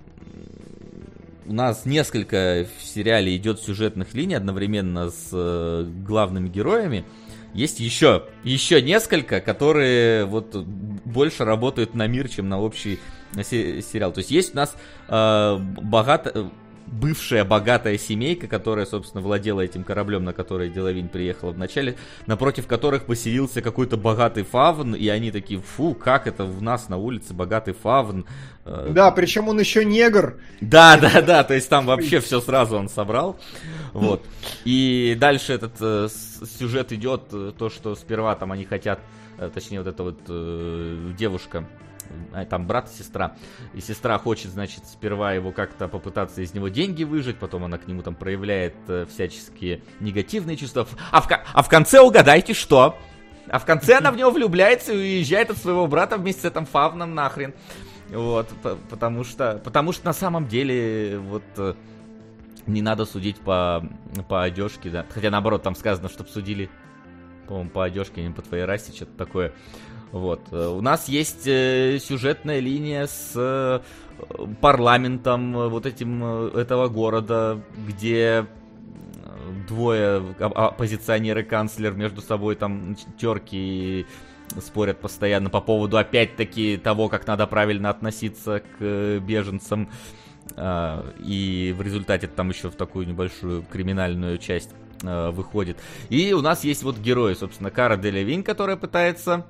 у нас несколько в сериале идет сюжетных линий одновременно с э, главными героями. Есть еще, еще несколько, которые вот больше работают на мир, чем на общий на се- сериал. То есть есть у нас э, богато... бывшая богатая семейка, которая, собственно, владела этим кораблем, на который Делавинь приехала в начале, напротив которых поселился какой-то богатый фавн, и они такие: фу, как это у нас на улице богатый фавн. Да, причем он еще негр. Да, да, да, то есть там вообще все сразу он собрал. Вот. И дальше этот э, сюжет идет, то, что сперва там они хотят, э, точнее, вот эта вот э, девушка, там брат и сестра. И сестра хочет, значит, сперва его как-то попытаться из него деньги выжать, потом она к нему там проявляет э, всяческие негативные чувства. А в, а в конце угадайте, что? А в конце она в него влюбляется и уезжает от своего брата вместе с этим фавном нахрен. Вот, потому что, потому что на самом деле, вот, не надо судить по, по одежке, да. Хотя наоборот, там сказано, чтобы судили, по-моему, по одежке, а не по твоей расе, что-то такое. Вот. У нас есть э, сюжетная линия с э, парламентом вот этим э, этого города, где двое оппозиционеры, канцлер между собой там терки и спорят постоянно по поводу, опять-таки, того, как надо правильно относиться к беженцам. э, и в результате там еще в такую небольшую криминальную часть э, выходит. И у нас есть вот герои, собственно, Кара Делавинь, которая пытается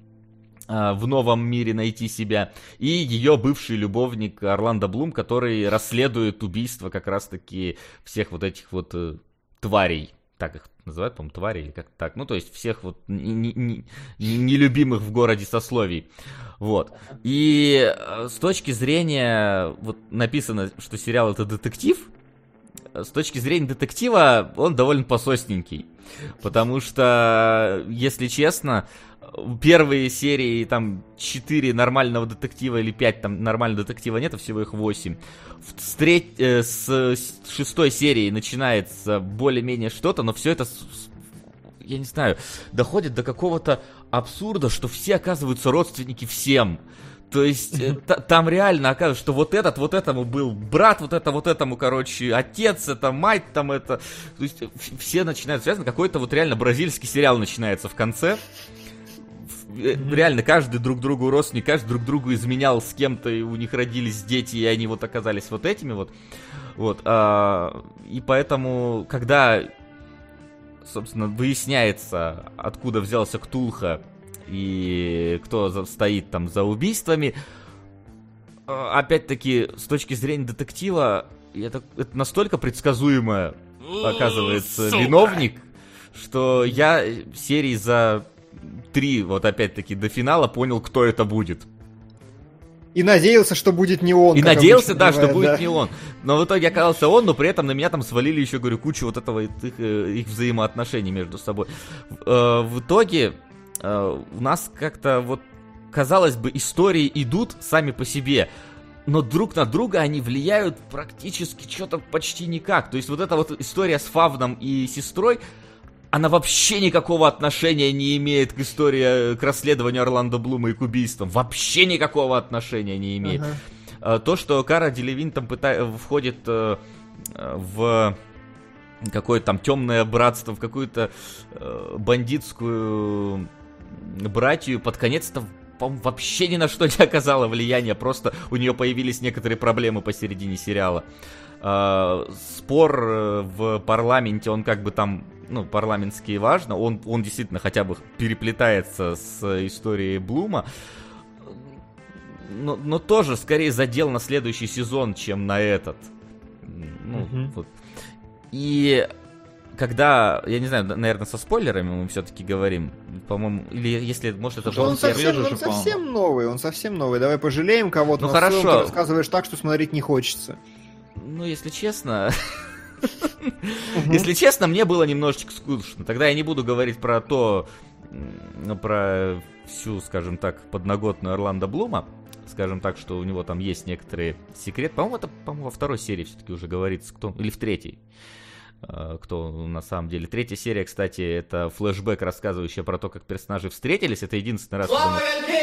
в новом мире найти себя, и ее бывший любовник Орландо Блум, который расследует убийство как раз-таки всех вот этих вот э, тварей, так их называют, по-моему, твари или как так, ну то есть всех вот нелюбимых в городе сословий. Вот. И с точки зрения, вот написано, что сериал это детектив, с точки зрения детектива он довольно пососненький, потому что, если честно, первые серии, там, четыре нормального детектива или пять там нормального детектива нет, а всего их восемь. С, треть, э, с, с шестой серии начинается более-менее что-то, но все это, я не знаю, доходит до какого-то абсурда, что все оказываются родственники всем. То есть э, т- там реально оказывается, что вот этот вот этому был брат, вот это вот этому, короче, отец, это мать, там это... То есть все начинают связано, какой-то вот реально бразильский сериал начинается в конце. Реально, каждый друг другу родственник, каждый друг другу изменял с кем-то, и у них родились дети, и они вот оказались вот этими вот. Вот. А, и поэтому, когда, собственно, выясняется, откуда взялся Ктулха и кто за, стоит там за убийствами, опять-таки, с точки зрения детектива, это, это настолько предсказуемо, оказывается, Сука. виновник, что я серии за... три, вот опять-таки, до финала понял, кто это будет. И надеялся, что будет не он. И надеялся, да, бывает, что будет да. не он. Но в итоге оказался он, но при этом на меня там свалили еще, говорю, кучу вот этого их, их взаимоотношений между собой. В итоге у нас как-то вот, казалось бы, истории идут сами по себе, но друг на друга они влияют практически что-то почти никак. То есть вот эта вот история с Фавном и сестрой, она вообще никакого отношения не имеет к истории, к расследованию Орландо Блума и к убийствам. Вообще никакого отношения не имеет. Uh-huh. То, что Кара Делавинь там пыта... входит э, в какое-то там темное братство, в какую-то э, бандитскую братью, под конец-то по-моему, вообще ни на что не оказала влияния, просто у нее появились некоторые проблемы посередине сериала. Спор в парламенте, он как бы там, ну, парламентский важно, он, он действительно хотя бы переплетается с историей Блума, но, но тоже скорее задел на следующий сезон, чем на этот. Ну, mm-hmm. вот. И когда, я не знаю, наверное, со спойлерами мы все-таки говорим, по-моему, или если, может, это... Он, совсем, он совсем новый, он совсем новый. Давай пожалеем кого-то, ну, но хорошо. Ты рассказываешь так, что смотреть не хочется. Ну, если честно... Если честно, мне было немножечко скучно. Тогда я не буду говорить про то, про всю, скажем так, подноготную Орландо Блума. Скажем так, что у него там есть некоторые секреты. По-моему, это, по-моему, во второй серии все-таки уже говорится, кто... Или в третьей. Кто на самом деле. Третья серия, кстати, это флешбэк, рассказывающий про то, как персонажи встретились. Это единственный раз, когда...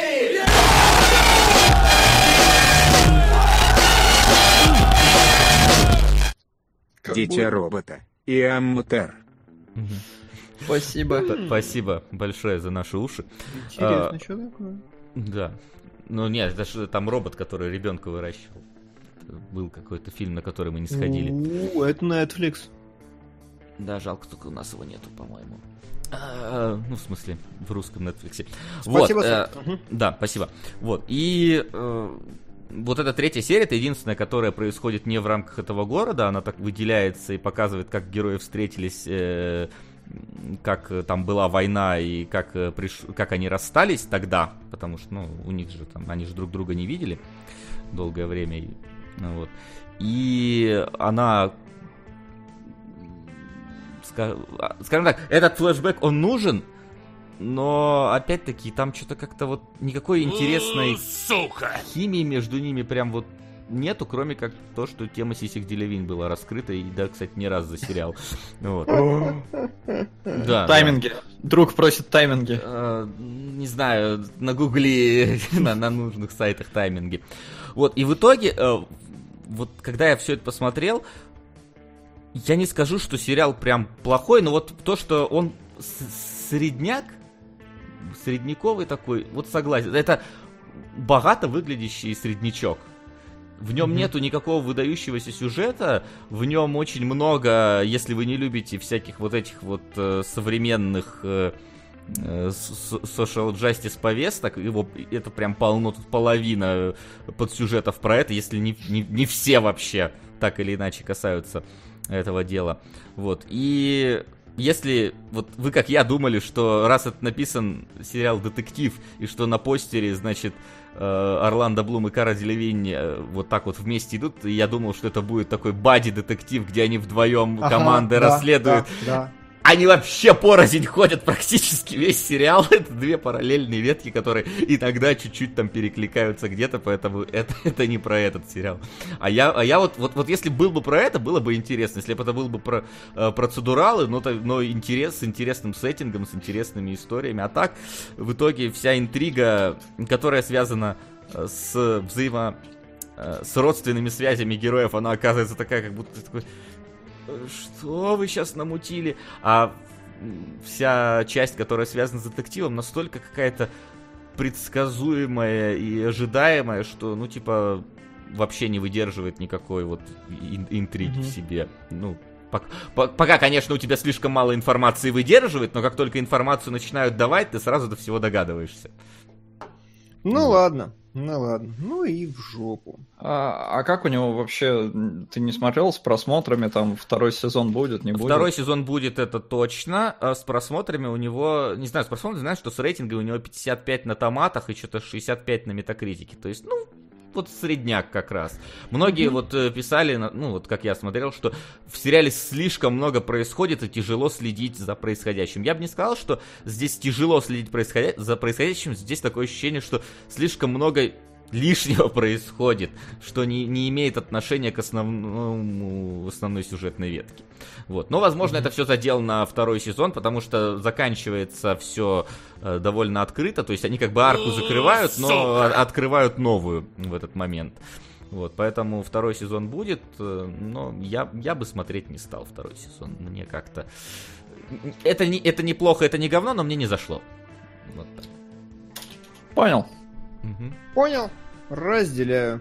Дитя робота и Аммутер. Спасибо. Спасибо большое за наши уши. Интересно, а, что такое? Да. Ну нет, это же там робот, который ребенка выращивал. Был какой-то фильм, на который мы не сходили. У, это Netflix. Да, жалко, только у нас его нету, по-моему. А, ну, в смысле, в русском Netflix. Спасибо. Вот, э, угу. Да, спасибо. Вот, и... Э, Вот эта третья серия, это единственная, которая происходит не в рамках этого города. Она так выделяется и показывает, как герои встретились, э, как там была война и как, э, приш... как они расстались тогда. Потому что, ну, у них же там, они же друг друга не видели долгое время. И, ну, вот. И она, скажем так, этот флешбэк, он нужен. Но, опять-таки, там что-то как-то вот никакой интересной Сука! химии между ними прям вот нету, кроме как то, что тема Сисик Делевин была раскрыта, и, да, кстати, не раз за сериал. Вот. Да, тайминги. Да. Друг просит тайминги. Э, не знаю, нагугли на, на нужных сайтах тайминги. Вот, и в итоге, э, вот когда я все это посмотрел, я не скажу, что сериал прям плохой, но вот то, что он средняк, средняковый такой, вот согласен. Это богато выглядящий среднячок. В нем mm-hmm. нету никакого выдающегося сюжета, в нем очень много, если вы не любите всяких вот этих вот э, современных э, э, social justice повесток, его, это прям полно, тут половина подсюжетов про это, если не, не, не все вообще так или иначе касаются этого дела. Вот, и... Если вот вы, как я, думали, что раз это написан сериал «Детектив», и что на постере, значит, Орландо Блум и Кара Делевинь вот так вот вместе идут, и я думал, что это будет такой бади-детектив, где они вдвоем ага, командой да, расследуют. Да, да. Они вообще порознь ходят практически весь сериал. Это две параллельные ветки, которые иногда чуть-чуть там перекликаются где-то, поэтому это, это не про этот сериал. А я, а я вот, вот, вот если был бы про это, было бы интересно. Если бы это был бы про э, процедуралы, но, но интерес, с интересным сеттингом, с интересными историями. А так, в итоге вся интрига, которая связана с взаимо... с родственными связями героев, она оказывается такая, как будто такой... Что вы сейчас намутили? А вся часть, которая связана с детективом, настолько какая-то предсказуемая и ожидаемая, что, ну, типа, вообще не выдерживает никакой вот ин- интриги mm-hmm. в себе. Ну, пока, пока, конечно, у тебя слишком мало информации выдерживает, но как только информацию начинают давать, ты сразу до всего догадываешься. Ну, mm. ладно. Ну ладно, ну и в жопу. А, а как у него вообще, ты не смотрел с просмотрами, там второй сезон будет, не будет? Второй сезон будет, это точно, а с просмотрами у него, не знаю, с просмотрами, знаешь, что с рейтингом у него пятьдесят пять на томатах и что-то шестьдесят пять на метакритике, то есть, ну, вот средняк как раз. Многие mm-hmm. вот писали, ну вот как я смотрел, что в сериале слишком много происходит и тяжело следить за происходящим. Я бы не сказал, что здесь тяжело следить происходя... за происходящим, здесь такое ощущение, что слишком много лишнего происходит, что не, не имеет отношения к основному, основной сюжетной ветке. Вот. Но, возможно, mm-hmm. это все задел на второй сезон, потому что заканчивается все э, довольно открыто, то есть они как бы арку закрывают, но открывают новую в этот момент. Вот, поэтому второй сезон будет, э, но я, я бы смотреть не стал второй сезон. Мне как-то... Это, не, это неплохо, это не говно, но мне не зашло. Вот так. Понял. Мгм. Понял? Разделяю.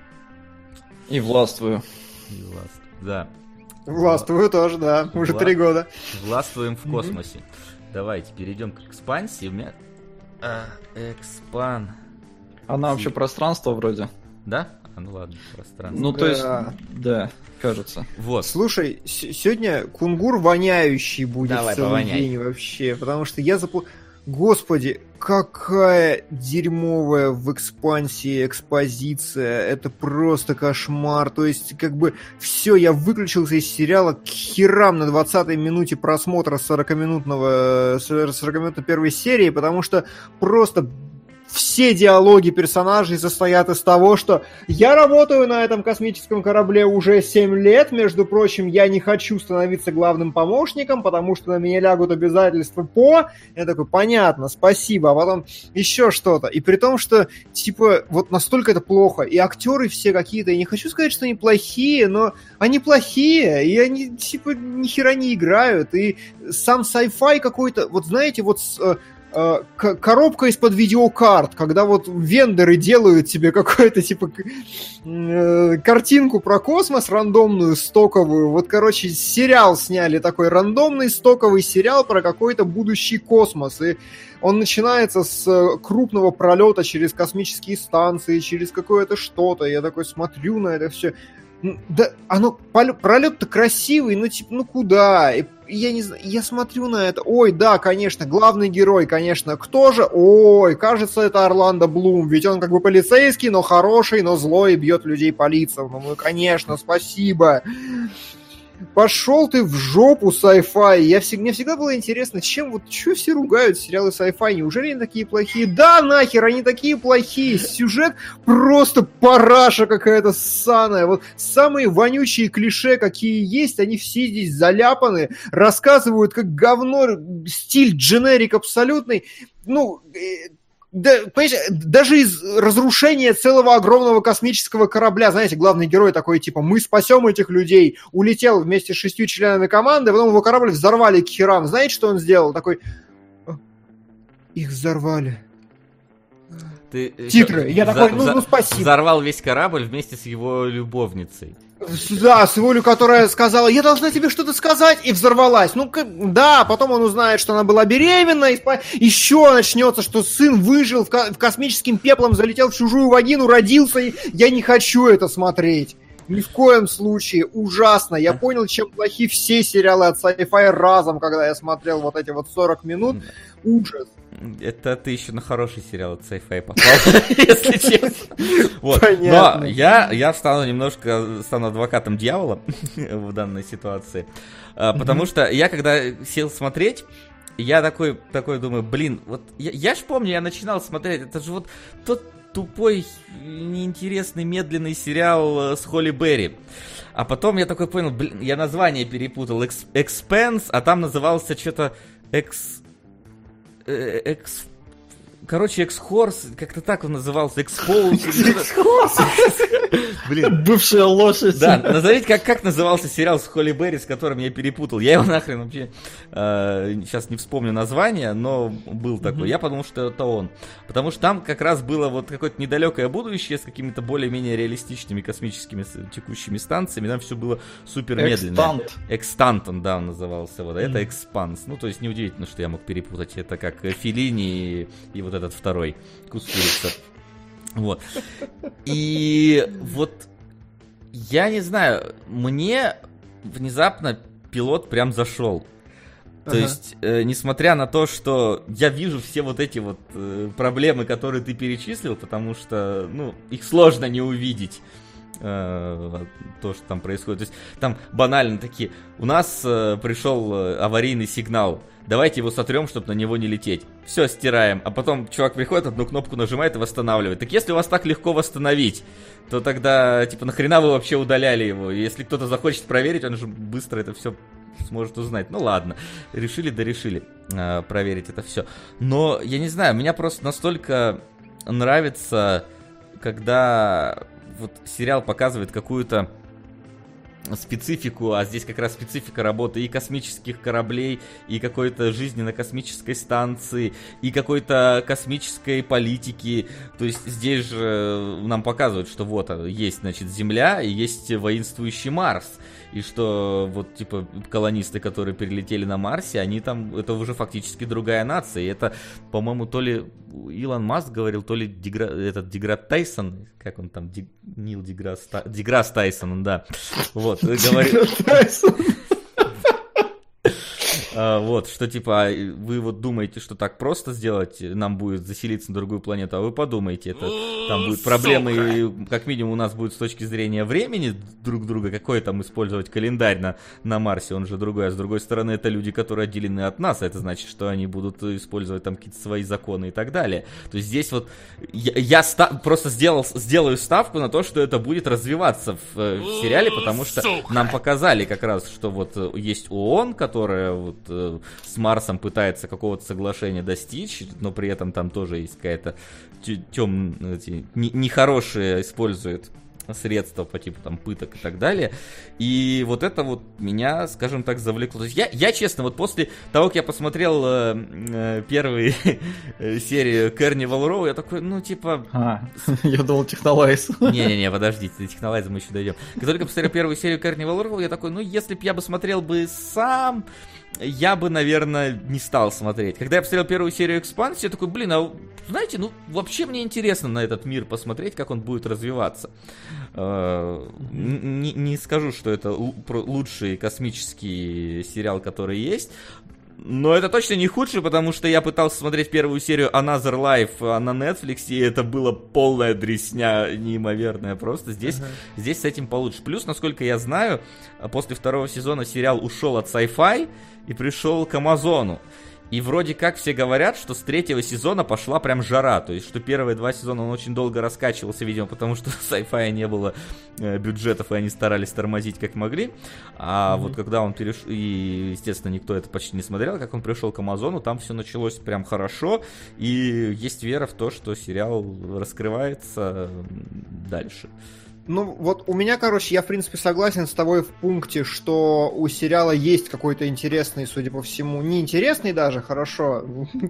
И властвую. И власт- Да. Властвую тоже, да. Уже Вла- три года. Властвуем в Мгм. космосе. Давайте перейдем к экспансии. У меня... А, экспан... Она вообще пространство вроде. Да? А, ну ладно, пространство. Ну, то есть, Да. да, кажется. Вот. Слушай, с- сегодня кунгур воняющий будет Давай, целый повоняй. день вообще, потому что я запу... Господи, какая дерьмовая в экспансии экспозиция, это просто кошмар, то есть как бы все, я выключился из сериала к херам на двадцатой минуте просмотра сорокаминутного, сорокаминутной первой серии, потому что просто... Все диалоги персонажей состоят из того, что я работаю на этом космическом корабле уже семь лет, между прочим, я не хочу становиться главным помощником, потому что на меня лягут обязательства по... Я такой, понятно, спасибо, а потом еще что-то. И при том, что, типа, вот настолько это плохо, и актеры все какие-то, я не хочу сказать, что они плохие, но они плохие, и они, типа, ни хера не играют, и сам sci-fi какой-то, вот знаете, вот... с, э, к- коробка из-под видеокарт, когда вот вендоры делают тебе какую-то, типа, к- э, картинку про космос рандомную, стоковую. Вот, короче, сериал сняли такой рандомный, стоковый сериал про какой-то будущий космос. И он начинается с э, крупного пролета через космические станции, через какое-то что-то. Я такой смотрю на это все. Да, оно, полё- пролет-то красивый, ну, типа, ну куда? И, я не знаю, я смотрю на это, ой, да, конечно, главный герой, конечно, кто же? Ой, кажется, это Орландо Блум, ведь он как бы полицейский, но хороший, но злой и бьет людей по лицам. Ну, конечно, спасибо. Пошел ты в жопу, sci-fi. Я всегда, мне всегда было интересно, чем вот, что все ругают сериалы sci-fi? Неужели они такие плохие? Да, нахер, они такие плохие. Сюжет просто параша какая-то ссаная. Вот самые вонючие клише, какие есть, они все здесь заляпаны. Рассказывают как говно, стиль дженерик абсолютный. Ну... Да, понимаешь, даже из разрушения целого огромного космического корабля, знаете, главный герой такой, типа, мы спасем этих людей, улетел вместе с шестью членами команды, потом его корабль взорвали к херам. Знаете, что он сделал? Такой, их взорвали. Ты Титры. еще Я за- такой, ну, за- ну спасибо. Взорвал весь корабль вместе с его любовницей. Да, с Волю, которая сказала, я должна тебе что-то сказать, и взорвалась. Ну, как, да, потом он узнает, что она была беременна, и спа- еще начнется, что сын выжил, в, ко- в космическим пеплом залетел в чужую вагину, родился, и я не хочу это смотреть. Ни в коем случае. Ужасно. Я понял, чем плохи все сериалы от sci-fi разом, когда я смотрел вот эти вот сорок минут. Ужас. Это ты еще на хороший сериал от sci-fi попал, если честно. Вот. Понятно. Но я, я стану немножко стану адвокатом дьявола в данной ситуации. А, Потому что я, когда сел смотреть, я такой, такой думаю, блин, вот я, я ж помню, я начинал смотреть, это же вот тот тупой, неинтересный, медленный сериал э, с Холли Берри. А потом я такой понял, блин, я название перепутал, Экс- Expanse, а там назывался что-то Экс... э, Экс... Короче, Экс-Хорс, как-то так он назывался, Экспоуз. Блин. Бывшая лошадь. Да, назовите, как, как назывался сериал с Холли Берри, с которым я перепутал. Я его нахрен вообще э, сейчас не вспомню название, но был такой. Mm-hmm. Я подумал, что это он. Потому что там как раз было вот какое-то недалекое будущее с какими-то более-менее реалистичными космическими текущими станциями. Там все было супер медленно. Экстант. Экстантон, да, он назывался. Вот. А Mm-hmm. это Экспанс. Ну, то есть неудивительно, что я мог перепутать. Это как Феллини и, и вот этот второй Кустурица. Вот. И вот я не знаю, мне внезапно пилот прям зашел. То Ага. есть, э, несмотря на то, что я вижу все вот эти вот э, проблемы, которые ты перечислил, потому что, ну, их сложно не увидеть. э, То, что там происходит. То есть, там банально такие, у нас э, пришел э, аварийный сигнал, давайте его сотрем, чтобы на него не лететь. Все, стираем. А потом чувак приходит, одну кнопку нажимает и восстанавливает. Так если у вас так легко восстановить, то тогда, типа, нахрена вы вообще удаляли его? Если кто-то захочет проверить, он же быстро это все сможет узнать. Ну ладно, решили, да решили э, проверить это все. Но, я не знаю, меня просто настолько нравится, когда вот сериал показывает какую-то специфику, а здесь как раз специфика работы и космических кораблей, и какой-то жизни на космической станции, и какой-то космической политики. То есть здесь же нам показывают, что вот есть, значит, Земля и есть воинствующий Марс. И что вот, типа, колонисты, которые перелетели на Марсе, они там, это уже фактически другая нация. И это, по-моему, то ли Илон Маск говорил, то ли Дегра, этот Деграсс Тайсон, как он там, Ди, Нил Деграсс, Деграсс Тайсон, да. Вот, говорил... Вот, что типа, вы вот думаете, что так просто сделать, нам будет заселиться на другую планету, а вы подумайте, это там будут проблемы, и, как минимум у нас будет с точки зрения времени друг друга, какой там использовать календарь на, на Марсе, он же другой, а с другой стороны это люди, которые отделены от нас, а это значит, что они будут использовать там какие-то свои законы и так далее. То есть здесь вот я, я ста- просто сделал, сделаю ставку на то, что это будет развиваться в, в сериале, потому что нам показали как раз, что вот есть ООН, которая вот с Марсом пытается какого-то соглашения достичь, но при этом там тоже есть какая-то темные, нехорошие использует средства по типу там пыток и так далее. И вот это вот меня, скажем так, завлекло. То есть я, я честно, вот после того, как я посмотрел э, э, первые серии Carnival Row, я такой, ну типа... А, я думал Технолайз. Не-не-не, подождите, до Технолайза мы еще дойдем. Как только посмотрел первую серию Carnival Row, я такой, ну если бы я бы смотрел бы сам... я бы, наверное, не стал смотреть. Когда я посмотрел первую серию экспансии, я такой, блин, а знаете, ну вообще мне интересно на этот мир посмотреть, как он будет развиваться. Не, не скажу, что это лучший космический сериал, который есть, но это точно не худший, потому что я пытался смотреть первую серию Another Life на Netflix, и это было полная дресня неимоверная просто. Здесь, uh-huh. здесь с этим получше. Плюс, насколько я знаю, после второго сезона сериал ушел от Sci-Fi и пришел к Амазону. И вроде как все говорят, что с третьего сезона пошла прям жара. То есть, что первые два сезона он очень долго раскачивался, видимо, потому что в Sci-Fi не было э, бюджетов, и они старались тормозить как могли. А mm-hmm. вот когда он перешел, и, естественно, никто это почти не смотрел, как он пришел к Амазону, там все началось прям хорошо. И есть вера в то, что сериал раскрывается дальше. Ну, вот у меня, короче, я, в принципе, согласен с тобой в пункте, что у сериала есть какой-то интересный, судя по всему, не интересный даже, хорошо,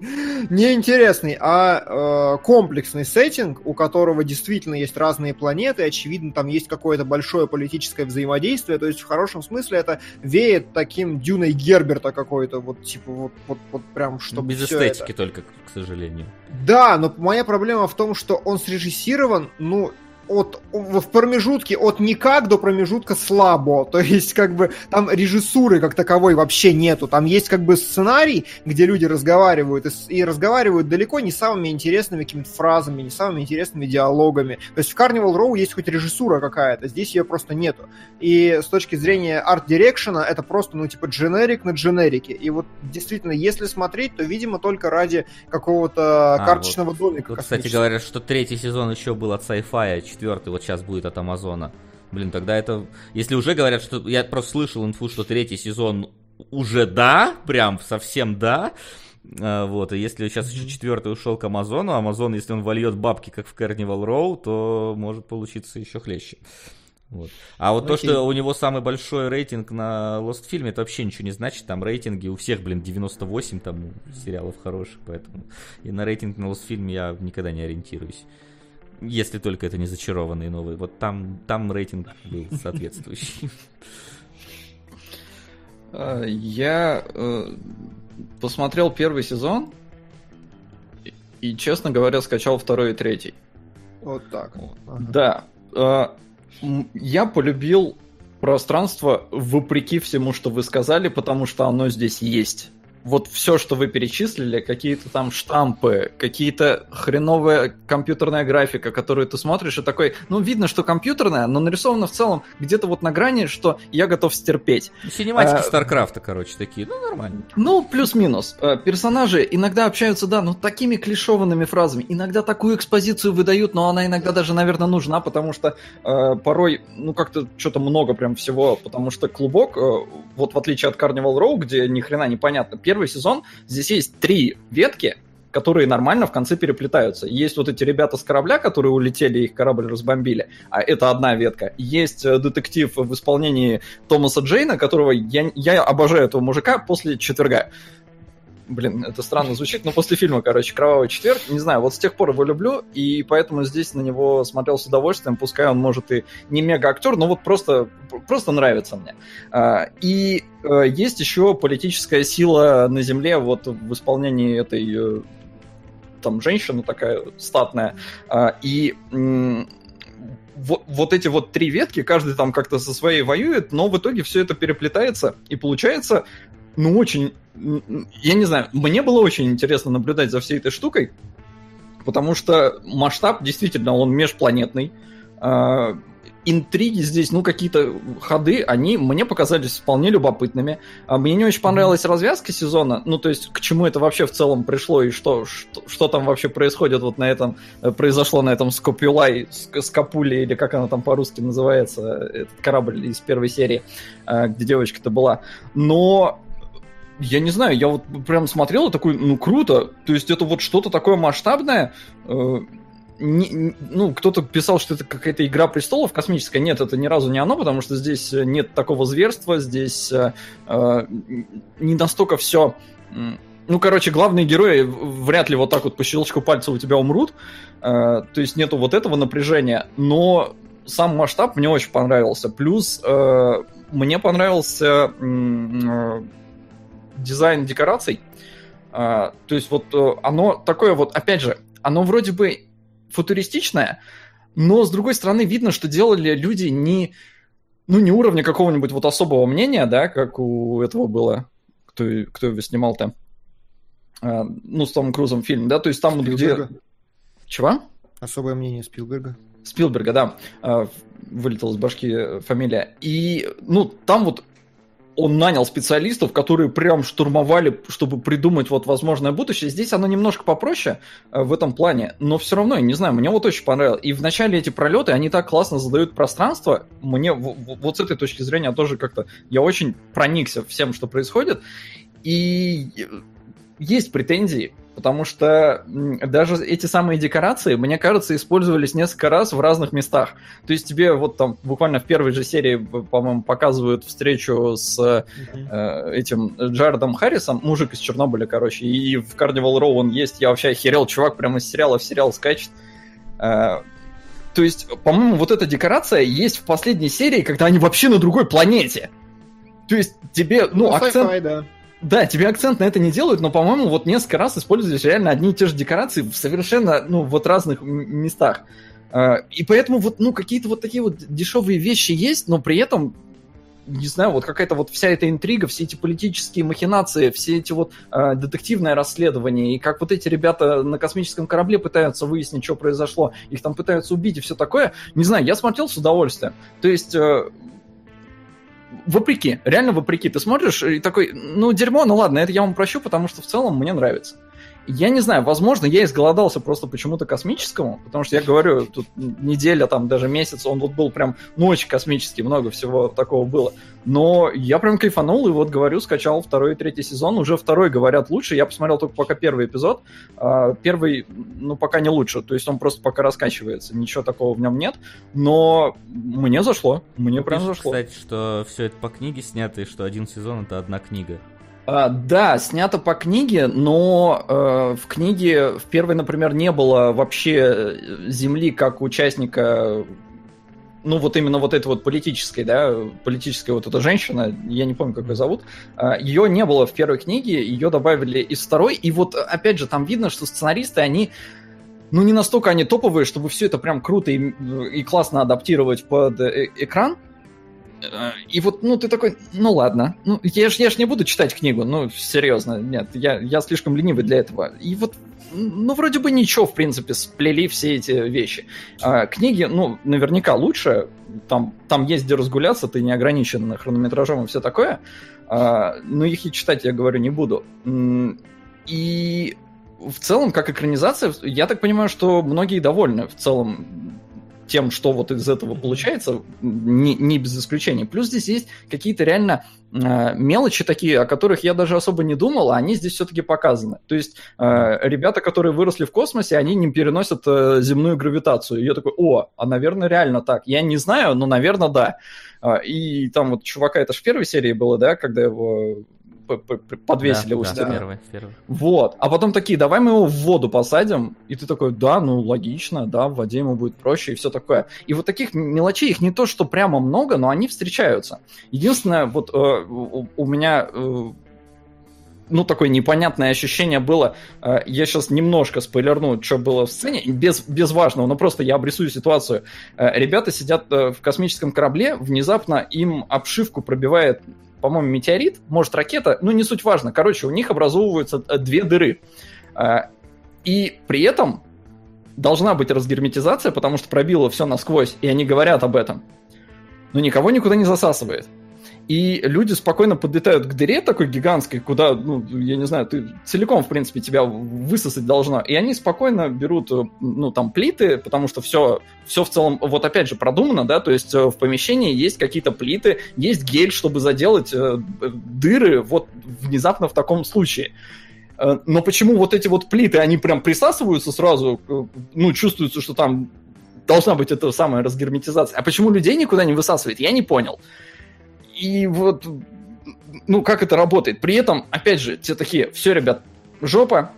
не интересный, а э, комплексный сеттинг, у которого действительно есть разные планеты, очевидно, там есть какое-то большое политическое взаимодействие, то есть в хорошем смысле это веет таким Дюной Герберта какой-то, вот, типа, вот, вот, вот прям, чтобы без эстетики это... только, к сожалению. Да, но моя проблема в том, что он срежиссирован, ну, От, в промежутке от никак до промежутка слабо, то есть как бы там режиссуры как таковой вообще нету, там есть как бы сценарий, где люди разговаривают и, и разговаривают далеко не самыми интересными какими-то фразами, не самыми интересными диалогами, то есть в Carnival Row есть хоть режиссура какая-то, здесь ее просто нету, и с точки зрения арт-дирекшена это просто ну типа дженерик на дженерике, и вот действительно если смотреть, то видимо только ради какого-то а, карточного вот, домика. Вот, кстати, говорят, что третий сезон еще был от Sci-Fi, четвертый вот сейчас будет от Амазона. Блин, тогда это... Если уже говорят, что... Я просто слышал инфу, что третий сезон уже да, прям совсем да. А, вот, и если сейчас еще четвертый ушел к Амазону, Амазон, если он вольет бабки, как в Carnival Row, то может получиться еще хлеще. Вот. А вот Окей. то, что у него самый большой рейтинг на Lost Film, это вообще ничего не значит. Там рейтинги у всех, блин, девяносто восемь там сериалов хороших, поэтому и на рейтинг на Lost Film я никогда не ориентируюсь. Если только это не зачарованные новые. Вот там, там рейтинг был соответствующий. Я э, посмотрел первый сезон и, и, честно говоря, скачал второй и третий. Вот так. Ага. Да. Э, я полюбил пространство вопреки всему, что вы сказали, потому что оно здесь есть. Вот все, что вы перечислили, какие-то там штампы, какие-то хреновая компьютерная графика, которую ты смотришь, и такой, ну, видно, что компьютерная, но нарисована в целом где-то вот на грани, что я готов стерпеть. Синематики а, Старкрафта, короче, такие, ну, нормально. Ну, плюс-минус. Персонажи иногда общаются, да, ну, такими клишованными фразами, иногда такую экспозицию выдают, но она иногда даже, наверное, нужна, потому что э, порой, ну, как-то что-то много прям всего, потому что Клубок, э, вот в отличие от Carnival Row, где ни хрена непонятно, первый сезон, здесь есть три ветки, которые нормально в конце переплетаются. Есть вот эти ребята с корабля, которые улетели, их корабль разбомбили, а это одна ветка. Есть детектив в исполнении Томаса Джейна, которого я, я обожаю этого мужика после «Четверга». Блин, это странно звучит, но после фильма, короче, «Кровавый четверг», не знаю, вот с тех пор его люблю, и поэтому здесь на него смотрел с удовольствием, пускай он, может, и не мега-актер, но вот просто, просто нравится мне. И есть еще политическая сила на Земле вот в исполнении этой там женщины такая статная, и вот, вот эти вот три ветки, каждый там как-то со своей воюет, но в итоге все это переплетается, и получается... Ну, очень... Я не знаю, мне было очень интересно наблюдать за всей этой штукой, потому что масштаб действительно, он межпланетный. Э, интриги здесь, ну, какие-то ходы, они мне показались вполне любопытными. А мне не очень понравилась развязка сезона, ну, то есть, к чему это вообще в целом пришло и что, что, что там вообще происходит вот на этом, произошло на этом Скопулай, Скопуле, или как она там по-русски называется, этот корабль из первой серии, э, где девочка-то была. Но... Я не знаю, я вот прям смотрел и такой, ну, круто. То есть это вот что-то такое масштабное. Э, не, ну, кто-то писал, что это какая-то «Игра престолов» космическая. Нет, это ни разу не оно, потому что здесь нет такого зверства, здесь э, э, не настолько все... Ну, короче, главные герои вряд ли вот так вот по щелчку пальца у тебя умрут. Э, то есть нету вот этого напряжения. Но сам масштаб мне очень понравился. Плюс э, мне понравился... Э, дизайн декораций. А, то есть вот оно такое вот, опять же, оно вроде бы футуристичное, но с другой стороны видно, что делали люди не, ну, не уровня какого-нибудь вот особого мнения, да, как у этого было, кто, кто его снимал-то, а, ну, с Томом Крузом фильм, да, то есть там вот где... Чего? Особое мнение Спилберга. Спилберга, да, а, вылетела из башки фамилия. И, ну, там вот он нанял специалистов, которые прям штурмовали, чтобы придумать вот возможное будущее. Здесь оно немножко попроще э, в этом плане, но все равно, я не знаю, мне вот очень понравилось. И вначале эти пролеты, они так классно задают пространство. Мне в, в, вот с этой точки зрения тоже как-то... Я очень проникся всем, что происходит. И есть претензии, потому что даже эти самые декорации, мне кажется, использовались несколько раз в разных местах. То есть тебе вот там буквально в первой же серии, по-моему, показывают встречу с mm-hmm. э, этим Джаредом Харрисом, мужик из Чернобыля, короче, и в Carnival Row он есть. Я вообще охерел, чувак прямо из сериала в сериал скачет. Э, то есть, по-моему, вот эта декорация есть в последней серии, когда они вообще на другой планете. То есть тебе, ну, ну акцент... Sci-fi, да. Да, тебе акцент на это не делают, но, по-моему, вот несколько раз использовались реально одни и те же декорации в совершенно, ну, вот разных местах. И поэтому вот, ну, какие-то вот такие вот дешевые вещи есть, но при этом, не знаю, вот какая-то вот вся эта интрига, все эти политические махинации, все эти вот э, детективное расследование, и как вот эти ребята на космическом корабле пытаются выяснить, что произошло, их там пытаются убить и все такое, не знаю, я смотрел с удовольствием. То есть... Э, Вопреки, реально вопреки. Ты смотришь и такой, ну, дерьмо, ну ладно, это я вам прощу, потому что в целом мне нравится. Я не знаю, возможно, я изголодался просто почему-то космическому, потому что я говорю, тут неделя, там даже месяц, он вот был прям, ну, очень космический, много всего такого было. Но я прям кайфанул, и вот, говорю, скачал второй и третий сезон, уже второй, говорят, лучше. Я посмотрел только пока первый эпизод. Первый, ну, пока не лучше, то есть он просто пока раскачивается, ничего такого в нем нет, но мне зашло, мне прям зашло. Кстати, что все это по книге снято, и что один сезон — это одна книга. Uh, да, снято по книге, но uh, в книге в первой, например, не было вообще Земли как участника, ну вот именно вот этой вот политической, да, политическая вот эта женщина, я не помню, как ее зовут, uh, ее не было в первой книге, ее добавили из второй, и вот опять же там видно, что сценаристы, они... Ну, не настолько они топовые, чтобы все это прям круто и, и классно адаптировать под э- экран. И вот, ну, ты такой, ну, ладно. Ну, я ж, я ж не буду читать книгу, ну, серьезно, нет, я, я слишком ленивый для этого. И вот, ну, вроде бы ничего, в принципе, сплели все эти вещи. А, книги, ну, наверняка лучше, там, там есть где разгуляться, ты не ограничен хронометражом и все такое, а, но их и читать, я говорю, не буду. И в целом, как экранизация, я так понимаю, что многие довольны в целом тем, что вот из этого получается, не, не без исключения. Плюс здесь есть какие-то реально э, мелочи такие, о которых я даже особо не думал, а они здесь все-таки показаны. То есть э, ребята, которые выросли в космосе, они не переносят э, земную гравитацию. И я такой, о, а наверное реально так. Я не знаю, но наверное да. И там вот чувака, это же в первой серии было, да, когда его подвесили да, у да, стены. Первый, первый. Вот. А потом такие, давай мы его в воду посадим. И ты такой, да, ну логично, да, в воде ему будет проще и все такое. И вот таких мелочей, их не то, что прямо много, но они встречаются. Единственное, вот э, у, у меня... Э, ну, такое непонятное ощущение было. Э, я сейчас немножко спойлерну, что было в сцене, без, без важного, но просто я обрисую ситуацию. Э, ребята сидят э, в космическом корабле, внезапно им обшивку пробивает, по-моему, метеорит, может, ракета, ну, не суть важно. Короче, у них образовываются две дыры. И при этом должна быть разгерметизация, потому что пробило все насквозь, и они говорят об этом. Но никого никуда не засасывает. И люди спокойно подлетают к дыре такой гигантской, куда, ну, я не знаю, ты целиком, в принципе, тебя высосать должно. И они спокойно берут, ну, там, плиты, потому что все, все в целом, вот опять же, продумано, да, то есть в помещении есть какие-то плиты, есть гель, чтобы заделать э, дыры вот внезапно в таком случае. Но почему вот эти вот плиты, они прям присасываются сразу, ну, чувствуется, что там должна быть эта самая разгерметизация. А почему людей никуда не высасывает, я не понял. И вот, ну, как это работает? При этом, опять же, те такие, все, ребят, жопа.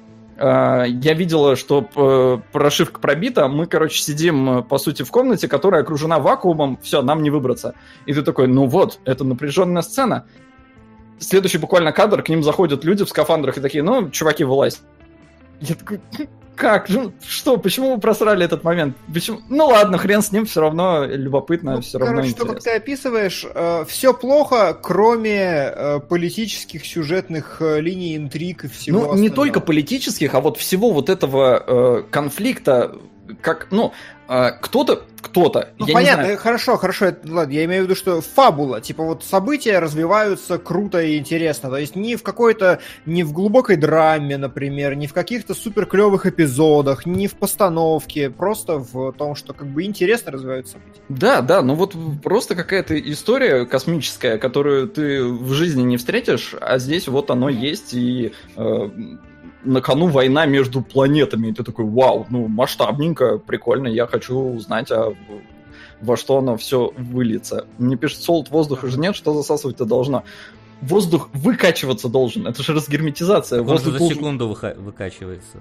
Я видела, что прошивка пробита. Мы, короче, сидим, по сути, в комнате, которая окружена вакуумом. Все, нам не выбраться. И ты такой, ну вот, это напряженная сцена. Следующий буквально кадр, к ним заходят люди в скафандрах и такие, ну, чуваки, вылазь. Я такой, как? Что? Почему вы просрали этот момент? Почему? Ну ладно, хрен с ним, все равно любопытно, ну, все равно короче, интересно. То, как ты описываешь, э, все плохо, кроме э, политических, сюжетных э, линий, интриг и всего Ну, остального. не только политических, а вот всего вот этого э, конфликта, как, ну, э, кто-то, кто-то, Ну, я понятно, не знаю. хорошо, хорошо, это, ладно, я имею в виду, что фабула, типа вот события развиваются круто и интересно, то есть не в какой-то, не в глубокой драме, например, не в каких-то супер клевых эпизодах, не в постановке, просто в том, что как бы интересно развиваются события. Да, да, ну вот просто какая-то история космическая, которую ты в жизни не встретишь, а здесь вот оно есть, и э, на кону война между планетами, и ты такой, вау, ну масштабненько, прикольно, я хочу узнать, а во что оно все выльется. Мне пишет, солод, воздуха же нет, что засасывать-то должно? Воздух выкачиваться должен, это же разгерметизация. Он Воздух же за должен... секунду выха- выкачивается.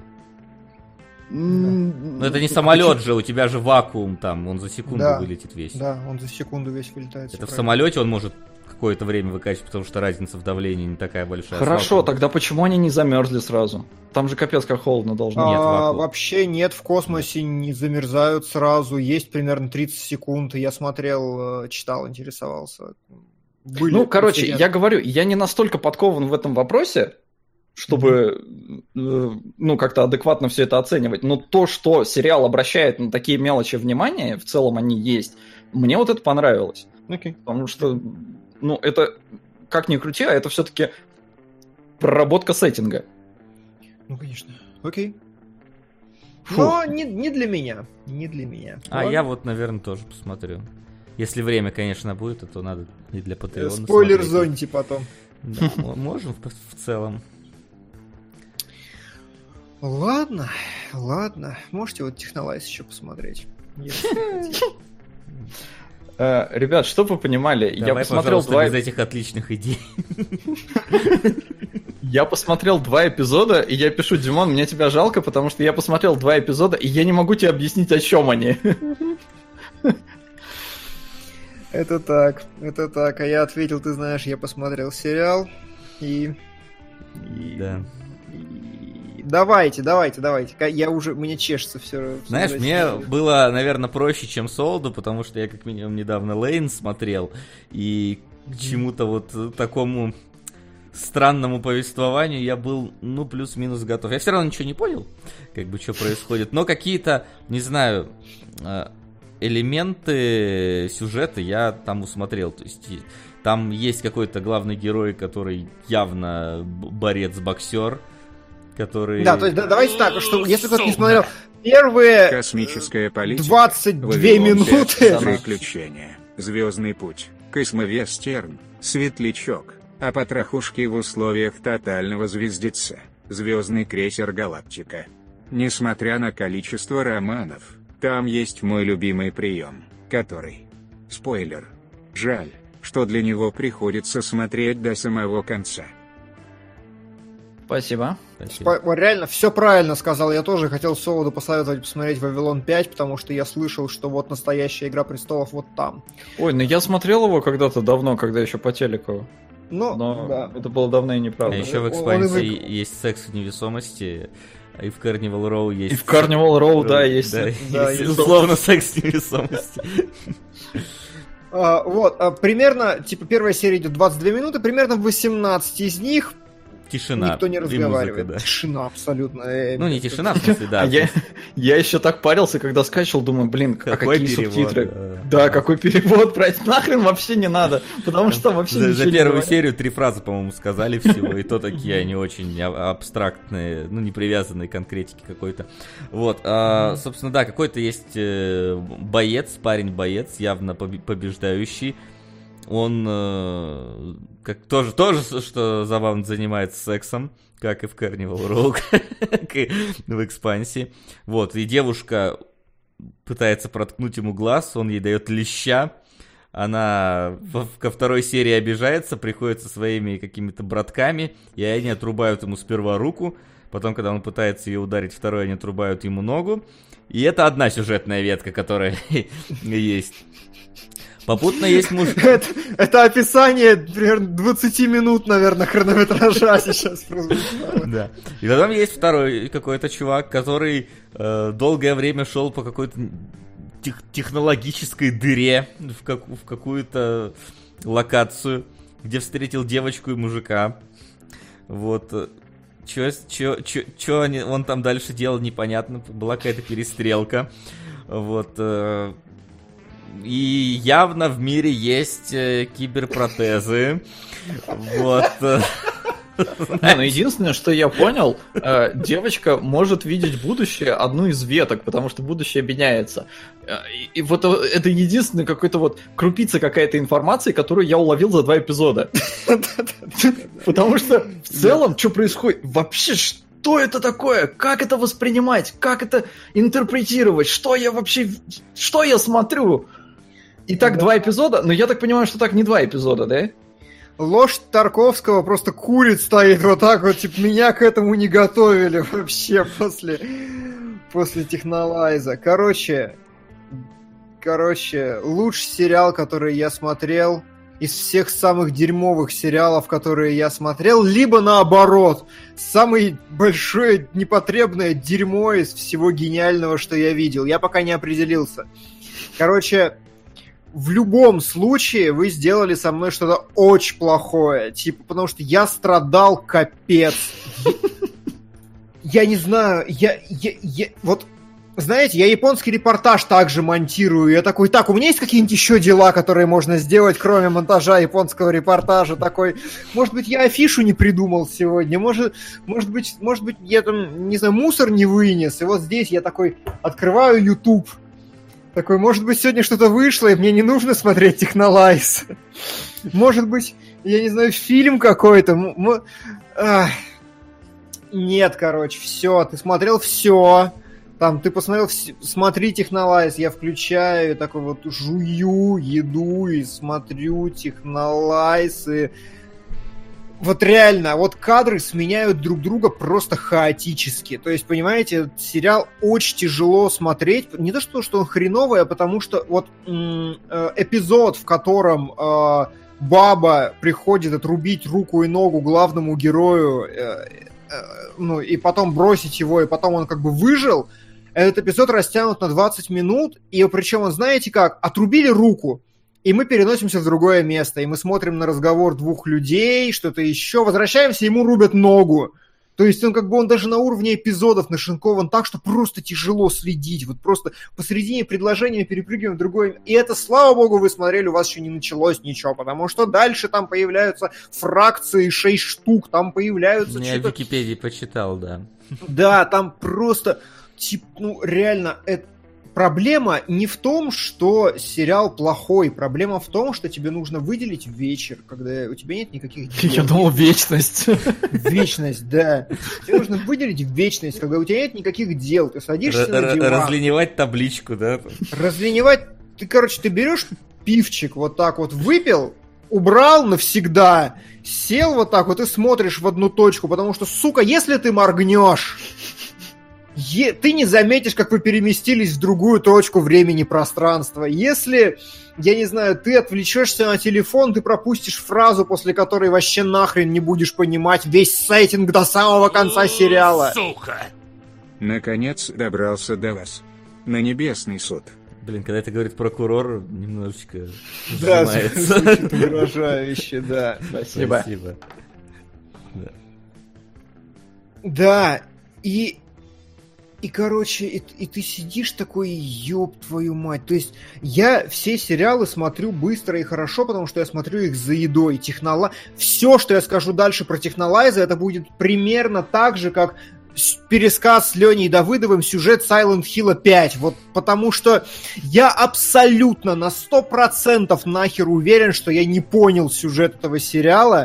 М, Ну это не самолет же, у тебя же вакуум там, он за секунду Да. вылетит весь. Да, он за секунду весь вылетает. Это всё в правильно. самолете он может какое-то время выкачивать, потому что разница в давлении не такая большая. Хорошо, Вакуум. тогда почему они не замерзли сразу? Там же капец как холодно должно быть. Нет, А, вакуум. вообще нет, в космосе не замерзают сразу, есть примерно тридцать секунд, я смотрел, э, читал, интересовался. Были Ну, короче, прецеденты. я говорю, я не настолько подкован в этом вопросе, чтобы, э, ну, как-то адекватно все это оценивать. Но то, что сериал обращает на такие мелочи внимания, в целом они есть, мне вот это понравилось. Окей. Потому что, ну, это, как ни крути, а это все-таки проработка сеттинга. Ну, конечно. Окей. Фух. Но не, не для меня. Не для меня. А Ладно. я вот, наверное, тоже посмотрю. Если время, конечно, будет, то надо и для Э, Патреона Спойлер смотреть. зоньте потом. Да, м- можем в, в целом. Ладно, ладно. Можете вот Технолайз еще посмотреть. если хотите. Э, ребят, чтобы вы понимали, я Давай, посмотрел пожалуйста, два... без этих отличных идей. Я посмотрел два эпизода, и я пишу, Димон, мне тебя жалко, потому что я посмотрел два эпизода, и я не могу тебе объяснить, о чем они. Это так, это так. А я ответил, ты знаешь, я посмотрел сериал и... и- Да. и- Давайте, давайте, давайте. Ка- Я уже, мне чешется все. Знаешь, мне было, наверное, проще, чем Солоду, потому что я как минимум недавно Лейн смотрел, и к чему-то вот такому странному повествованию я был, ну, плюс-минус готов. Я все равно ничего не понял, как бы, что происходит, но какие-то, не знаю, элементы сюжета я там усмотрел, то есть там есть какой-то главный герой, который явно борец-боксер, который... Да, то есть да, давайте так, что если кто-то не смотрел, Первые Космическая политика. двадцать две Вавилон минуты. пять, Приключения. Звездный путь. Космовестерн. Светлячок. А потрохушки в условиях тотального звездеца. Звездный крейсер Галактика. Несмотря на количество романов, там есть мой любимый прием, который... Спойлер. Жаль, что для него приходится смотреть до самого конца. Спасибо. Спасибо. По- Реально, все правильно сказал. Я тоже хотел Солоду посоветовать посмотреть «Вавилон пять», потому что я слышал, что вот настоящая «Игра престолов» вот там. Ой, ну я смотрел его когда-то давно, когда еще по телеку. Ну, Но да. это было давно и А неправда. еще в Он- он экспансии и вы- есть секс в невесомости, и в Carnival Row есть... И в Carnival Row, да, есть. Да, Да, есть есть. условно секс в невесомости. А, вот, а, примерно, типа, первая серия идет двадцать две минуты, примерно в восемнадцать из них Тишина. никто не и разговаривает. музыка, да. Тишина абсолютно. Э, Ну, не тишина, в смысле, да. А я, я еще так парился, когда скачивал, думаю, блин, а Какой какие перевод, субтитры? да. Да, какой перевод, брать нахрен вообще не надо, потому что вообще За, ничего за не первую говорят. серию три фразы, по-моему, сказали всего, и то такие они очень а- абстрактные, ну, не привязанные к конкретике какой-то. Вот, а, собственно, да, какой-то есть э, боец, парень-боец, явно побе- побеждающий. Он э, как тоже, тоже, что забавно, занимается сексом, как и в Carnival Row, как и в экспансии. Вот, и девушка пытается проткнуть ему глаз, он ей дает леща. Она во- ко второй серии обижается, приходит со своими какими-то братками, и они отрубают ему сперва руку, потом, когда он пытается ее ударить второй, они отрубают ему ногу. И это одна сюжетная ветка, которая есть. Попутно есть муж... Это, это описание примерно двадцать минут, наверное, хронометража сейчас прозвучало. Да. И потом есть второй какой-то чувак, который э, долгое время шел по какой-то тех- технологической дыре в, как- в какую-то локацию, где встретил девочку и мужика. Вот. Чё, чё, чё, чё они, он там дальше делал, непонятно. Была какая-то перестрелка. Вот. э, И явно в мире есть э, киберпротезы. Вот. э, Не, ну единственное, что я понял, э, девочка может видеть будущее одну из веток, потому что будущее меняется. Э, И, и вот это единственная какой-то вот крупица какая-то информации, которую я уловил за два эпизода. Потому что в целом, что происходит? Вообще, что это такое? Как это воспринимать? Как это интерпретировать? Что я вообще... Что я смотрю? И так два эпизода, но я так понимаю, что так не два эпизода, да? Ложь Тарковского просто курит, стоит вот так вот, типа, меня к этому не готовили вообще после, после Технолайза. Короче, короче, лучший сериал, который я смотрел из всех самых дерьмовых сериалов, которые я смотрел, либо наоборот, самое большое непотребное дерьмо из всего гениального, что я видел. Я пока не определился. Короче... В любом случае вы сделали со мной что-то очень плохое. Типа, потому что я страдал капец. Я не знаю, я, я, я... Вот, знаете, я японский репортаж также монтирую. Я такой, так, у меня есть какие-нибудь еще дела, которые можно сделать, кроме монтажа японского репортажа? Такой, может быть, я афишу не придумал сегодня, может, может быть, может быть, я там, не знаю, мусор не вынес. И вот здесь я такой открываю YouTube. Такой, может быть, сегодня что-то вышло, и мне не нужно смотреть Технолайз. Может быть, я не знаю, фильм какой-то. М- м- ах. Нет, короче, все, ты смотрел все. Там, ты посмотрел, вс- смотри Технолайз, я включаю, и такой вот жую еду и смотрю Технолайз, и... Вот реально, вот кадры сменяют друг друга просто хаотически. То есть, понимаете, этот сериал очень тяжело смотреть. Не то, что, что он хреновый, а потому что вот м- э, эпизод, в котором э, баба приходит отрубить руку и ногу главному герою, э, э, ну, и потом бросить его, и потом он как бы выжил, этот эпизод растянут на двадцать минут, и причем, он, знаете как, отрубили руку, и мы переносимся в другое место, и мы смотрим на разговор двух людей, что-то еще, возвращаемся, ему рубят ногу. То есть он как бы, он даже на уровне эпизодов нашинкован так, что просто тяжело следить. Вот просто посередине предложения перепрыгиваем в другое. И это, слава богу, вы смотрели, у вас еще не началось ничего, потому что дальше там появляются фракции, шесть штук, там появляются... Я в что-то... Википедии почитал, да. Да, там просто... тип, ну, реально, это... Проблема не в том, что сериал плохой, проблема в том, что тебе нужно выделить вечер, когда у тебя нет никаких дел. Я думал, вечность. Вечность, да. Тебе нужно выделить вечность, когда у тебя нет никаких дел, ты садишься Р- на диван. Разленивать табличку, да? Разленивать, ты, короче, ты берешь пивчик, вот так вот выпил, убрал навсегда, сел вот так вот и смотришь в одну точку, потому что, сука, если ты моргнешь... Е- ты не заметишь, как вы переместились в другую точку времени пространства. Если, я не знаю, ты отвлечешься на телефон, ты пропустишь фразу, после которой вообще нахрен не будешь понимать весь сеттинг до самого конца сериала. Сука! Наконец добрался до вас. На небесный суд. Блин, когда это говорит прокурор, немножечко Да, сжимается. звучит угрожающе, да. Спасибо. Спасибо. Да. Да, и... И, короче, и, и ты сидишь такой, ёб твою мать. То есть я все сериалы смотрю быстро и хорошо, потому что я смотрю их за едой. Технолай... Все, что я скажу дальше про Технолайза, это будет примерно так же, как пересказ с Леней Давыдовым, сюжет Silent Hill пять. Вот потому что я абсолютно на сто процентов нахер уверен, что я не понял сюжет этого сериала.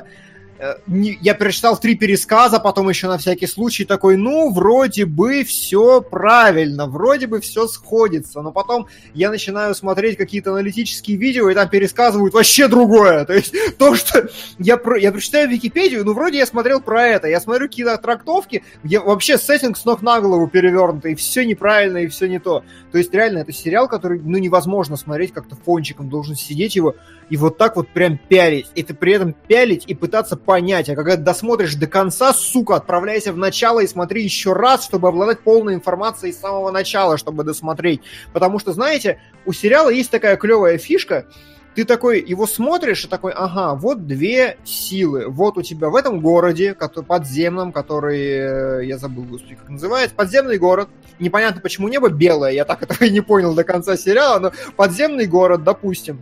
Я перечитал три пересказа, потом еще на всякий случай такой, ну, вроде бы все правильно, вроде бы все сходится, но потом я начинаю смотреть какие-то аналитические видео, и там пересказывают вообще другое, то есть то, что я, про... я прочитаю Википедию, ну, вроде я смотрел про это, я смотрю какие-то трактовки, где вообще сеттинг с ног на голову перевернутый, и все неправильно, и все не то, то есть реально это сериал, который, ну, невозможно смотреть как-то фончиком, должен сидеть его и вот так вот прям пялить, и ты при этом пялить и пытаться понять, а когда досмотришь до конца, сука, отправляйся в начало и смотри еще раз, чтобы обладать полной информацией с самого начала, чтобы досмотреть. Потому что, знаете, у сериала есть такая клевая фишка, ты такой его смотришь и такой, ага, вот две силы, вот у тебя в этом городе, который, подземном, который, я забыл, господи, как называется, подземный город, непонятно, почему небо белое, я так этого и не понял до конца сериала, но подземный город, допустим.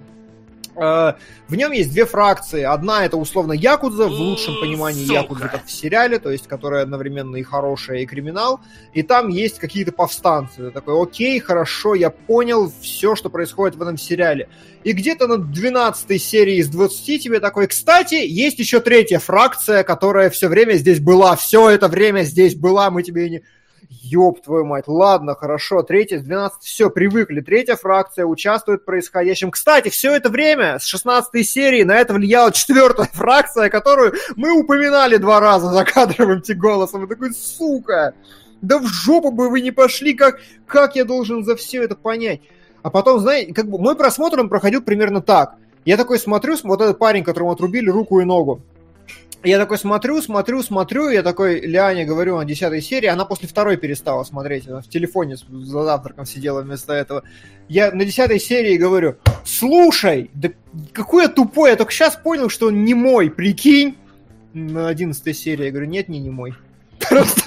В нем есть две фракции. Одна — это условно якудза, в лучшем понимании якудза, как в сериале, то есть которая одновременно и хорошая, и криминал. И там есть какие-то повстанцы. Ты такой, окей, хорошо, я понял все, что происходит в этом сериале. И где-то на двенадцатой серии из двадцати тебе такой, кстати, есть еще третья фракция, которая все время здесь была, все это время здесь была, мы тебе не... Ёб твою мать, ладно, хорошо, третья, с двенадцатой, все, привыкли, третья фракция участвует в происходящем. Кстати, все это время, с шестнадцатой серии, на это влияла четвертая фракция, которую мы упоминали два раза закадровым голосом. И такой, сука, да в жопу бы вы не пошли, как, как я должен за все это понять? А потом, знаете, как бы мой просмотр, он проходил примерно так. Я такой смотрю, вот этот парень, которому отрубили руку и ногу. Я такой смотрю, смотрю, смотрю, я такой Лиане говорю на десятой серии, она после второй перестала смотреть, она в телефоне за завтраком сидела вместо этого. Я на десятой серии говорю, слушай, да какой я тупой, я только сейчас понял, что он не мой, прикинь. На одиннадцатой серии я говорю, нет, не не мой. Просто...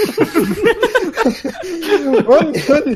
Он,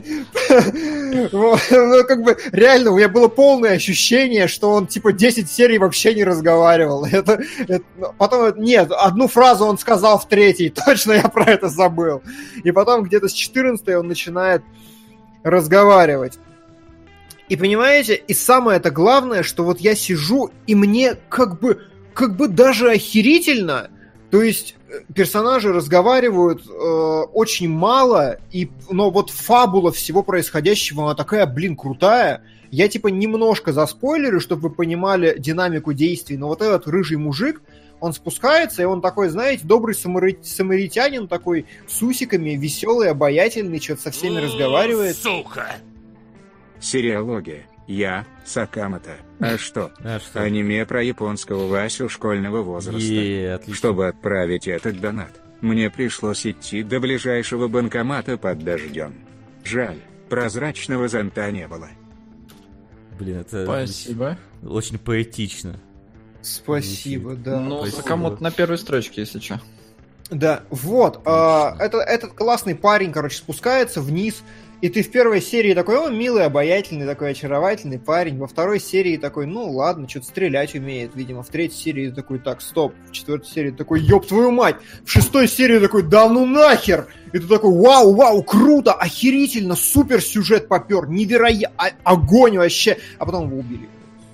он, ну, как бы, реально, у меня было полное ощущение, что он, типа, десять серий вообще не разговаривал. Это, это, потом, нет, одну фразу он сказал в третьей, точно я про это забыл. И потом где-то с четырнадцатой он начинает разговаривать. И понимаете, и самое это главное, что вот я сижу, и мне как бы, как бы даже охерительно. То есть персонажи разговаривают э, очень мало, и, но вот фабула всего происходящего, она такая, блин, крутая. Я типа немножко заспойлерю, чтобы вы понимали динамику действий, но вот этот рыжий мужик, он спускается, и он такой, знаете, добрый самари... самаритянин, такой с усиками, веселый, обаятельный, что-то со всеми разговаривает. Сука! Сериалогия. Я, Сакамото. А что? А что? Аниме про японского Васю школьного возраста. Е, отлично. Чтобы отправить этот донат, мне пришлось идти до ближайшего банкомата под дождем. Жаль, прозрачного зонта не было. Блин, это Спасибо. очень поэтично. Спасибо, да. Ну, Спасибо. Сакамото на первой строчке, если что. Да, вот, э, это, этот классный парень, короче, спускается вниз, И ты в первой серии такой, он милый, обаятельный, такой очаровательный парень. Во второй серии такой, ну ладно, что-то стрелять умеет, видимо. В третьей серии такой, так, стоп. В четвертой серии такой, ёб твою мать. В шестой серии такой, да ну нахер. И ты такой, вау, вау, круто, охерительно, супер сюжет попер, невероятно, огонь вообще. А потом его убили.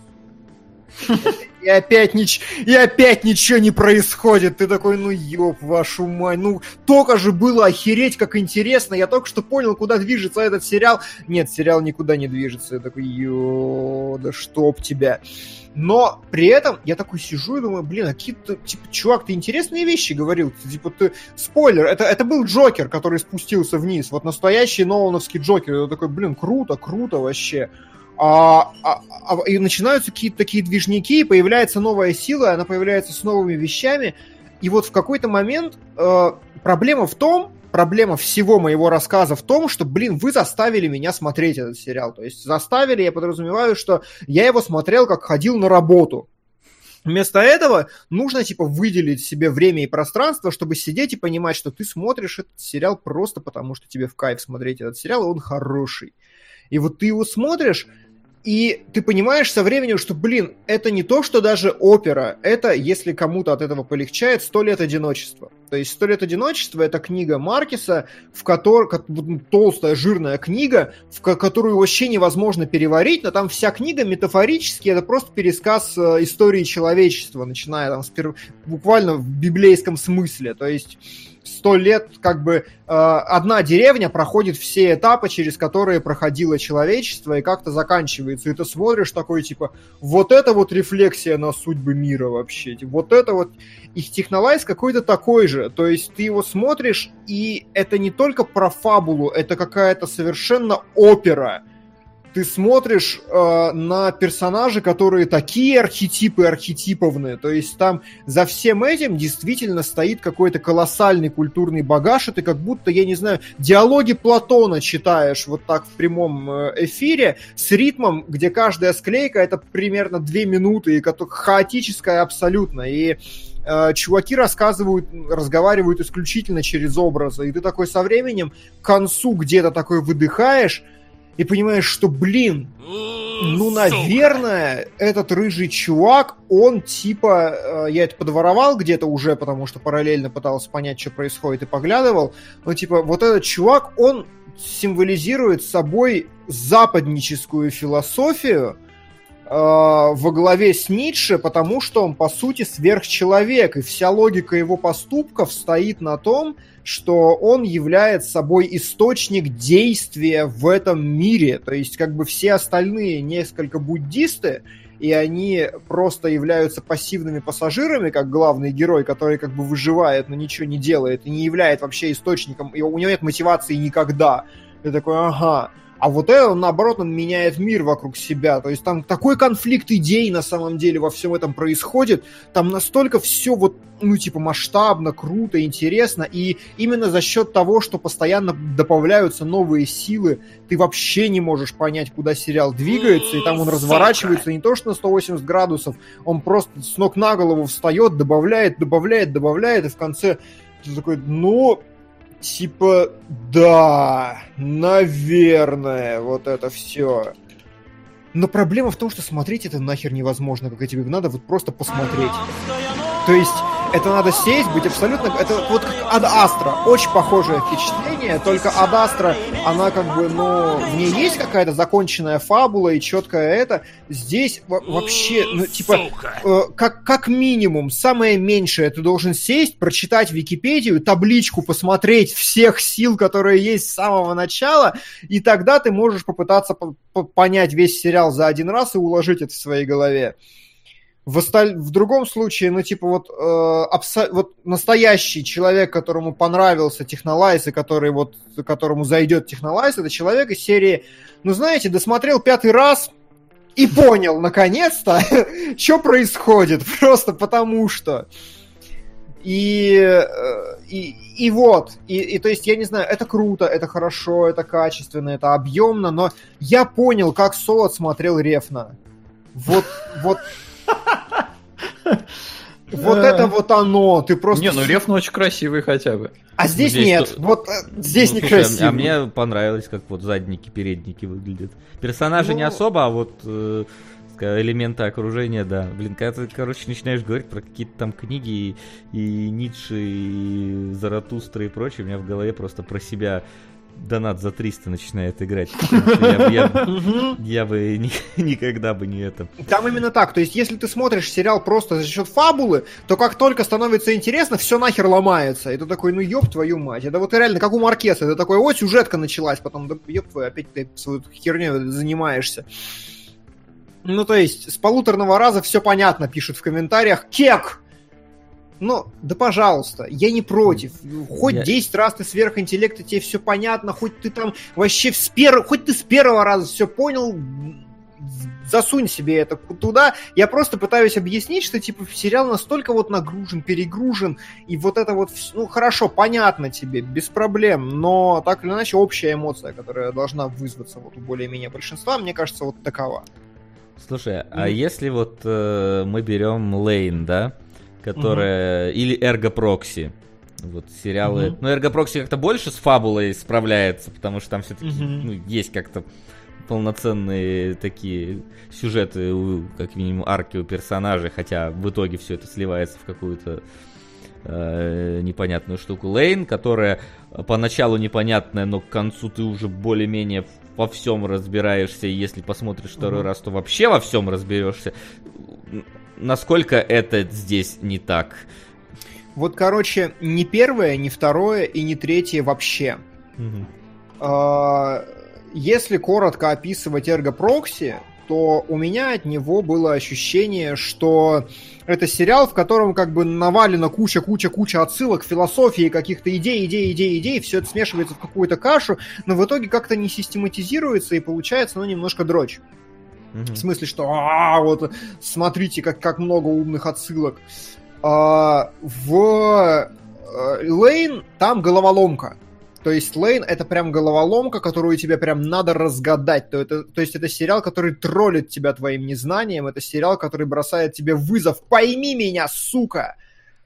И опять, нич... и опять ничего не происходит. Ты такой, ну ёб вашу мать. Ну, только же было охереть, как интересно. Я только что понял, куда движется этот сериал. Нет, сериал никуда не движется. Я такой, ё, да чтоб тебя. Но при этом я такой сижу и думаю, блин, а какие-то, типа, чувак, ты интересные вещи говорил. Типа, ты... Спойлер, это, это был Джокер, который спустился вниз. Вот настоящий Нолановский Джокер. Я такой, блин, круто, круто вообще. А, а, а, и начинаются какие-то такие движники, и появляется новая сила, она появляется с новыми вещами. И вот в какой-то момент э, проблема в том, проблема всего моего рассказа в том, что, блин, вы заставили меня смотреть этот сериал. То есть заставили, я подразумеваю, что я его смотрел, как ходил на работу. Вместо этого нужно, типа, выделить себе время и пространство, чтобы сидеть и понимать, что ты смотришь этот сериал просто потому, что тебе в кайф смотреть этот сериал, и он хороший. И вот ты его смотришь, и ты понимаешь со временем, что, блин, это не то, что даже опера, это, если кому-то от этого полегчает, «Сто лет одиночества». То есть «Сто лет одиночества» — это книга Маркеса, в которой, толстая, жирная книга, в которую вообще невозможно переварить, но там вся книга метафорически, это просто пересказ истории человечества, начиная там с перв... буквально в библейском смысле. То есть сто лет, как бы, э, одна деревня проходит все этапы, через которые проходило человечество, и как-то заканчивается. И ты смотришь такой, типа, вот это вот рефлексия на судьбы мира вообще. Вот это вот... Их Технолайз какой-то такой же. То есть ты его смотришь, и это не только про фабулу, это какая-то совершенно опера. Ты смотришь э, на персонажи, которые такие архетипы архетиповные, то есть там за всем этим действительно стоит какой-то колоссальный культурный багаж, и ты как будто, я не знаю, диалоги Платона читаешь вот так в прямом эфире с ритмом, где каждая склейка это примерно две минуты, и хаотическая абсолютно, и э, чуваки рассказывают, разговаривают исключительно через образы, и ты такой со временем к концу где-то такой выдыхаешь, и понимаешь, что, блин, ну, наверное, этот рыжий чувак, он типа, я это подворовал где-то уже, потому что параллельно пытался понять, что происходит, и поглядывал, но типа вот этот чувак, он символизирует собой западническую философию э, во главе с Ницше, потому что он, по сути, сверхчеловек, и вся логика его поступков стоит на том, что он является собой источник действия в этом мире. То есть, как бы все остальные несколько буддисты, и они просто являются пассивными пассажирами, как главный герой, который как бы выживает, но ничего не делает, и не является вообще источником, и у него нет мотивации никогда. И такой, ага. А вот это, наоборот, он меняет мир вокруг себя. То есть там такой конфликт идей на самом деле во всем этом происходит. Там настолько все вот, ну, типа, масштабно, круто, интересно. И именно за счет того, что постоянно добавляются новые силы, ты вообще не можешь понять, куда сериал двигается. И там он разворачивается не то что на сто восемьдесят градусов, он просто с ног на голову встает, добавляет, добавляет, добавляет. И в конце ты такой, ну... Типа, да, наверное, вот это все. Но проблема в том, что смотреть это нахер невозможно, как тебе надо вот просто посмотреть. То есть, это надо сесть, быть абсолютно... Это вот как Ад Астра, очень похожее впечатление, только Ад Астра, она как бы, ну, в ней есть какая-то законченная фабула и четкое это. Здесь вообще, ну, типа, э, как, как минимум, самое меньшее, ты должен сесть, прочитать Википедию, табличку, посмотреть всех сил, которые есть с самого начала, и тогда ты можешь попытаться по- по- понять весь сериал за один раз и уложить это в своей голове. В, осталь... в другом случае, ну, типа, вот, э, абсо... вот настоящий человек, которому понравился Технолайз, и который вот, которому зайдет Технолайз, это человек из серии, ну, знаете, досмотрел пятый раз и понял, наконец-то, что происходит, просто потому что. И, и, и вот, и, и то есть, я не знаю, это круто, это хорошо, это качественно, это объемно, но я понял, как Солод смотрел Рефна. Вот, вот... Вот это вот оно, ты просто... Не, ну Реф, ну очень красивый хотя бы. А здесь, Здесь нет, то- вот э, здесь Ну, слушай, некрасиво. а мне понравилось, как вот задники, передники выглядят. Персонажи Ну- не особо, а вот э, ска- элементы окружения, да. Блин, когда ты, короче, начинаешь говорить про какие-то там книги и, и Ницше, и Заратустра и прочее, у меня в голове просто про себя донат за триста начинает играть. Потому что Я, я- Мгм. я бы ни- никогда бы не это... Там именно так. То есть, если ты смотришь сериал просто за счет фабулы, то как только становится интересно, все нахер ломается. И ты такой, ну ёб твою мать. Это вот реально как у Маркеса. Ты такой, ой, сюжетка началась, потом, да ёб твою, опять ты свою херню занимаешься. Ну, то есть, с полуторного раза все понятно, пишут в комментариях. Кек! Ну, да пожалуйста, я не против. Хоть Я- десять раз ты сверхинтеллект, и тебе все понятно, хоть ты там вообще с пер... хоть ты с первого раза все понял, засунь себе это туда. Я просто пытаюсь объяснить, что типа сериал настолько вот нагружен, перегружен, и вот это вот, вс- ну хорошо, понятно тебе, без проблем, но так или иначе общая эмоция, которая должна вызваться вот у более-менее большинства, мне кажется, вот такова. Слушай, а Мгм. если вот э, мы берем Лейн, да, которая... Или Эрго Прокси. Вот сериалы... Мгм. Ну, Эрго Прокси как-то больше с фабулой справляется, потому что там все-таки Мгм. ну, есть как-то полноценные такие сюжеты, у, как минимум арки у персонажей, хотя в итоге все это сливается в какую-то э, непонятную штуку. Лейн, которая поначалу непонятная, но к концу ты уже более-менее во всем разбираешься, и если посмотришь второй Мгм. раз, то вообще во всем разберешься. Насколько это здесь не так? Вот, короче, ни первое, ни второе и ни третье вообще. А, Если коротко описывать эрго-прокси, то у меня от него было ощущение, что это сериал, в котором как бы навалена куча-куча-куча отсылок, философии, каких-то идей, идей, идей, идей, все это смешивается в какую-то кашу, но в итоге как-то не систематизируется и получается, ну, немножко дрочь. В смысле, что «А, вот смотрите, как, как много умных отсылок. А, в э, Лейн там головоломка. То есть Лейн это прям головоломка, которую тебе прям надо разгадать. То, это, то есть это сериал, который троллит тебя твоим незнанием. Это сериал, который бросает тебе вызов. Пойми меня, сука!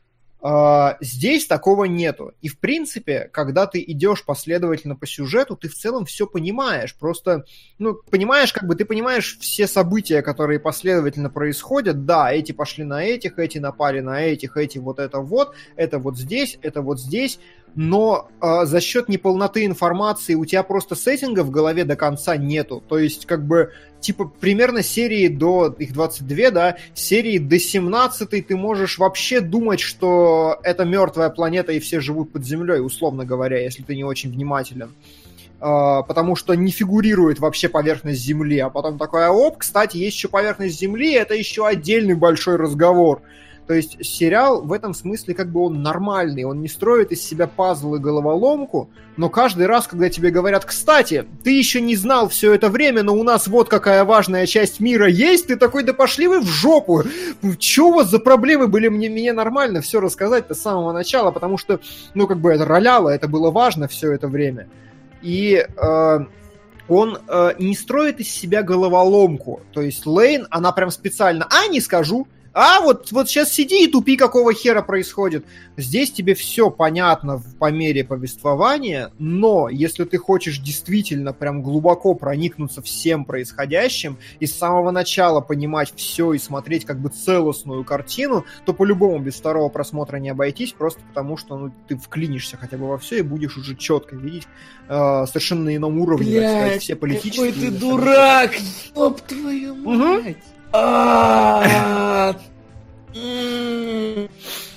А, здесь такого нету. И в принципе, когда ты идешь последовательно по сюжету, ты в целом все понимаешь. Просто, ну, понимаешь, как бы ты понимаешь все события, которые последовательно происходят. Да, эти пошли на этих, эти напали на этих, эти вот это вот, это вот здесь, это вот здесь. Но э, за счет неполноты информации у тебя просто сеттинга в голове до конца нету. То есть, как бы, типа, примерно серии до, их двадцать две, да, серии до семнадцатой ты можешь вообще думать, что это мертвая планета и все живут под землей, условно говоря, если ты не очень внимателен. Э, потому что не фигурирует вообще поверхность Земли. А потом такой, оп, кстати, есть еще поверхность Земли, это еще отдельный большой разговор. То есть сериал в этом смысле как бы он нормальный, он не строит из себя пазл и головоломку, но каждый раз, когда тебе говорят, кстати, ты еще не знал все это время, но у нас вот какая важная часть мира есть, ты такой, да пошли вы в жопу, что у вас за проблемы были, мне, мне нормально все рассказать-то с самого начала, потому что, ну как бы это роляло, это было важно все это время. И... Э, он э, не строит из себя головоломку, то есть Лейн, она прям специально, а не скажу, а вот, вот сейчас сиди и тупи, какого хера происходит. Здесь тебе все понятно по мере повествования, но если ты хочешь действительно прям глубоко проникнуться всем происходящим и с самого начала понимать все и смотреть как бы целостную картину, то по-любому без второго просмотра не обойтись, просто потому что ну, ты вклинишься хотя бы во все и будешь уже четко видеть э, совершенно на ином уровне, так сказать, все политические... какой ты дурак! Ёб твою мать! А, м.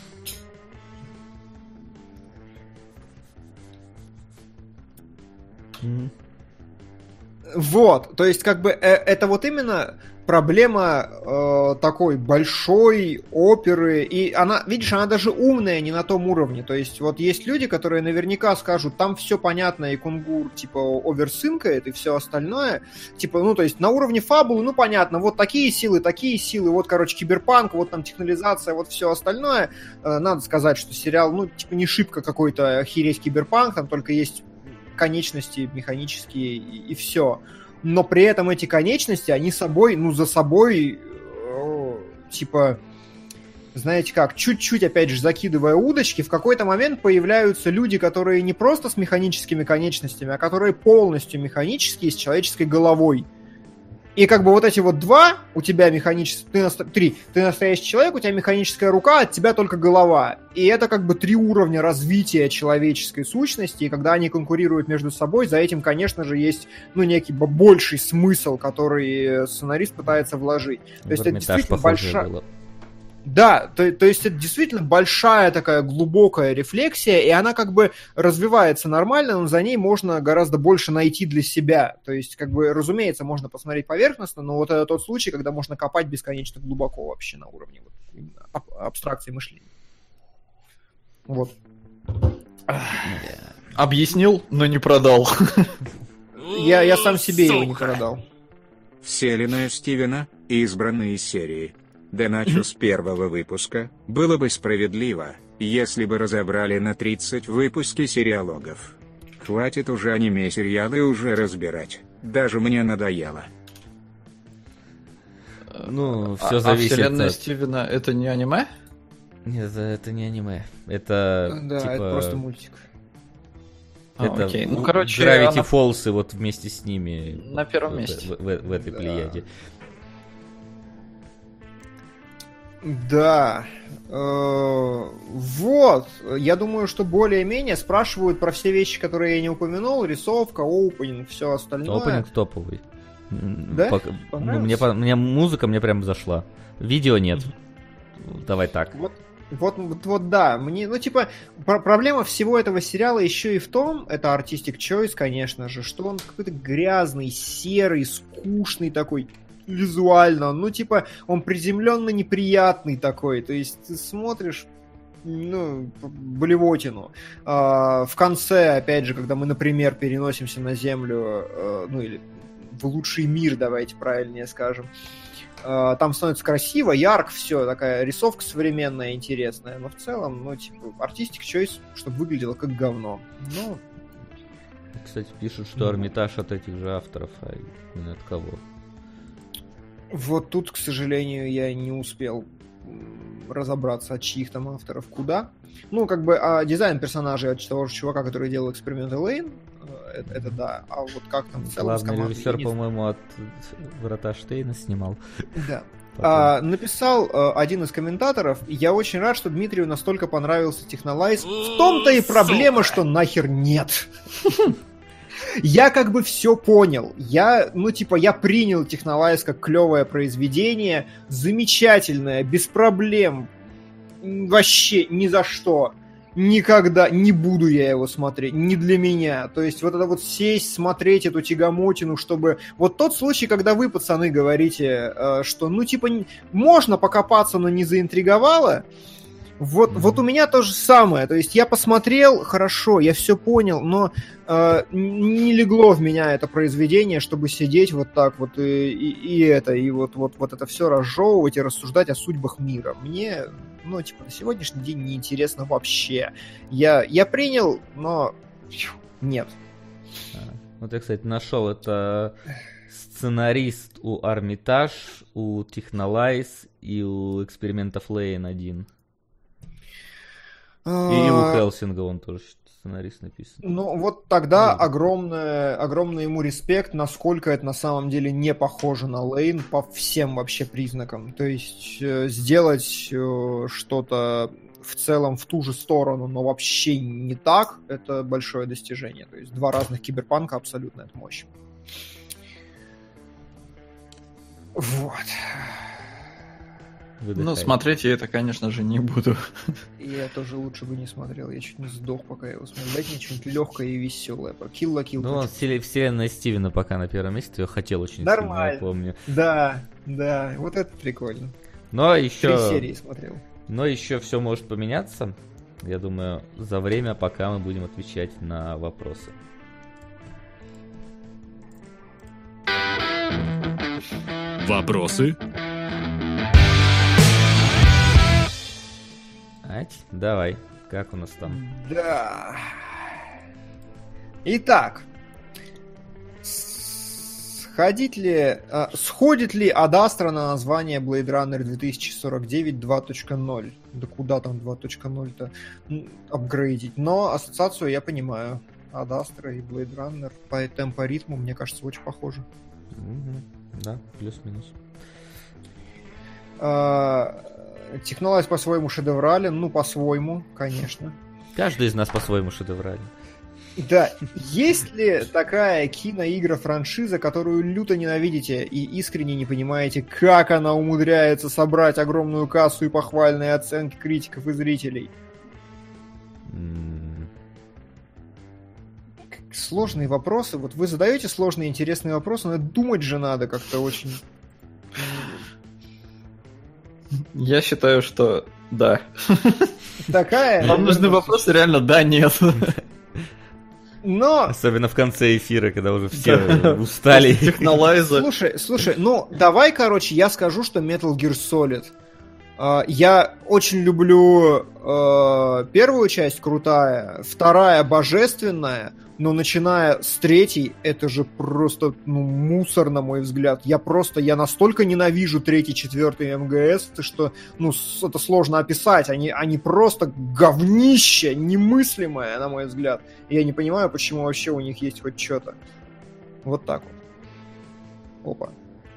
Вот, то есть как бы э, это вот именно проблема э, такой большой оперы, и она, видишь, она даже умная не на том уровне, то есть вот есть люди, которые наверняка скажут, там все понятно, и Кунгур типа оверсынкает, и все остальное, типа, ну то есть на уровне фабулы, ну понятно, вот такие силы, такие силы, вот, короче, киберпанк, вот там технолизация, вот все остальное, э, надо сказать, что сериал, ну, типа не шибко какой-то охереть киберпанк, там только есть конечности механические и, и все. Но при этом эти конечности, они собой, ну, за собой, э, типа, знаете как, чуть-чуть, опять же, закидывая удочки, в какой-то момент появляются люди, которые не просто с механическими конечностями, а которые полностью механические, с человеческой головой. И как бы вот эти вот два, у тебя механический, ты наста... три, ты настоящий человек, у тебя механическая рука, от тебя только голова. И это как бы три уровня развития человеческой сущности, и когда они конкурируют между собой, за этим, конечно же, есть, ну, некий больший смысл, который сценарист пытается вложить. То есть это действительно большая... Да, то, то есть это действительно большая такая глубокая рефлексия, и она как бы развивается нормально, но за ней можно гораздо больше найти для себя. То есть, как бы, разумеется, можно посмотреть поверхностно, но вот это тот случай, когда можно копать бесконечно глубоко вообще на уровне вот, аб- абстракции мышления. Вот. Объяснил, но не продал. Я, я сам себе его не продал. Вселенная Стивена, избранные серии. До начала с первого выпуска было бы справедливо, если бы разобрали на тридцать выпуски сериалогов. Хватит уже аниме-сериалы уже разбирать. Даже мне надоело. Ну, все а, зависит а вселенная от... Стивена это не аниме? Нет, это не аниме. Это, Да, типа... это просто мультик. Это а, окей. Ну, короче, Gravity она... Falls и вот вместе с ними на первом в, месте. В, в, в этой да. плеяде. Да. Вот. Я думаю, что более-менее спрашивают про все вещи, которые я не упомянул. Рисовка, оупенинг, все остальное. Оупенинг топовый. Да? Пока... Ну, мне, мне музыка мне прям зашла. Видео нет. Давай так. Вот. Вот, вот, вот, да, мне, ну, типа, про- проблема всего этого сериала еще и в том, это Artistic Choice, конечно же, что он какой-то грязный, серый, скучный такой, визуально, ну, типа, он приземленно неприятный такой, то есть ты смотришь, ну, блевотину. А, в конце, опять же, когда мы, например, переносимся на Землю, а, ну, или в лучший мир, давайте правильнее скажем, там становится красиво, ярко, все, такая рисовка современная, интересная, но в целом, ну, типа, Artistic Choice, чтобы выглядело как говно. Ну, кстати, пишут, что Эрмитаж от этих же авторов, а не от кого. Вот тут, к сожалению, я не успел разобраться, от чьих там авторов куда. Ну, как бы, а дизайн персонажей от того же чувака, который делал эксперименты Лейн, это, это да. А вот как там в целом с Главный командой, режиссер, не... по-моему, от Врата Штейна снимал. Да. А, написал а, один из комментаторов: я очень рад, что Дмитрию настолько понравился Технолайз. В том-то и проблема, что нахер нет. Я как бы все понял. Я, ну, типа, я принял Технолайз как клевое произведение, замечательное, без проблем. Вообще ни за что. Никогда не буду я его смотреть. Не для меня. То есть вот это вот сесть, смотреть эту тягомотину, чтобы... Вот тот случай, когда вы, пацаны, говорите, что, ну, типа, можно покопаться, но не заинтриговало. Вот, mm-hmm. вот у меня то же самое. То есть я посмотрел, хорошо, я все понял, но э, не легло в меня это произведение, чтобы сидеть вот так вот и, и, и это, и вот, вот, вот это все разжевывать и рассуждать о судьбах мира. Мне, ну, типа, на сегодняшний день неинтересно вообще. Я, я принял, но нет. А, вот я, кстати, нашел. Это сценарист у Эрмитаж, у Технолайз и у Экспериментов Лейн один. И у Хелсинга он тоже сценарист написан. Ну, вот тогда огромное, огромный ему респект, насколько это на самом деле не похоже на Лейн по всем вообще признакам. То есть э, сделать э, что-то в целом в ту же сторону, но вообще не так, это большое достижение. То есть два разных киберпанка абсолютно, это мощь. Вот. Выдыхай. Ну, смотреть я это, конечно же, не буду. Я тоже лучше бы не смотрел. Я чуть не сдох, пока я его смотрел. Дайте мне что-нибудь легкое и веселое. Про Kill la Kill. Ну, он вселенная Стивена пока на первом месте. Я хотел очень Нормально. сильно, я помню. Да, да. Вот это прикольно. Но еще... Три серии смотрел. Но еще все может поменяться. Я думаю, за время, пока мы будем отвечать на вопросы. Вопросы? Ать, давай, как у нас там? Да. Итак. С- Сходить ли, а, сходит ли Ad Astra на название Blade Runner две тысячи сорок девять два точка ноль? Да куда там два точка ноль-то апгрейдить? Но ассоциацию я понимаю. Ad Astra и Blade Runner по темпоритму, мне кажется, очень похожи. Mm-hmm. Да, плюс-минус. А, Технология по-своему шедеврален, ну, по-своему, конечно. Каждый из нас по-своему шедеврален. Да, есть ли такая киноигра-франшиза, которую люто ненавидите и искренне не понимаете, как она умудряется собрать огромную кассу и похвальные оценки критиков и зрителей? Mm. Сложные вопросы. Вот вы задаете сложные, интересные вопросы, но думать же надо как-то очень... Я считаю, что да. Такая... Вам нужны вопросы реально да-нет. Но... Особенно в конце эфира, когда уже все устали. Технолайза. Слушай, слушай, ну давай, короче, я скажу, что Metal Gear Solid. Uh, я очень люблю uh, первую часть, крутая, вторая божественная, но начиная с третьей, это же просто ну, мусор, на мой взгляд. Я просто, я настолько ненавижу третий, четвертый эм гэ эс, что ну, это сложно описать. Они, они просто говнище, немыслимое, на мой взгляд. И я не понимаю, почему вообще у них есть хоть что-то. Вот так вот. Опа.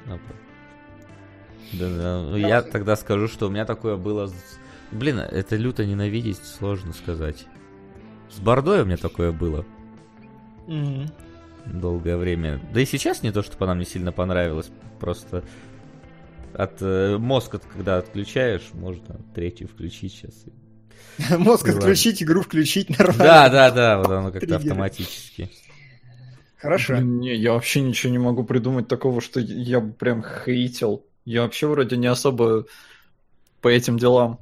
Да-да. Ну, я тогда скажу, что у меня такое было... Блин, это люто ненавидеть, сложно сказать. С Бордой у меня такое было. Mm-hmm. Долгое время. Да и сейчас не то, чтобы она мне сильно понравилась. Просто от э, мозга, когда отключаешь, можно третью включить сейчас. Мозг отключить, игру включить нормально. Да-да-да, вот оно как-то автоматически. Хорошо. Блин, не, я вообще ничего не могу придумать такого, что я бы прям хейтил. Я вообще вроде не особо по этим делам.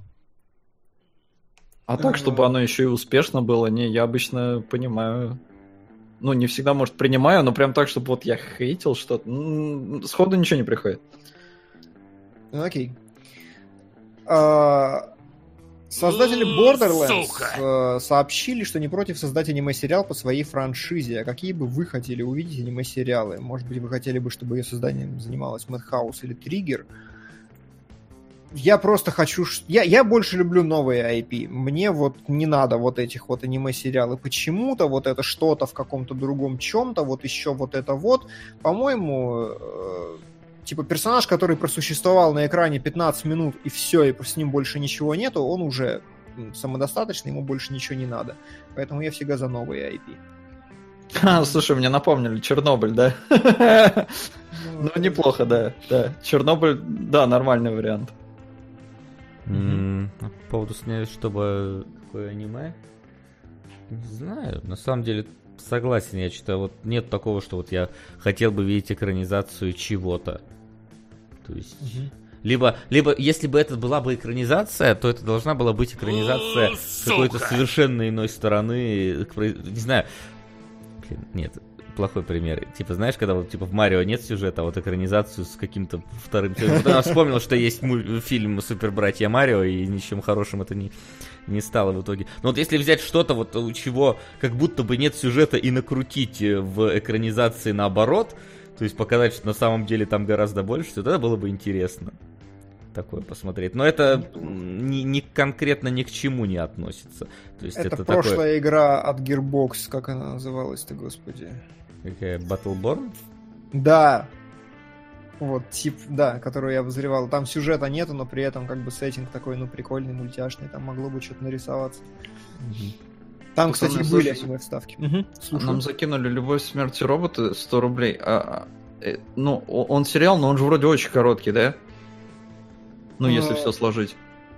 А так, чтобы оно еще и успешно было, не, я обычно понимаю. Ну, не всегда, может, принимаю, но прям так, чтобы вот я хейтил что-то. М-м, сходу ничего не приходит. Окей. А, создатели Borderlands сообщили, что не против создать аниме-сериал по своей франшизе. А какие бы вы хотели увидеть аниме-сериалы? Может быть, вы хотели бы, чтобы ее созданием занималась Madhouse или Trigger? Я просто хочу... Я, я больше люблю новые ай пи. Мне вот не надо вот этих вот аниме-сериалов. Почему-то вот это что-то в каком-то другом чем-то, вот еще вот это вот. По-моему, э, типа персонаж, который просуществовал на экране пятнадцать минут, и все, и с ним больше ничего нету, он уже самодостаточный, ему больше ничего не надо. Поэтому я всегда за новые ай пи. А, слушай, мне напомнили, Чернобыль, да? Ну, неплохо, да. да. Чернобыль, да, нормальный вариант. Mm-hmm. По поводу снять, чтобы какое аниме? Не знаю. На самом деле согласен, я считаю, вот нет такого, что вот я хотел бы видеть экранизацию чего-то. То есть... Mm-hmm. Либо, либо, если бы это была бы экранизация, то это должна была быть экранизация О, с какой-то совершенно иной стороны. Не знаю. Блин, нет, плохой пример. Типа, знаешь, когда вот типа в Марио нет сюжета, а вот экранизацию с каким-то вторым... Вот я вспомнил, что есть муль... фильм «Супер братья Марио», и ничем хорошим это не, не стало в итоге. Но вот если взять что-то, вот у чего как будто бы нет сюжета, и накрутить в экранизации наоборот, то есть показать, что на самом деле там гораздо больше, то тогда было бы интересно такое посмотреть. Но это не, не конкретно ни к чему не относится. То есть это, это прошлая такое... игра от Gearbox, как она называлась-то, господи. Какая? Battleborn? Да. Вот, тип, да, которую я обозревал. Там сюжета нету, но при этом как бы сеттинг такой, ну, прикольный, мультяшный. Там могло бы что-то нарисоваться. Угу. Там, Что кстати, были аниме вставки. Угу. Нам закинули «Любовь, смерть и роботы» сто рублей. А, э, ну, он сериал, но он же вроде очень короткий, да? Ну, но... если все сложить.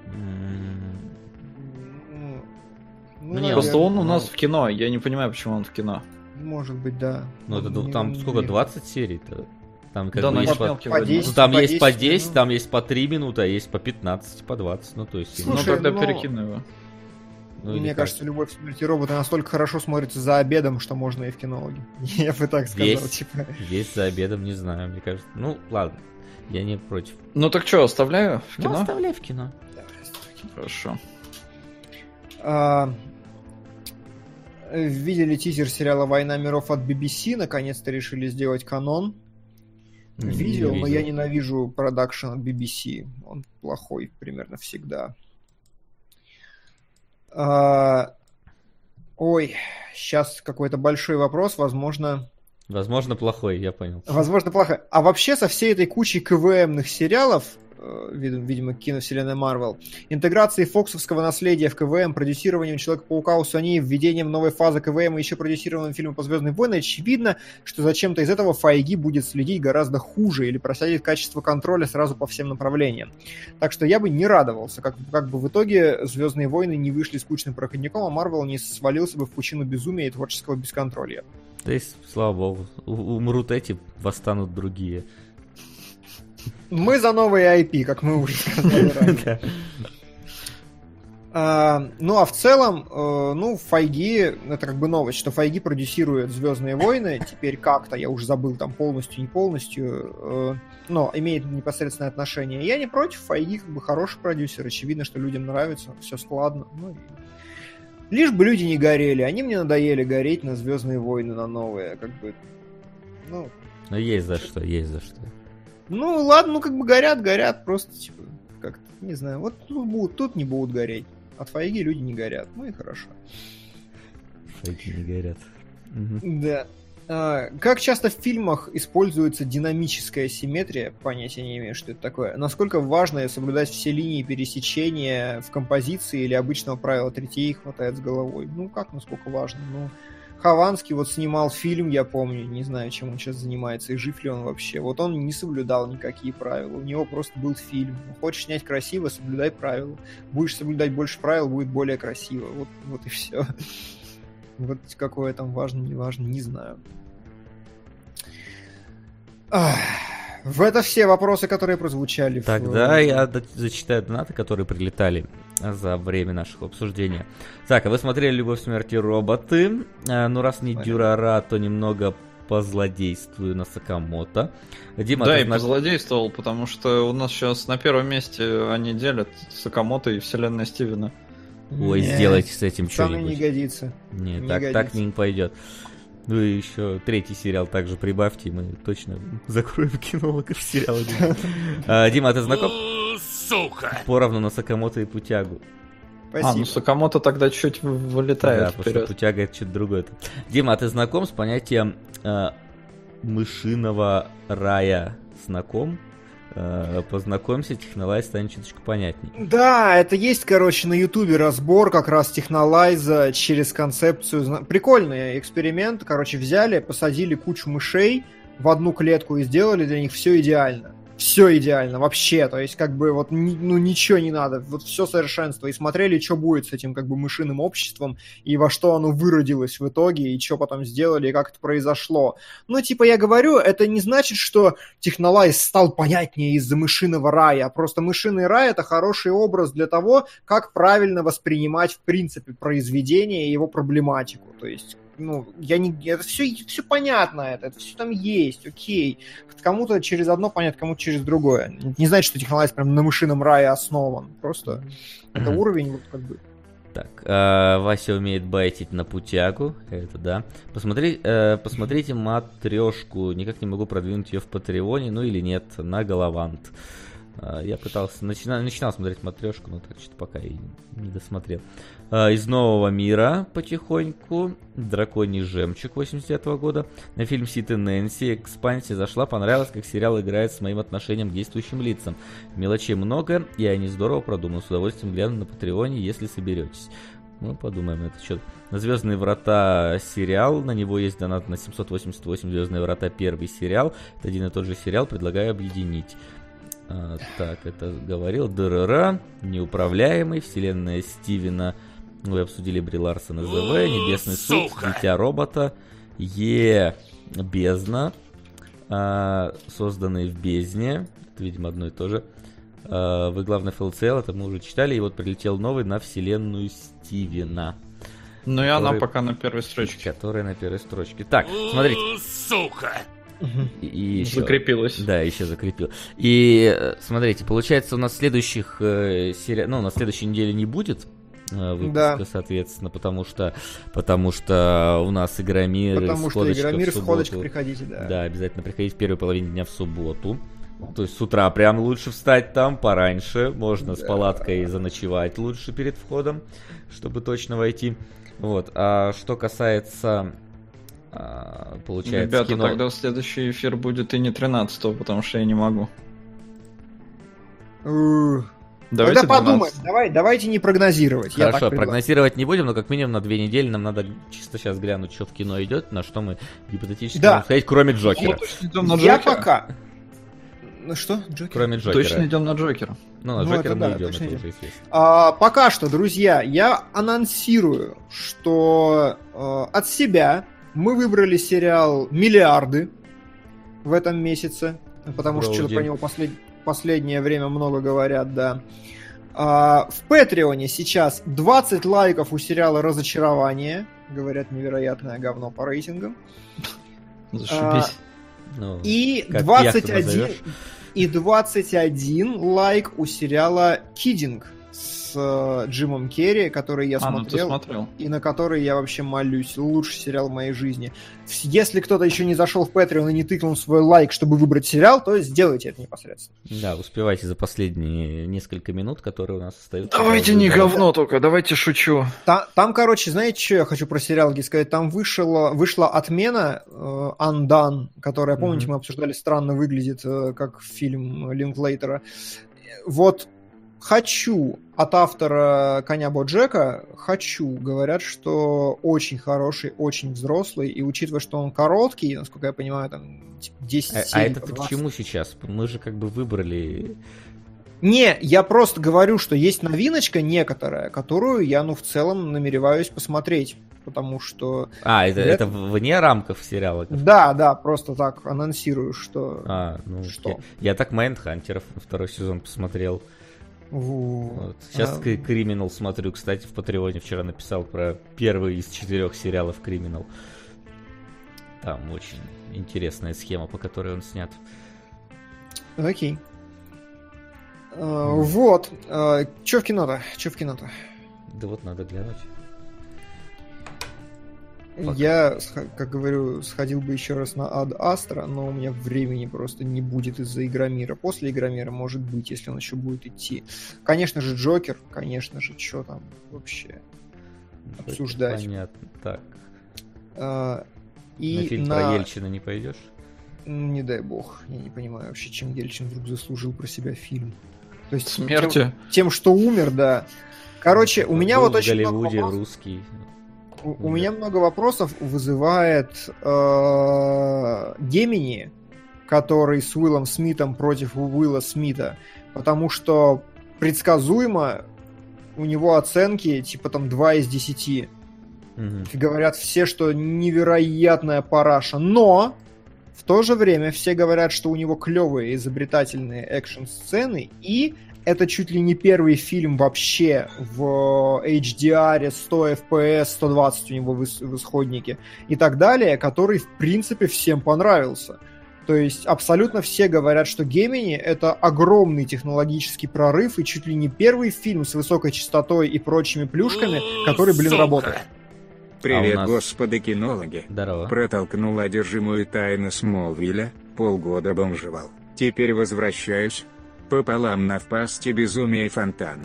Ну, ну, просто он у нас в кино. Я не понимаю, почему он в кино. Может быть, да. Ну, это, не, там не, сколько, двадцать серий-то? Там как да, бы есть по, по десять, ну, там по есть по десять, ну... там есть по три минуты, а есть по пятнадцать, по двадцать. Ну, то есть... Слушай, ну, тогда ну... перекину его. Ну, мне кажется, как? «Любовь, смерть и роботы» настолько хорошо смотрится за обедом, что можно и в кинологе. Я бы так сказал. Есть, типа. есть за обедом, не знаю, мне кажется. Ну, ладно, я не против. Ну так что, оставляю в кино? Ну, оставляй в кино. Хорошо. А... Видели тизер сериала «Война миров» от би би си? Наконец-то решили сделать канон. Не Видел, но видел. я ненавижу продакшн от би би си. Он плохой примерно всегда. А, Ой, сейчас какой-то большой вопрос, возможно... Возможно, плохой, я понял. Возможно, плохо. А вообще со всей этой кучей КВМных сериалов, э, видимо, видимо, киновселенной Марвел, интеграцией фоксовского наследия в КВМ, продюсированием Человека-паука у Sony, введением новой фазы КВМ и еще продюсированием фильма по «Звездным войнам», очевидно, что зачем-то из этого Файги будет следить гораздо хуже или просядет качество контроля сразу по всем направлениям. Так что я бы не радовался, как, как бы в итоге «Звездные войны» не вышли скучным проходником, а Марвел не свалился бы в пучину безумия и творческого бесконтролья. То есть, слава богу, у- умрут эти, восстанут другие. Мы за новые ай пи, как мы уже сказали ранее. Да. А, ну, а в целом, э, ну, Файги, это как бы новость, что Файги продюсирует «Звездные войны», теперь как-то, я уже забыл, там полностью, не полностью, э, но имеет непосредственное отношение. Я не против, Файги как бы хороший продюсер, очевидно, что людям нравится, все складно, ну, и... Лишь бы люди не горели, они мне надоели гореть на «Звездные войны», на новые, как бы, ну... Ну, есть за что, есть за что. Ну, ладно, ну, как бы горят, горят, просто, типа, как-то, не знаю, вот тут, будут, тут не будут гореть. От Файги люди не горят, ну и хорошо. Фейки не горят. Мгм. Да. А, как часто в фильмах используется динамическая симметрия? Понятия не имею, что это такое. Насколько важно соблюдать все линии пересечения в композиции или обычного правила третей хватает с головой? Ну, как, насколько важно? Ну, Хованский вот снимал фильм, я помню, не знаю, чем он сейчас занимается и жив ли он вообще. Вот он не соблюдал никакие правила, у него просто был фильм. Хочешь снять красиво, соблюдай правила. Будешь соблюдать больше правил, будет более красиво. Вот, вот и все. Вот какое там важно, не важно, не знаю. Ах, в это все вопросы, которые прозвучали. в- Тогда я до- зачитаю донаты, которые прилетали за время нашего обсуждения. Так, а вы смотрели «Любовь, смерть и роботы». А, ну, раз не Смотрел. Дюрара, то немного позлодействую на Сакамото. Дима, Да, ты и зна- позлодействовал, потому что у нас сейчас на первом месте они делят Сакамото и вселенная Стивена. Ой, Не, сделайте с этим пацаны, не что-нибудь. годится. Не, не так, так годится. не пойдет. Ну и еще третий сериал также прибавьте, и мы точно закроем кинологов сериала. А, Дима, а ты знаком? Сука! Поровну на Сакамото и Путягу. А, Спасибо. ну Сакамото тогда чуть в- Да, вылетает потому что вперед. Путяга это что-то другое. Дима, а ты знаком с понятием э, мышиного рая? Знаком? Э, познакомься, технолай станет чуточку понятней. Да, это есть, короче, на Ютубе разбор как раз технолайза через концепцию. зна- Прикольный эксперимент. Короче, взяли, посадили кучу мышей в одну клетку и сделали для них все идеально. Все идеально, вообще. То есть, как бы, вот, ни- ну, ничего не надо. Вот все совершенство. И смотрели, что будет с этим, как бы, мышиным обществом, и во что оно выродилось в итоге, и что потом сделали, и как это произошло. Ну, типа, я говорю, это не значит, что технолайз стал понятнее из-за мышиного рая. Просто мышиный рай — это хороший образ для того, как правильно воспринимать, в принципе, произведение и его проблематику. То есть, ну, я не... Это все, все понятно, это, это все там есть, окей. Кому-то через одно понятно, кому-то через другое. Не значит, что технолайз прям на мышином рае основан. Просто это уровень, вот как бы... Так, э, Вася умеет байтить на Путягу, это да. Посмотри, э, посмотрите матрешку, никак не могу продвинуть ее в Патреоне, ну или нет, на Головант. Э, я пытался, начинал, начинал смотреть матрешку, но так что-то пока и не досмотрел. Э, из нового мира потихоньку, Драконий жемчуг восемьдесят девятого года. На фильм Сид и Нэнси экспансия зашла, понравилось, как сериал играет с моим отношением к действующим лицам. Мелочей много, и они здорово продуманы. С удовольствием гляну на Патреоне, если соберетесь. Ну, подумаем на этот счет. На «Звездные врата» сериал, на него есть донат на семьсот восемьдесят восемь. «Звездные врата» первый сериал. Это один и тот же сериал, предлагаю объединить. А, так, это говорил ДРР, Неуправляемый, вселенная Стивена. Вы обсудили Бри Ларсона ЗВ, Небесный суд, Дитя робота, Е Бездна, а, созданные в бездне. Это, видимо, одно и то же. А, вы главный эф эл си эл, это мы уже читали, и вот прилетел новый на вселенную Стивена. Ну и она который- пока на первой строчке. Которая на первой строчке. Так, смотрите. Сука! И, и еще. Закрепилась. Да, еще закрепил. И э, смотрите, получается, у нас следующих э, сери... ну, на следующей неделе не будет э, выпуска, Да. соответственно, потому что, потому что у нас Игромир, Потому что сходочка Игромир, в субботу. сходочка, приходите, да. Да, обязательно приходите в первой половине дня в субботу. То есть с утра прям лучше встать там пораньше, можно с палаткой заночевать лучше перед входом, чтобы точно войти. Вот. А что касается, а, получается, Ребята, кино... тогда следующий эфир будет и не тринадцатого, потому что я не могу. Ух. Давайте Тогда подумаем. двенадцатого. Давай, давайте не прогнозировать. Я Хорошо, так предлагаю. прогнозировать не будем, но как минимум на две недели нам надо чисто сейчас глянуть, что в кино идет, на что мы гипотетически Да. можем сказать, кроме Джокера. Мы точно идем на Я Джокера. пока. Ну что, Джокер? Кроме Джокера. Точно идем на Джокера. Ну, на Ну, Джокера это мы да, идем, точно это идем. уже известно. А, пока что, друзья, я анонсирую, что э, от себя мы выбрали сериал «Миллиарды» в этом месяце, потому что Броуди. что-то про него послед... последнее время много говорят, да. А, в Патреоне сейчас двадцать лайков у сериала «Разочарование». Говорят, невероятное говно по рейтингам. Зашибись. Ну, И как двадцать яхту один, назовешь? и двадцать один лайк у сериала «Киддинг» с э, Джимом Керри, который я А, ну ты смотрел, смотрел. и на который я вообще молюсь. Лучший сериал в моей жизни. Вс- Если кто-то еще не зашел в Patreon и не тыкнул свой лайк, чтобы выбрать сериал, то сделайте это непосредственно. Да, успевайте за последние несколько минут, которые у нас остаются. Давайте до не выбора. говно только, давайте шучу. Та- Там, короче, знаете, что я хочу про сериал сказать? Там вышла, вышла отмена э, Undone, которая, помните, Мгм. мы обсуждали, странно выглядит, э, как фильм Линклейтера. Вот хочу от автора «Коня Боджека», хочу, говорят, что очень хороший, очень взрослый, и учитывая, что он короткий, насколько я понимаю, там типа десять А, а серий, это ты к двадцать. чему сейчас? Мы же как бы выбрали... Не, я просто говорю, что есть новиночка некоторая, которую я, ну, в целом намереваюсь посмотреть, потому что... А, это, Говорят- это вне рамков сериала? Да, да, просто так анонсирую, что... А, ну, Что? Я, я так Майндхантеров второй сезон посмотрел. Вот. Вот. Сейчас А, Криминал смотрю, кстати, в Патреоне вчера написал про первый из четырех сериалов Криминал. Там очень интересная схема, по которой он снят. Окей. А, вот. А, Чё в кино-то? Чё в кино-то? Да вот надо глянуть. Пока. Я, сх- как говорю, сходил бы еще раз на Ад Астра, но у меня времени просто не будет из-за Игромира. После Игромира, может быть, если он еще будет идти. Конечно же, Джокер, конечно же, что там вообще Это обсуждать. Понятно. Так. А, На И фильм на... про Ельчина не пойдешь? Ну, не дай бог. Я не понимаю вообще, чем Ельчин вдруг заслужил про себя фильм. То есть Смертью. Тем, тем, что умер, да. Короче, у меня Был вот в очень много Голливуде вопросов. русский. У, у меня много вопросов вызывает э, Гемини, который с Уиллом Смитом против Уилла Смита, потому что предсказуемо у него оценки типа там два из десяти. Мгм. Говорят все, что невероятная параша, но в то же время все говорят, что у него клевые изобретательные экшн-сцены, и это чуть ли не первый фильм вообще в эйч ди ар, сто эф пи эс, сто двадцать у него в, ис- в исходнике и так далее, который, в принципе, всем понравился. То есть абсолютно все говорят, что Гемини — это огромный технологический прорыв и чуть ли не первый фильм с высокой частотой и прочими плюшками, который, блин, Сука. работает. Привет, А у нас- господа кинологи. Здорово. Протолкнул одержимую тайну Смолвиля, полгода бомжевал. Теперь возвращаюсь. Пополам на впасти безумие фонтан.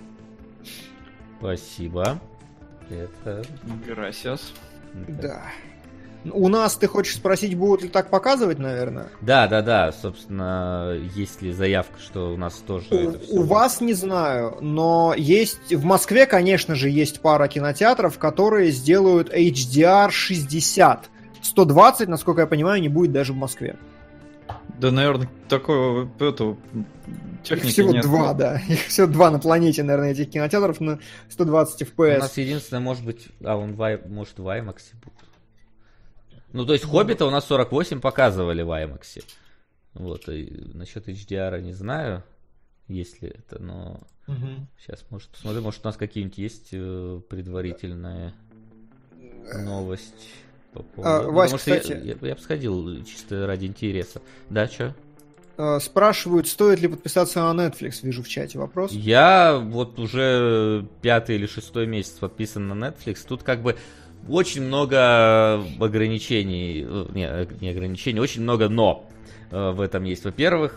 Спасибо. Это... Грасиас. Да. У нас, ты хочешь спросить, будут ли так показывать, наверное? Да, да, да. Собственно, есть ли заявка, что у нас тоже это всё У, у вас не знаю, но есть в Москве, конечно же, есть пара кинотеатров, которые сделают эйч ди ар шестьдесят. сто двадцать, насколько я понимаю, не будет даже в Москве. Да, наверное, такого этого Их техники всего нет. два, да. Их всего два на планете, наверное, этих кинотеатров на сто двадцать эф пи У эс. нас единственное, может быть... А, он в Ай- может в IMAX будет. Ну, то есть, Хоббита у нас сорок восемь показывали в IMAX. Вот, и насчет эйч ди ар не знаю, есть ли это, но... Мгм. Сейчас, может, посмотрим, может, у нас какие-нибудь есть э, предварительная новость по поводу... А, Потому Вась, что я- кстати- Я, я бы сходил чисто ради интереса. Да, что? Э, Спрашивают, стоит ли подписаться на Netflix, вижу в чате вопрос. Я вот уже пятый или шестой месяц подписан на Netflix. Тут как бы очень много ограничений, не, не ограничений, очень много но в этом есть. Во-первых,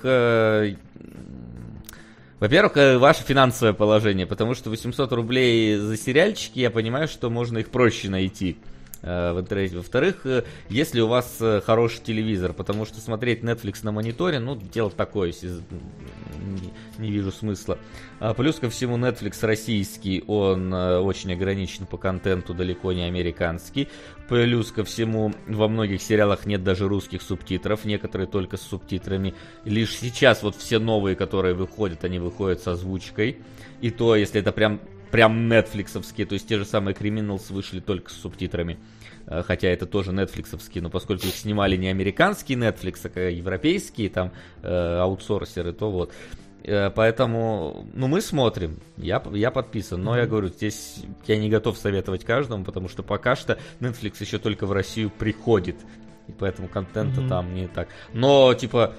во-первых, ваше финансовое положение, потому что восемьсот рублей за сериальчики, я понимаю, что можно их проще найти в интернете. Во-вторых, если у вас хороший телевизор, потому что смотреть Netflix на мониторе, ну, дело такое, не, не вижу смысла. А плюс ко всему, Netflix российский, он очень ограничен по контенту, далеко не американский. Плюс ко всему, во многих сериалах нет даже русских субтитров, некоторые только с субтитрами. Лишь сейчас вот все новые, которые выходят, они выходят с озвучкой. И то, если это прям... Прям нетфликсовские, то есть те же самые Criminals вышли только с субтитрами. Хотя это тоже нетфликсовские, но поскольку их снимали не американские Netflix, а европейские там э, аутсорсеры, то вот. Э, поэтому, ну, мы смотрим. Я, я подписан, но mm-hmm. я говорю, здесь я не готов советовать каждому, потому что пока что Netflix еще только в Россию приходит. И поэтому контента mm-hmm. там не так. Но, типа,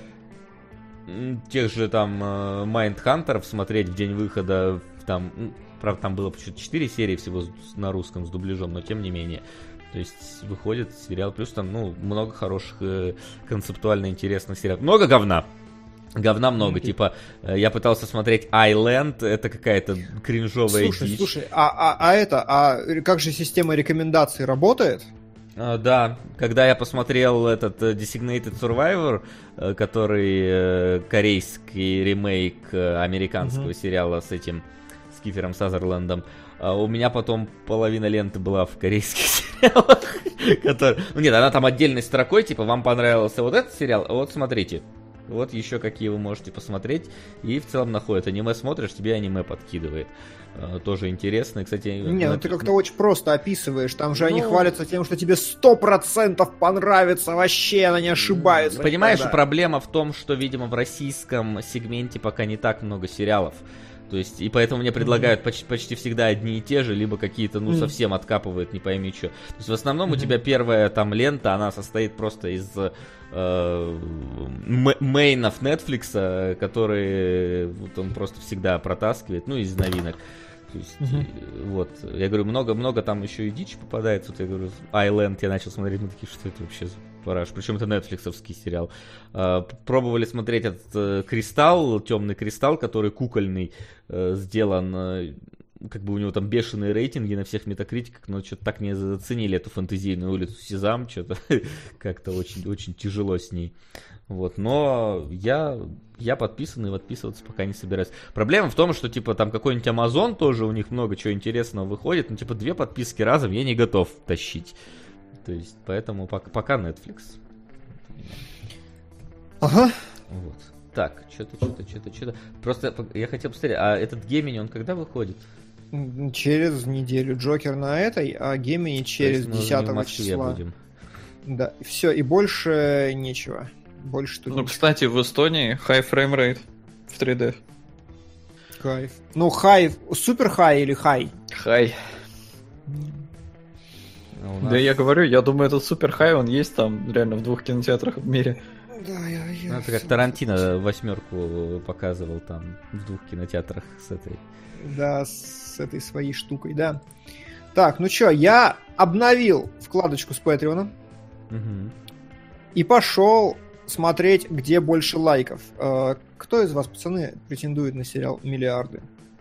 тех же там Майндхантеров смотреть в день выхода там... Правда, там было почти четыре серии всего на русском с дубляжом, но тем не менее. То есть выходит сериал, плюс там, ну, много хороших, э, концептуально интересных сериалов. Много говна. Говна много. Mm-hmm. Типа, э, я пытался смотреть Island, это какая-то кринжовая слушай, дичь. Слушай, а, а, а это, а как же система рекомендаций работает? Uh, да, когда я посмотрел этот uh, Designated Survivor, uh, который uh, корейский ремейк uh, американского mm-hmm. сериала с этим... с Кифером Сазерлендом. А у меня потом половина ленты была в корейских сериалах. Который... Ну нет, она там отдельной строкой, типа, вам понравился вот этот сериал, а вот смотрите. Вот еще какие вы можете посмотреть. И в целом находит. Аниме смотришь, тебе аниме подкидывает. А, тоже интересно. И, кстати... Не, на... ну ты как-то очень просто описываешь. Там же ну... они хвалятся тем, что тебе сто процентов понравится. Вообще, она не ошибается. Понимаешь, да. Проблема в том, что, видимо, в российском сегменте пока не так много сериалов. То есть, и поэтому мне предлагают mm-hmm. почти, почти всегда одни и те же, либо какие-то, ну, mm-hmm. совсем откапывают, не пойми что. То есть, в основном mm-hmm. у тебя первая там лента, она состоит просто из э, мейнов Netflix, которые вот он просто всегда протаскивает, ну, из новинок. То есть, mm-hmm. вот, я говорю, много-много там еще и дичь попадается. Вот я говорю, Island я начал смотреть, мы такие, что это вообще за параш? Причем это нетфликсовский сериал. А, пробовали смотреть этот э, Кристалл, Темный Кристалл, который кукольный, э, сделан, э, как бы у него там бешеные рейтинги на всех метакритиках, но что-то так не заценили эту фэнтезийную улицу Сезам, что-то как-то очень, очень тяжело с ней. Вот, но я, я подписан и подписываться пока не собираюсь. Проблема в том, что, типа, там какой-нибудь Amazon тоже, у них много чего интересного выходит, но, типа, две подписки разом я не готов тащить. То есть, поэтому пока, пока Netflix. Ага. Вот. Так, что-то, что-то, что-то, что-то. Просто я хотел посмотреть, а этот Гемини, он когда выходит? Через неделю. Джокер на этой, а Гемини через десятого числа. Будем. Да, все, и больше нечего. Больше тут. Ну, кстати, в Эстонии high frame rate в три дэ. Кайф. Ну, хай, супер хай или хай? Хай. А нас... Да я говорю, я думаю, этот супер хай, он есть там реально в двух кинотеатрах в мире. Да, я, я... Ну, это как Тарантино восьмерку показывал там в двух кинотеатрах с этой. Да, с этой своей штукой, да. Так, ну чё, я обновил вкладочку с Патреона угу. и пошел смотреть, где больше лайков. Кто из вас, пацаны, претендует на сериал «Миллиарды»?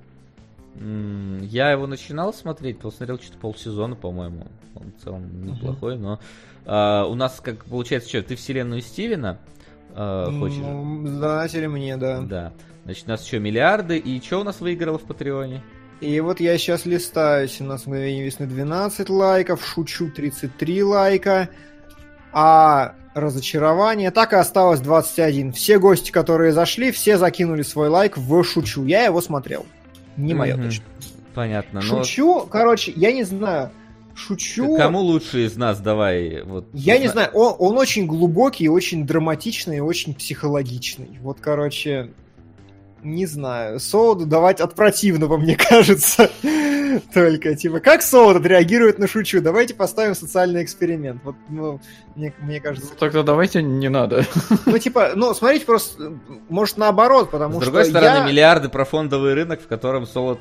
Я его начинал смотреть, посмотрел что-то полсезона, по-моему. Он в целом неплохой, uh-huh. но а, у нас, как получается, что, ты вселенную Стивена а, хочешь? Ну, задонатили мне, да. Да. Значит, у нас еще «Миллиарды», и что у нас выиграло в Патреоне? И вот я сейчас листаю. семнадцать мгновений весны двенадцать лайков, «Шучу» тридцать три лайка, а «Разочарование» так и осталось двадцать один. Все гости, которые зашли, все закинули свой лайк в «Шучу». Я его смотрел. Не мое mm-hmm. точно. Понятно. Но... Шучу, короче, я не знаю. Шучу. Кому лучше из нас, давай. Вот. Я не знаю, он, он очень глубокий, очень драматичный, очень психологичный. Вот, короче, Не знаю. Соуду давать от противного, мне кажется. Только, типа, как Соуд отреагирует на шучу? Давайте поставим социальный эксперимент. Вот, ну, мне, мне кажется... Тогда давайте не надо. Ну, типа, ну, смотрите, просто, может, наоборот, потому С что другой стороны, я... миллиарды про фондовый рынок, в котором Солод...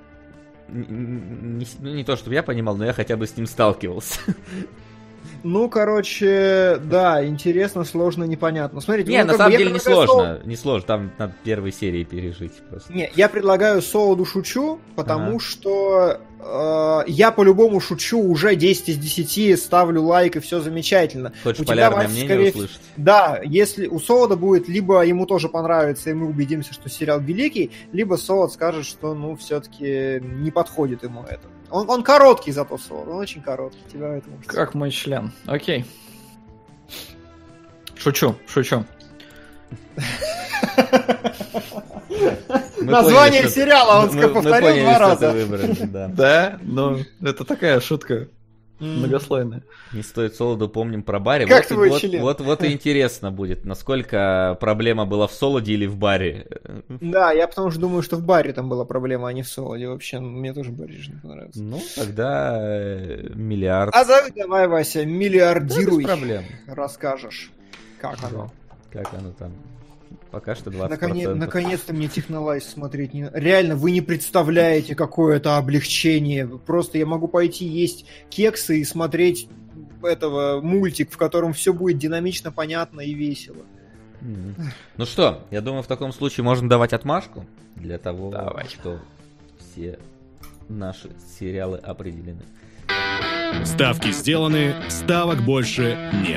Не, ну, не то, чтобы я понимал, но я хотя бы с ним сталкивался. Ну, короче, да, интересно, сложно, непонятно. Смотрите, Не, ну, на как самом бы, деле я не предлагаю сложно, не сложно, там надо первой серии пережить просто. Не, я предлагаю Соуду шучу, потому Ага. что э, я по-любому шучу уже десять из десяти, ставлю лайк и все замечательно. Хочешь У тебя, полярное Вася, мнение скорее услышать? Да, если у Соуда будет, либо ему тоже понравится, и мы убедимся, что сериал великий, либо Соуд скажет, что, ну, все-таки не подходит ему это. Он, он короткий зато, Соуд, он очень короткий. Тебя этому что? Как мой член. Окей. Шучу, шучу. Мы Название поняли, что- сериала он мы- мы повторил поняли, два что раза. ты выбрали, да. Да, ну, это такая шутка М. многослойная. Не стоит Солоду, помним про Барри. Как вот, твой вот, член? вот, вот и интересно будет, насколько проблема была в Солоде или в Барри. Да, я потому что думаю, что в баре там была проблема, а не в Соуде. Вообще, мне тоже Барри не понравился. Ну, тогда э, миллиард. А давай, давай, Вася, Да, без миллиардируй. проблем. Расскажешь, как оно. Как оно там? Пока что двадцать Наконец, процентов. наконец-то мне Технолайз смотреть не... Реально, вы не представляете, какое это облегчение. Просто я могу пойти есть кексы и смотреть этого мультик, в котором все будет динамично, понятно и весело. Мгм. Ну что, я думаю, в таком случае можно давать отмашку для того, Давай. что все наши сериалы определены. Ставки сделаны, ставок больше нет.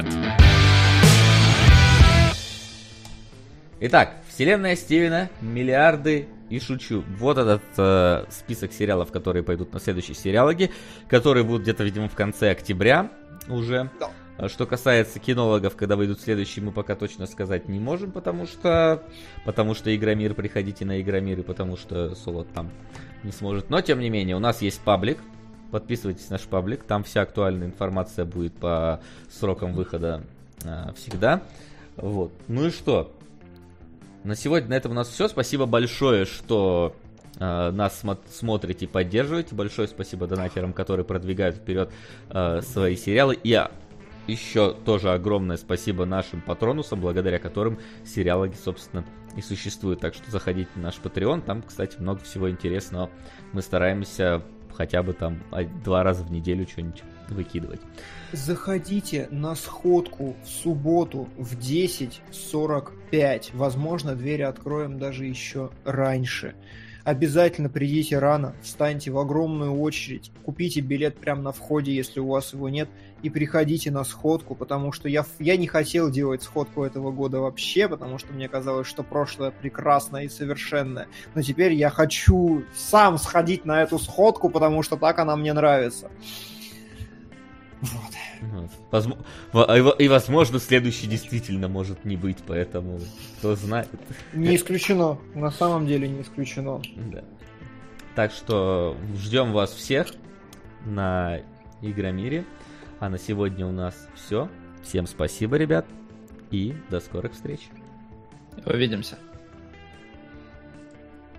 Итак, вселенная Стивена, миллиарды и шучу. Вот этот э, список сериалов, которые пойдут на следующие сериалоги, которые будут где-то, видимо, в конце октября уже. Да. А Что касается кинологов, когда выйдут следующие, мы пока точно сказать не можем, потому что потому что Игромир, приходите на Игромир, и потому что Солод там не сможет. Но, тем не менее, у нас есть паблик. Подписывайтесь на наш паблик, там вся актуальная информация будет по срокам выхода э, всегда. Вот. Ну и что? На сегодня на этом у нас все. Спасибо большое, что э, нас смо- смотрите и поддерживаете. Большое спасибо донатерам, которые продвигают вперед э, свои сериалы. И а, еще тоже огромное спасибо нашим патронусам, благодаря которым сериалоги, собственно, и существуют. Так что заходите на наш Patreon. Там, кстати, много всего интересного. Мы стараемся хотя бы там а, два раза в неделю что-нибудь выкидывать. Заходите на сходку в субботу в десять сорок пять. Возможно, двери откроем даже еще раньше. Обязательно придите рано, встаньте в огромную очередь, купите билет прямо на входе, если у вас его нет, и приходите на сходку, потому что я, я не хотел делать сходку этого года вообще, потому что мне казалось, что прошлое прекрасное и совершенное. Но теперь я хочу сам сходить на эту сходку, потому что так она мне нравится. Вот. Вот. Возмо- во- и во- И, возможно, следующий действительно может не быть, поэтому кто знает. Не исключено. На самом деле не исключено. Да. Так что ждем вас всех на Игромире. А на сегодня у нас все. Всем спасибо, ребят. И до скорых встреч. Увидимся.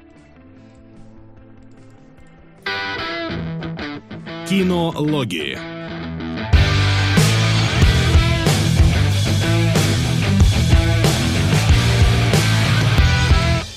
Кинологии.